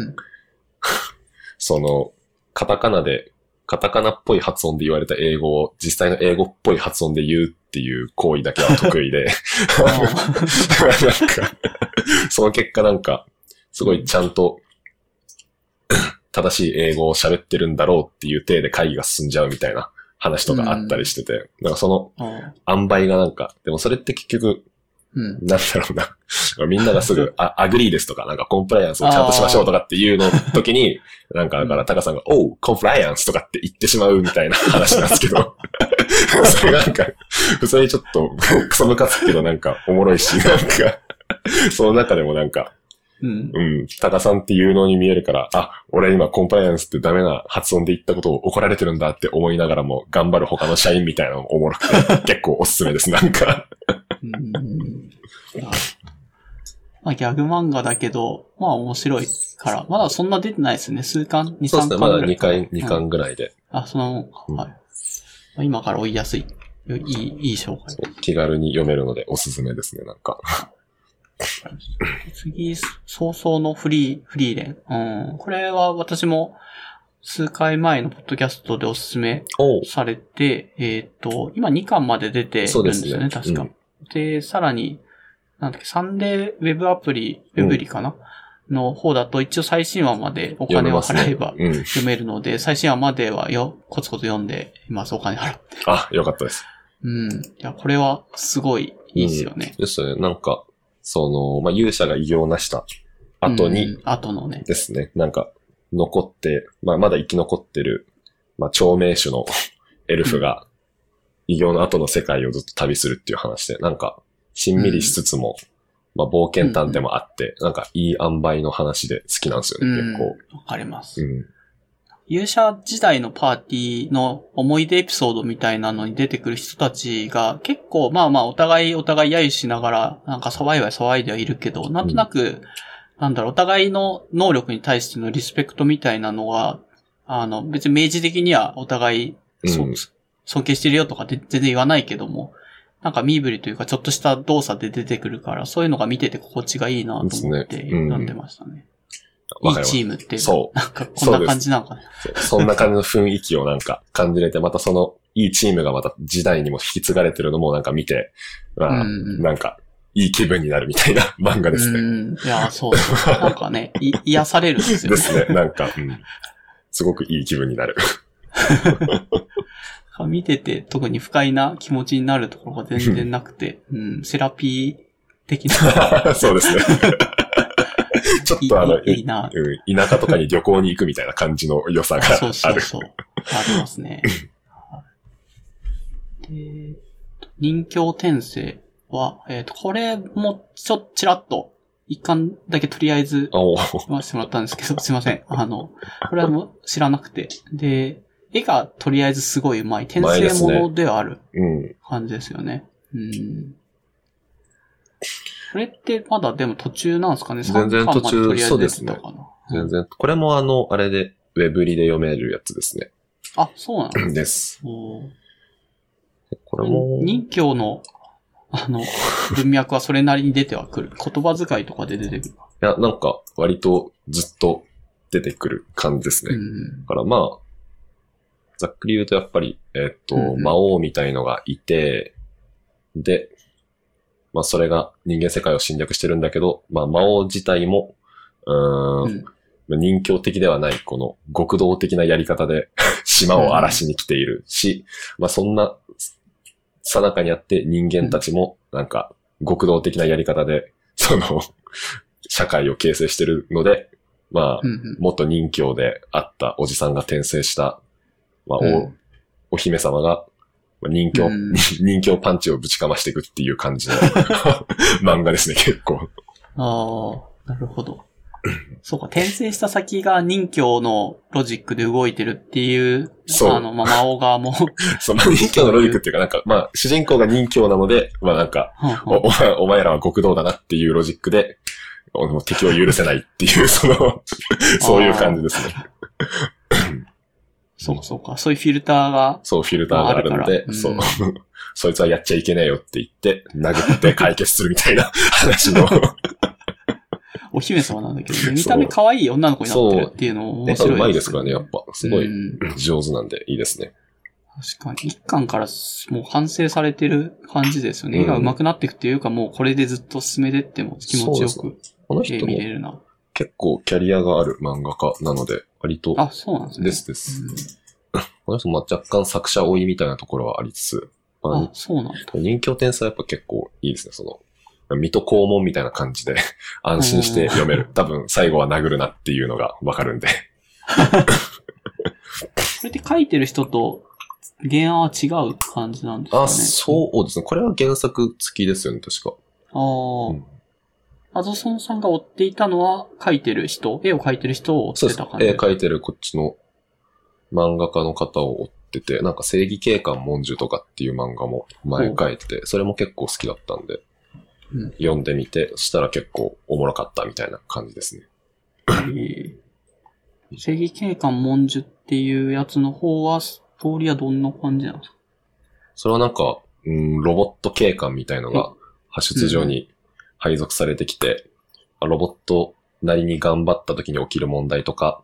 カタカナっぽい発音で言われた英語を実際の英語っぽい発音で言うっていう行為だけは得意で、なんか、その結果なんか、すごいちゃんと正しい英語を喋ってるんだろうっていう体で会議が進んじゃうみたいな話とかあったりしてて、なんかその塩梅がなんか、でもそれって結局、なんだろうな。みんながすぐ、アグリーですとか、なんかコンプライアンスをちゃんとしましょうとかっていうの時に、なんかだからタカさんが、コンプライアンスとかって言ってしまうみたいな話なんですけど、それがなんか、普通にちょっとクソムカつくけどなんかおもろいし、なんか、その中でもなんか、タカさんって有能に見えるから、俺今コンプライアンスってダメな発音で言ったことを怒られてるんだって思いながらも頑張る他の社員みたいなのもおもろくて、結構おすすめです、なんか。 まあギャグ漫画だけど、まあ面白いから、まだそんな出てないですね。数巻 ?2、3巻ぐらい。 そうですね、まだ2巻ぐらいで。 そのもんか。はい。今から追いやすい。いい紹介。 気軽に読めるのでおすすめですね、なんか。 次、早々のフリーレン。これは私も数回前のポッドキャストでおすすめされて、今2巻まで出てるんですよね、 そうですね確か。で、さらに、なんだっけ、サンデーウェブアプリ、ウェブリかな、の方だと一応最新話までお金を払えば読めるので、最新話まではコツコツ読んでいます、お金払って。 あ、よかったです。 いや、これはすごいいいですよね。 ですよね。なんか、勇者が偉業を成した後に、 後のね。 ですね。なんか、残って、まだ生き残ってる、長命種のエルフが、偉業の後の世界をずっと旅するっていう話で、なんか、しんみりしつつも、冒険探でもあって、なんか、いい塩梅の話で好きなんですよね、結構。 わかります。勇者時代のパーティーの思い出エピソードみたいなのに出てくる人たちが結構お互い揶揄しながらなんか騒いではいるけど、なんとなく、お互いの能力に対してのリスペクトみたいなのが、別に明示的にはお互い、尊敬してるよとか全然言わないけども、なんか身振りというかちょっとした動作で出てくるから、そういうのが見てて心地がいいなと思って読んでましたね。いいチームってそう。 なんかこんな感じなのかな。 そんな感じの雰囲気をなんか感じれて、またそのいいチームがまた時代にも引き継がれてるのもなんか見て、なんかいい気分になるみたいな漫画ですね。 いや、そう。なんかね、癒されるんですよね。 ですね。なんか、すごくいい気分になる。 見てて特に不快な気持ちになるところが全然なくて、セラピー的な。 そうですね。ちょっといいな。 田舎とかに旅行に行くみたいな感じの良さがある。 そう。ありますね。で、人形転生は、これもちらっと一巻だけとりあえず読ませてもらったんですけど、すいません。これはもう知らなくて。で、絵がとりあえずすごい上手い。転生ものではある感じですよね。これってまだでも途中なんですかね。 全然途中、そうですね。 全然。これもあれで、ウェブリで読めるやつですね。 あ、そうなんです。 これも。任侠の、文脈はそれなりに出てはくる。言葉遣いとかで出てくる。いや、なんか、割とずっと出てくる感じですね。だからざっくり言うとやっぱり、魔王みたいのがいて、で、それが人間世界を侵略してるんだけど、魔王自体も、人形的ではない、この極道的なやり方で島を荒らしに来ているし、そんな、さなかにあって人間たちも、なんか、極道的なやり方で、社会を形成してるので、もっと人形であったおじさんが転生した、お姫様が、人形パンチをぶちかましていくっていう感じの漫画ですね、結構。 ああ、なるほど。そうか、転生した先が人形のロジックで動いてるっていう、魔王側も。 そう、人形のロジックっていうか、なんか、主人公が人形なので、なんか、お前らは極道だなっていうロジックで、敵を許せないっていう、そういう感じですね。 そうか。そういうフィルターが。 そう、フィルターがあるので、そいつはやっちゃいけねえよって言って、殴って解決するみたいな話の。 お姫様なんだけど、見た目可愛い女の子になってるっていうのも面白いですね。 うまいですからね、やっぱ。すごい上手なんでいいですね。 確かに。一巻からもう完成されてる感じですよね。絵が上手くなっていくっていうか、もうこれでずっと進めてっても気持ちよく見れるな。 結構キャリアがある漫画家なので、割と。 あ、そうなんですね。 です。この人も若干作者多いみたいなところはありつつ。 そうなんだ。 人形転生はやっぱ結構いいですね。水戸黄門みたいな感じで安心して読める。多分最後は殴るなっていうのがわかるんで。 これって書いてる人と原案は違う感じなんですかね。 そうですね。これは原作付きですよね、確か。 アゾソンさんが追っていたのは絵を描いてる人を追ってた感じ。 絵描いてるこっちの漫画家の方を追ってて、なんか正義警官文殊とかっていう漫画も前描いてて、それも結構好きだったんで、読んでみて、そしたら結構おもろかったみたいな感じですね。 正義警官文殊っていうやつの方は、ストーリーはどんな感じなんですか？ それはなんか、ロボット警官みたいのが派出所に配属されてきて、ロボットなりに頑張った時に起きる問題とか、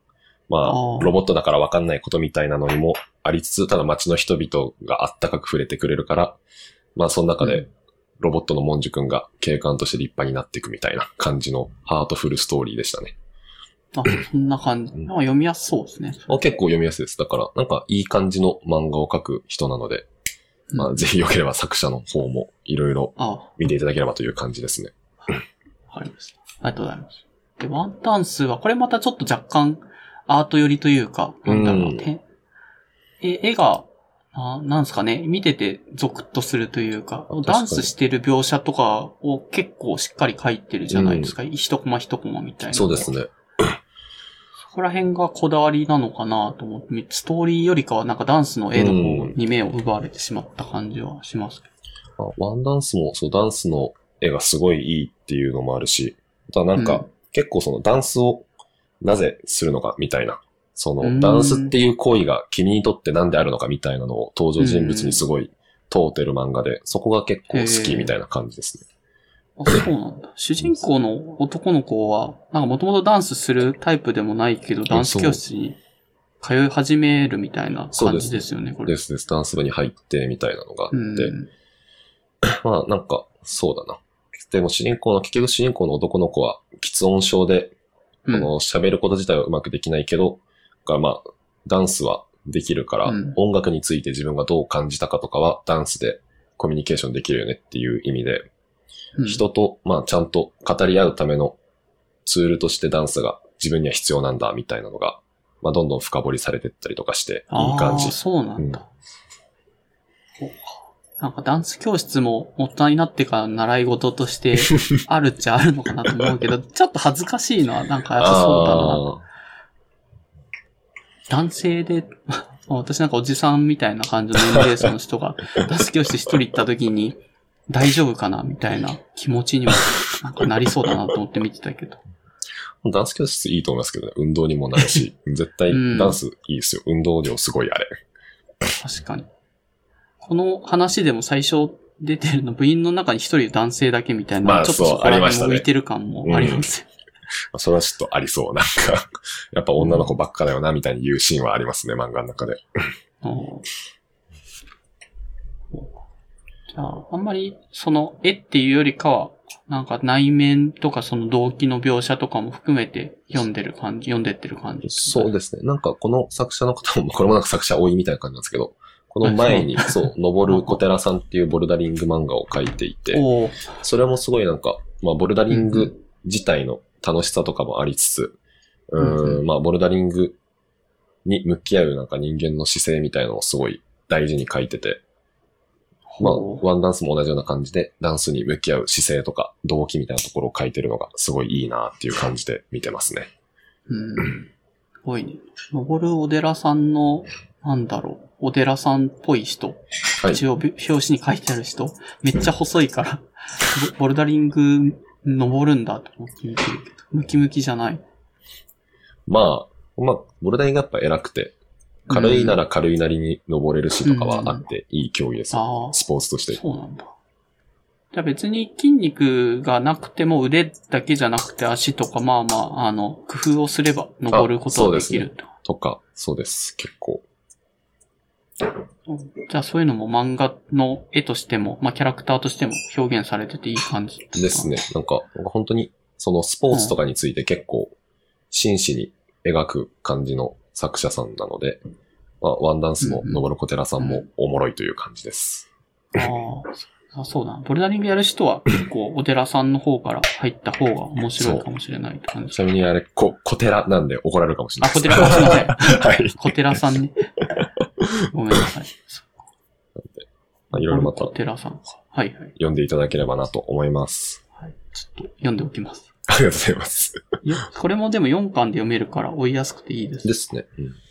まあ、ロボットだからわかんないことみたいなのにもありつつ、ただ街の人々があったかく触れてくれるから、まあその中でロボットのモンジュ君が警官として立派になっていくみたいな感じのハートフルストーリーでしたね。 あ、そんな感じ。なんか読みやすそうですね。 結構読みやすいです。だから、なんかいい感じの漫画を描く人なので、まあぜひよければ作者の方もいろいろ見ていただければという感じですね。 わかりました。ありがとうございます。で、ワンダンスは、これまたちょっと若干アート寄りというか、なんだろうね。絵が、なんですかね、見ててゾクッとするというか、ダンスしてる描写とかを結構しっかり描いてるじゃないですか。一コマ一コマみたいな。 そうですね。 そこら辺がこだわりなのかなと思って、ストーリーよりかはなんかダンスの絵の方に目を奪われてしまった感じはしますけど。ワンダンスも、そう、ダンスの絵がすごいいいっていうのもあるし、あとはなんか、結構そのダンスをなぜするのかみたいな、そのダンスっていう行為が君にとって何であるのかみたいなのを登場人物にすごい問うてる漫画で、そこが結構好きみたいな感じですね。 そうなんだ。主人公の男の子は、なんかもともとダンスするタイプでもないけど、ダンス教室に通い始めるみたいな感じですよね、これ。 です。ダンス部に入ってみたいなのがあって。まあなんか、そうだな。でも結局主人公の男の子は、喫音症で、喋ること自体はうまくできないけど、まあ、ダンスはできるから、音楽について自分がどう感じたかとかは、ダンスでコミュニケーションできるよねっていう意味で、人と、まあ、ちゃんと語り合うためのツールとしてダンスが自分には必要なんだ、みたいなのが、まあ、どんどん深掘りされていったりとかして、いい感じ。 そうなんだ。なんかダンス教室も大人になってから習い事としてあるっちゃあるのかなと思うけど、ちょっと恥ずかしいのはなんかやっぱそうだな。男性で、私なんかおじさんみたいな感じの年齢層の人がダンス教室一人行った時に大丈夫かなみたいな気持ちにもなんかなりそうだなと思って見てたけど。 ダンス教室いいと思いますけどね。運動にもなるし、絶対ダンスいいですよ。運動量すごいあれ。 確かに。この話でも最初出てるの部員の中に一人男性だけみたいな、ちょっとそこら辺も浮いてる感もありますよ。 それはちょっとありそう。なんか、やっぱ女の子ばっかだよな、みたいに言うシーンはありますね、漫画の中で。 じゃあ、あんまり、その絵っていうよりかは、なんか内面とかその動機の描写とかも含めて読んでってる感じ。 そうですね。なんかこの作者の方も、これもなんか作者多いみたいな感じなんですけど、この前に、登る小寺さんっていうボルダリング漫画を描いていて、それもすごいなんか、まあ、ボルダリング自体の楽しさとかもありつつ、まあ、ボルダリングに向き合うなんか人間の姿勢みたいなのをすごい大事に描いてて、まあ、ワンダンスも同じような感じで、ダンスに向き合う姿勢とか動機みたいなところを描いてるのがすごいいいなっていう感じで見てますね。 すごいね。登る小寺さんの、なんだろう。小寺さんっぽい人。一応、表紙に書いてある人。めっちゃ細いから、ボルダリング登るんだと思って見てるけど、ムキムキじゃない。 まあ、ボルダリングやっぱ偉くて、軽いなら軽いなりに登れるしとかはあっていい競技ですよ。スポーツとして。 そうなんだ。じゃあ別に筋肉がなくても腕だけじゃなくて足とかまあまあ、工夫をすれば登ることができると。 とか、そうです。結構。 じゃあそういうのも漫画の絵としても、まあキャラクターとしても表現されてていい感じですね。なんか本当にそのスポーツとかについて結構真摯に描く感じの作者さんなので、まあワンダンスも登る小寺さんもおもろいという感じです。 そうだ。ボルダリングやる人は結構お寺さんの方から入った方が面白いかもしれないって感じ。 ちなみにあれ、小寺なんで怒られるかもしれないです。小寺すいません。 はい。 小寺さんね。ごめんなさい。 いろいろまた、 小寺さん。はい。 読んでいただければなと思います。 はい。ちょっと読んでおきます。 ありがとうございます。 これもでも4巻で読めるから追いやすくていいです。 ですね。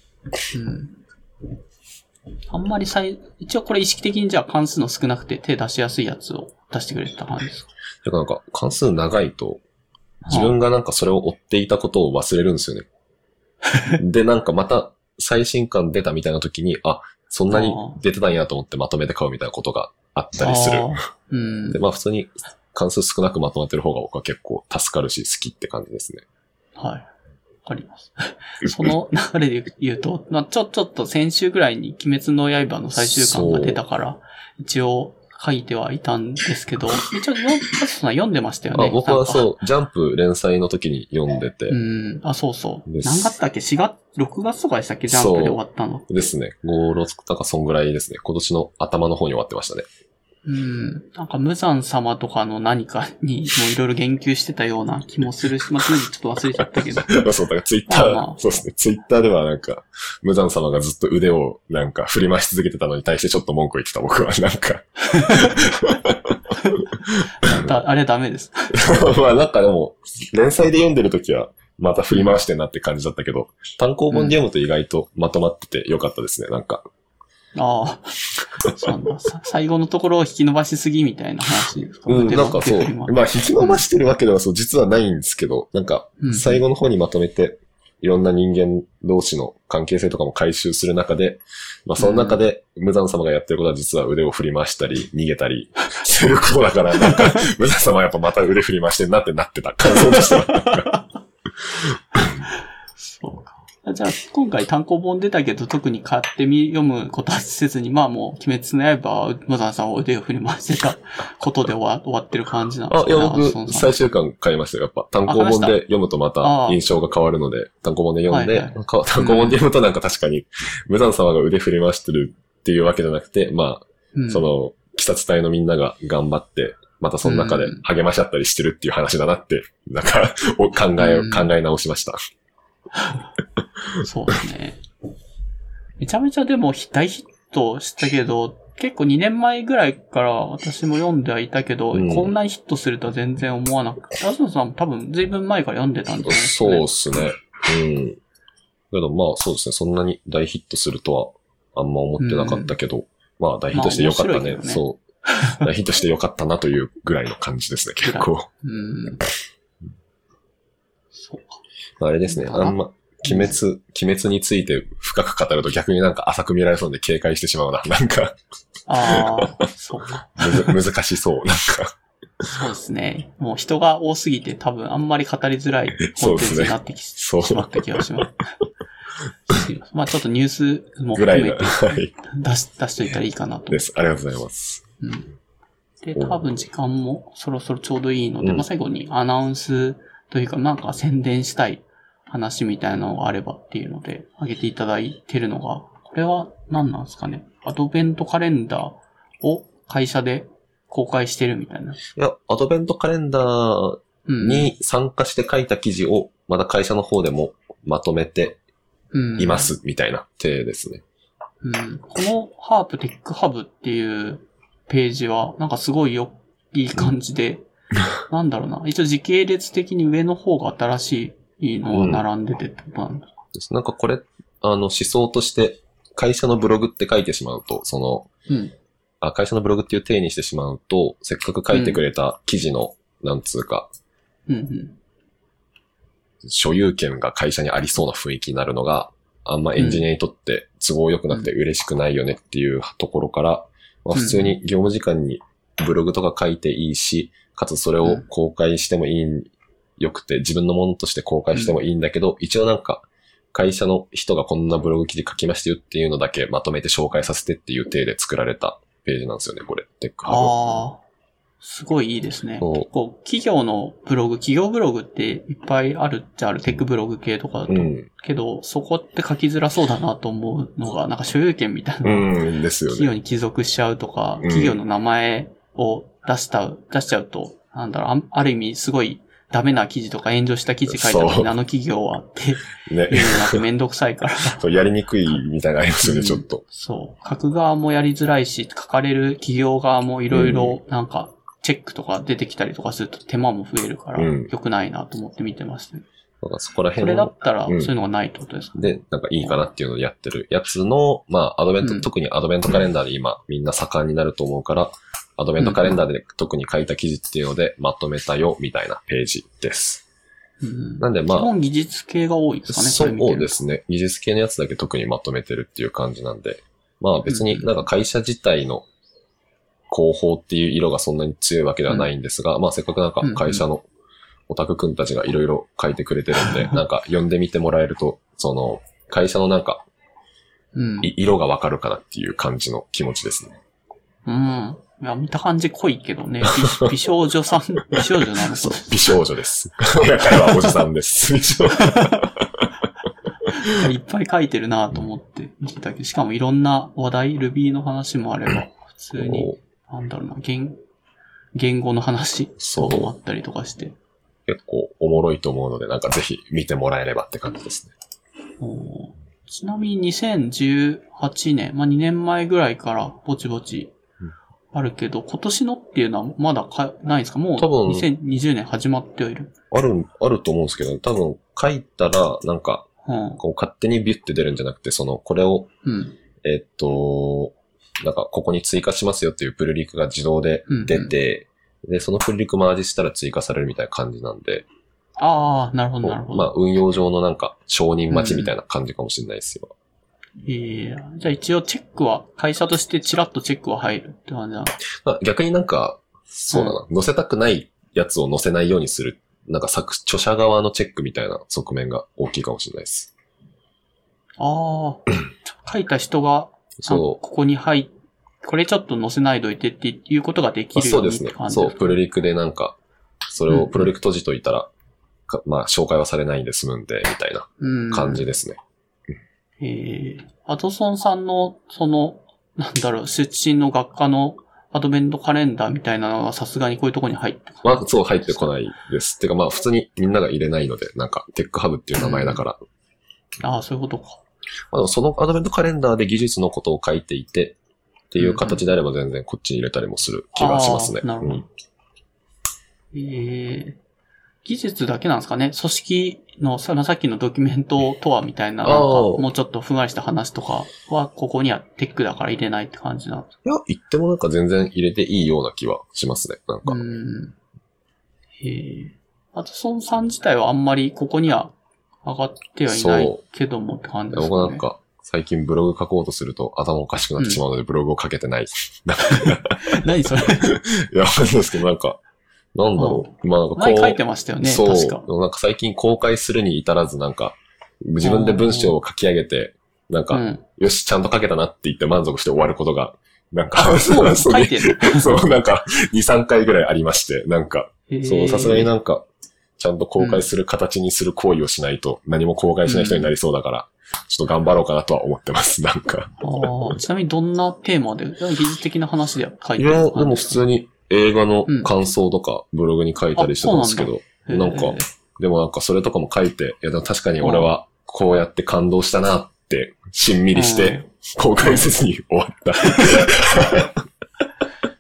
あんまり一応これ意識的にじゃあ関数の少なくて手出しやすいやつを出してくれた感じですか？ なんか関数長いと自分がなんかそれを追っていたことを忘れるんですよね。で、なんかまた最新刊出たみたいな時に、そんなに出てたんやと思ってまとめて買うみたいなことがあったりする。で、まあ普通に関数少なくまとまってる方が僕は結構助かるし好きって感じですね。 はい。 かります。その流れで言うと、まあ、ちょっと先週ぐらいに鬼滅の刃の最終巻が出たから、一応書いてはいたんですけど、一応、読んでましたよね。 僕はそう、ジャンプ連載の時に読んでて。 そうそう。何月だっけ ?4 月、6月とかでしたっけジャンプで終わったの。 ですね。5、6、なんかそんぐらいですね。今年の頭の方に終わってましたね。 なんか無惨様とかの何かにもいろいろ言及してたような気もするし、まあ、ちょっと忘れちゃったけど。 そう、だからツイッター、そうですね。ツイッターではなんか、無惨様がずっと腕をなんか振り回し続けてたのに対してちょっと文句言ってた僕はなんか。 あれダメです。 まあなんかでも、連載で読んでるときはまた振り回してんなって感じだったけど、単行本で読むと意外とまとまっててよかったですね、なんか。 ああ。そうなんだ。最後のところを引き伸ばしすぎみたいな話ですか？ なんかそう。まあ引き伸ばしてるわけではそう、実はないんですけど、なんか、最後の方にまとめて、いろんな人間同士の関係性とかも回収する中で、まあその中で、無惨様がやってることは実は腕を振り回したり、逃げたりすることだから、なんか、無惨様はやっぱまた腕振り回してんなってなってた感想でした。 そうか。じゃあ、今回単行本出たけど、特に買って読むことはせずに、まあもう、鬼滅の刃は、無惨さんを腕を振り回してたことで終わってる感じなんですかね。 いや、僕、最終巻買いましたよ。やっぱ、単行本で読むとまた印象が変わるので、単行本で読んで、単行本で読むとなんか確かに、無惨様が腕振り回してるっていうわけじゃなくて、まあ、その、鬼殺隊のみんなが頑張って、またその中で励まし合ったりしてるっていう話だなって、なんか、考え直しました。 そうですね。めちゃめちゃでも大ヒットしたけど、結構2年前ぐらいから私も読んではいたけど、こんなにヒットするとは全然思わなくて、東野さんも多分随分前から読んでたんじゃないですかね。 そうですね。けどまあそうですね、そんなに大ヒットするとはあんま思ってなかったけど、まあ大ヒットしてよかったね。そう。大ヒットしてよかったなというぐらいの感じですね、結構。 そうか。 あれですね、あんま、鬼滅について深く語ると逆になんか浅く見られそうで警戒してしまうな。なんかそうか。 難しそう、なんか。 そうですね。もう人が多すぎて多分あんまり語りづらいコンテンツになってしまった気がします。まあちょっとニュースも含めて出しといたらいいかなと。 です。ありがとうございます。 で、多分時間もそろそろちょうどいいので、まあ最後にアナウンスというかなんか宣伝したい話みたいなのがあればっていうので、挙げていただいてるのが、これは何なんですかね。アドベントカレンダーを会社で公開してるみたいな。いや、アドベントカレンダーに参加して書いた記事を、まだ会社の方でもまとめています、みたいな体ですね。 このハープテックハブっていうページは、なんかすごいいい感じで、なんだろうな。一応時系列的に上の方が新しいのが並んでてってことなんだ。 なんかこれ、思想として会社のブログって書いてしまうと、会社のブログっていう体にしてしまうと、せっかく書いてくれた記事の、なんつうか、所有権が会社にありそうな雰囲気になるのが、あんまエンジニアにとって都合良くなくて嬉しくないよねっていうところから、まあ、普通に業務時間にブログとか書いていいし、かつそれを公開してもよくて、自分のものとして公開してもいいんだけど、一応なんか、会社の人がこんなブログ記事書きましたよっていうのだけまとめて紹介させてっていう体で作られたページなんですよね、これ。テックハブ。 すごいいいですね。結構企業ブログっていっぱいあるっちゃある、テックブログ系とかだと。けど、そこって書きづらそうだなと思うのが、なんか所有権みたいな。 ですよね。 企業に帰属しちゃうとか、企業の名前を出しちゃうと、なんだろう、ある意味すごいダメな記事とか炎上した記事書いた時にあの企業はっていうのになってめんどくさいから。 そう、やりにくいみたいなのありますよね、ちょっと。 そう。書く側もやりづらいし、書かれる企業側もいろいろなんかチェックとか出てきたりとかすると手間も増えるから、良くないなと思って見てましたね。 そこら辺それだったら、そういうのがないってことですか、 で、なんかいいかなっていうのをやってるやつの、まあ、特にアドベントカレンダーで今みんな盛んになると思うから、アドベントカレンダーで特に書いた記事っていうのでまとめたよみたいなページです。なんでまあ。 基本技術系が多いですかね。 そうですね。技術系のやつだけ特にまとめてるっていう感じなんで。まあ別になんか会社自体の広報っていう色がそんなに強いわけではないんですが、まあせっかくなんか会社のオタクくんたちがいろいろ書いてくれてるんで、なんか読んでみてもらえると、会社のなんか、色がわかるかなっていう感じの気持ちですね。 いや、見た感じ濃いけどね。美少女なの？ そう、美少女です。彼はおじさんです。美少女。 いっぱい書いてるなと思って見てたけど、しかもいろんな話題、Ruby の話もあれば、普通に、なんだろうな、言語の話とかもあったりとかして。 結構おもろいと思うので、なんかぜひ見てもらえればって感じですね。 ちなみに2018年、2年前ぐらいからぼちぼちあるけど、今年のっていうのはまだないですか？もう2020年始まってはいる。 あると思うんですけど、多分書いたら、なんか、こう勝手にビュッて出るんじゃなくて、これを、なんかここに追加しますよっていうプルリクが自動で出て、で、そのプルリクマージしたら追加されるみたいな感じなんで。 ああ、なるほど、なるほど。 運用上のなんか承認待ちみたいな感じかもしれないですよ。 じゃあ一応チェックは、会社としてチラッとチェックは入るって感じなの？ 逆になんか、そうだな、載せたくないやつを載せないようにする。なんか著者側のチェックみたいな側面が大きいかもしれないです。 書いた人が、ここにこれちょっと載せないといてっていうことができるようにって感じですか？ そう、プルリクでなんか、それをプルリク閉じといたら、紹介はされないんで済むんで、みたいな感じですね。 アドソンさんの、なんだろう、出身の学科のアドベントカレンダーみたいなのはさすがにこういうところに入ってこない。 そう、入ってこないです。てか普通にみんなが入れないので、なんか、テックハブっていう名前だから。 そういうことか。 そのアドベントカレンダーで技術のことを書いていて、っていう形であれば全然こっちに入れたりもする気がしますね。 なるほど。技術だけなんですかね？組織のさっきのドキュメントとはみたいな、もうちょっとふんわりした話とかは、ここにはテックだから入れないって感じなんですか？ いや、言ってもなんか全然入れていいような気はしますね。なんか。 アドソンさん自体はあんまりここには上がってはいないけどもって感じですかね。 僕なんか、最近ブログ書こうとすると頭おかしくなってしまうのでブログを書けてない。 何それ？ いや、わかんないですけど、なんか、なんだろう。 前書いてましたよね、確か。 なんか最近公開するに至らず、なんか、自分で文章を書き上げて、なんか、よし、ちゃんと書けたなって言って満足して終わることが、なんか、 書いてる。 そう、なんか、2、3回ぐらいありまして、なんか、さすがになんか、ちゃんと公開する形にする行為をしないと、何も公開しない人になりそうだから、ちょっと頑張ろうかなとは思ってます、なんか。 ちなみにどんなテーマで、技術的な話で書いてる？ いや、でも普通に映画の感想とかブログに書いたりしてたんですけど、なんか、でもなんかそれとかも書いて、いや、確かに俺はこうやって感動したなって、しんみりして、公開せずに終わった。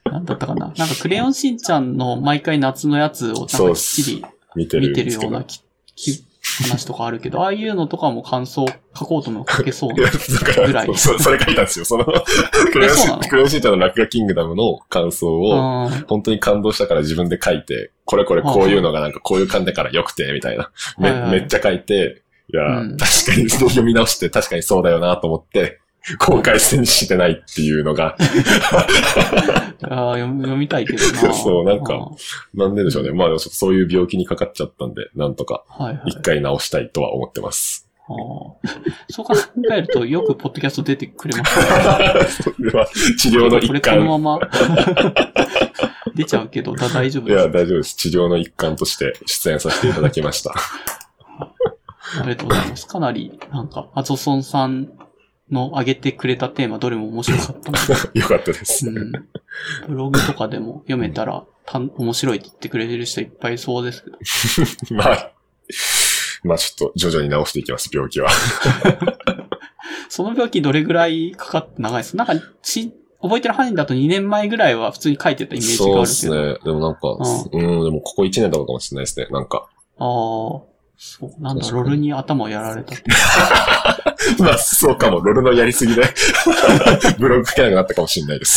なんだったかな？なんかクレヨンしんちゃんの毎回夏のやつをなんかきっちり見てるような話とかあるけど、ああいうのとかも感想書こうとも書けそうなぐらい。 それ書いたんですよ。クレヨンしんちゃんの落書キングダムの感想を、本当に感動したから自分で書いて、これこういうのがなんかこういう観点から良くて、みたいな。めっちゃ書いて、いや、確かに読み直して確かにそうだよなと思って、公開してないっていうのが読みたいけどな。 そう、なんか、なんででしょうね。ちょっとそういう病気にかかっちゃったんで、なんとか、一回治したいとは思ってます。 そう考えると、よくポッドキャスト出てくれますね。 それは治療の一環。 これこのまま出ちゃうけど、大丈夫です。 いや、大丈夫です。治療の一環として出演させていただきました。 ありがとうございます。かなり、なんか、アゾソンさんの上げてくれたテーマどれも面白かったので。よかったです、 ブログとかでも読めたら面白いって言ってくれてる人いっぱいいそうですけど。 ちょっと徐々に治していきます、病気は。 その病気どれぐらいかかって長いです？なんか、覚えてる範囲だと2年前ぐらいは普通に書いてたイメージがあるけど。 そうですね。でもなんか、でもここ1年とかかもしれないですね、なんか。 そう、なんだ、ロールに頭をやられたって。 そうかも。ロールのやりすぎで、ブログ書けなくなったかもしれないです。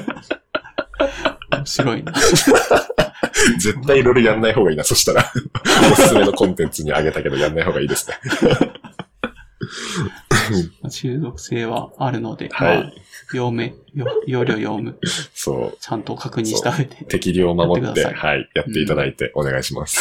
面白いな。 絶対ロールやんない方がいいな、そしたら。おすすめのコンテンツにあげたけど、やんない方がいいですね。 中毒性はあるので。 はい。 容量読む。 そう。 ちゃんと確認した上で。 適量を守って、はい、やっていただいてお願いします。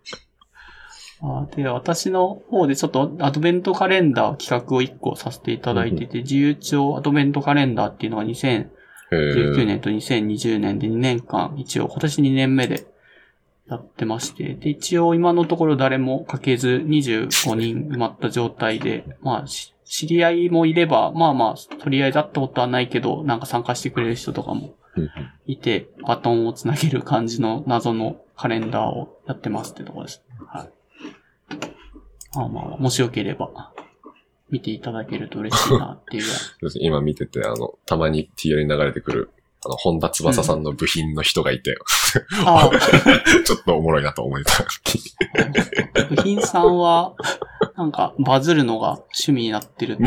で、私の方でちょっとアドベントカレンダー企画を1個させていただいてて、自由帳アドベントカレンダーっていうのが2019年と2020年で2年間、一応今年2年目でやってまして、で、一応今のところ誰もかけず25人埋まった状態で、まあ、知り合いもいれば、まあまあ、とりあえず会ったことはないけど、なんか参加してくれる人とかもいて、バトンをつなげる感じの謎のカレンダーをやってますってところです。はい。まあまあ、もしよければ、見ていただけると嬉しいなっていうぐらい。 今見てて、たまに TL に流れてくる、本田翼さんの部品の人がいて、ちょっとおもろいなと思えた。 部品さんは、なんか、バズるのが趣味になってるって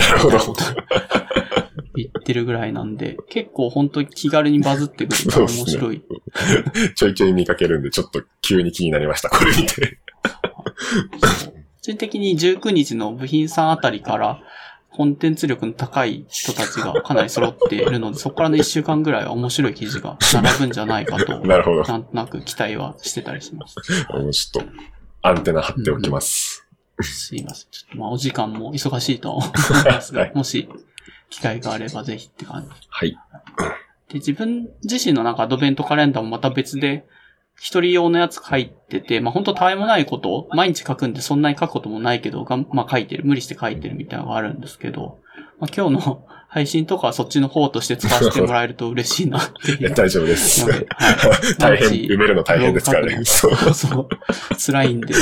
言ってるぐらいなんで、結構本当に気軽にバズってくるから面白い。 ちょいちょい見かけるんで、ちょっと急に気になりました、これ見て。 個人的に19日の部品さんあたりからコンテンツ力の高い人たちがかなり揃っているので、そこからの1週間ぐらいは面白い記事が並ぶんじゃないかと、 なるほど。 なんとなく期待はしてたりします。 ちょっとアンテナ張っておきます。 すいません。ちょっとまあお時間も忙しいと思いますが、はい、もし機会があればぜひって感じ。 はい。 で、自分自身のなんかアドベントカレンダーもまた別で、一人用のやつ書いてて、まあ本当たわいもないことを毎日書くんでそんなに書くこともないけど、まあ書いてる、無理して書いてるみたいなのがあるんですけど、まあ今日の配信とかはそっちの方として使わせてもらえると嬉しいなっていう。 大丈夫です。はい、大変、埋めるの大変ですからね。 そう。辛いんで、ぜ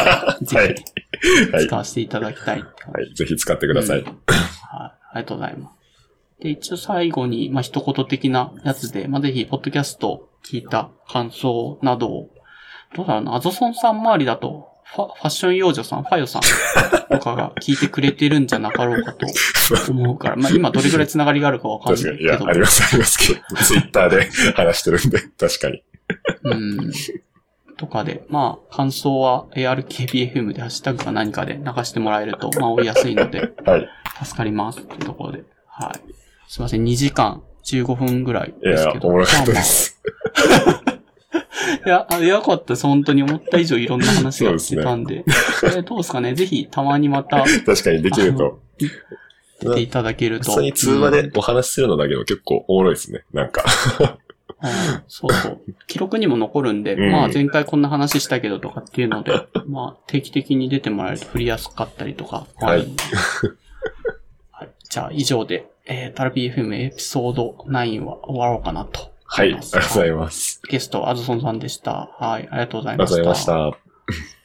ひ使わせていただきたいって感じ。 はい、ぜひ使ってください。はい、 ありがとうございます。で、一応最後に、まあ一言的なやつで、まあぜひ、ポッドキャスト聞いた感想などを、どうだろうな、アゾソンさん周りだと、ファッション幼女さん、ファヨさんとかが聞いてくれてるんじゃなかろうかと思うから、まあ今どれくらいつながりがあるかわかんないけど。 確かに、いや、ありますけど、ツイッターで話してるんで、確かに。 とかで、まあ、感想は ARKBFM でハッシュタグか何かで流してもらえると、まあ追いやすいので、 はい。 助かりますっていうところで、はい。すいません、2時間15分ぐらいですけど。 いや、おもろかったです。 いや、よかったです。本当に思った以上いろんな話が聞けたんで。どうですかね、ぜひたまにまた。 確かにできると。 出ていただけると。 普通に通話でお話しするのだけど結構おもろいですね、なんか。 そう。記録にも残るんで、まあ前回こんな話したけどとかっていうので、まあ定期的に出てもらえると振りやすかったりとか。 はい。 はい。じゃあ以上で、タラピー FM エピソード9は終わろうかなと。 はい、ありがとうございます。 ゲスト、アズソンさんでした。はい、ありがとうございました。 ありがとうございました。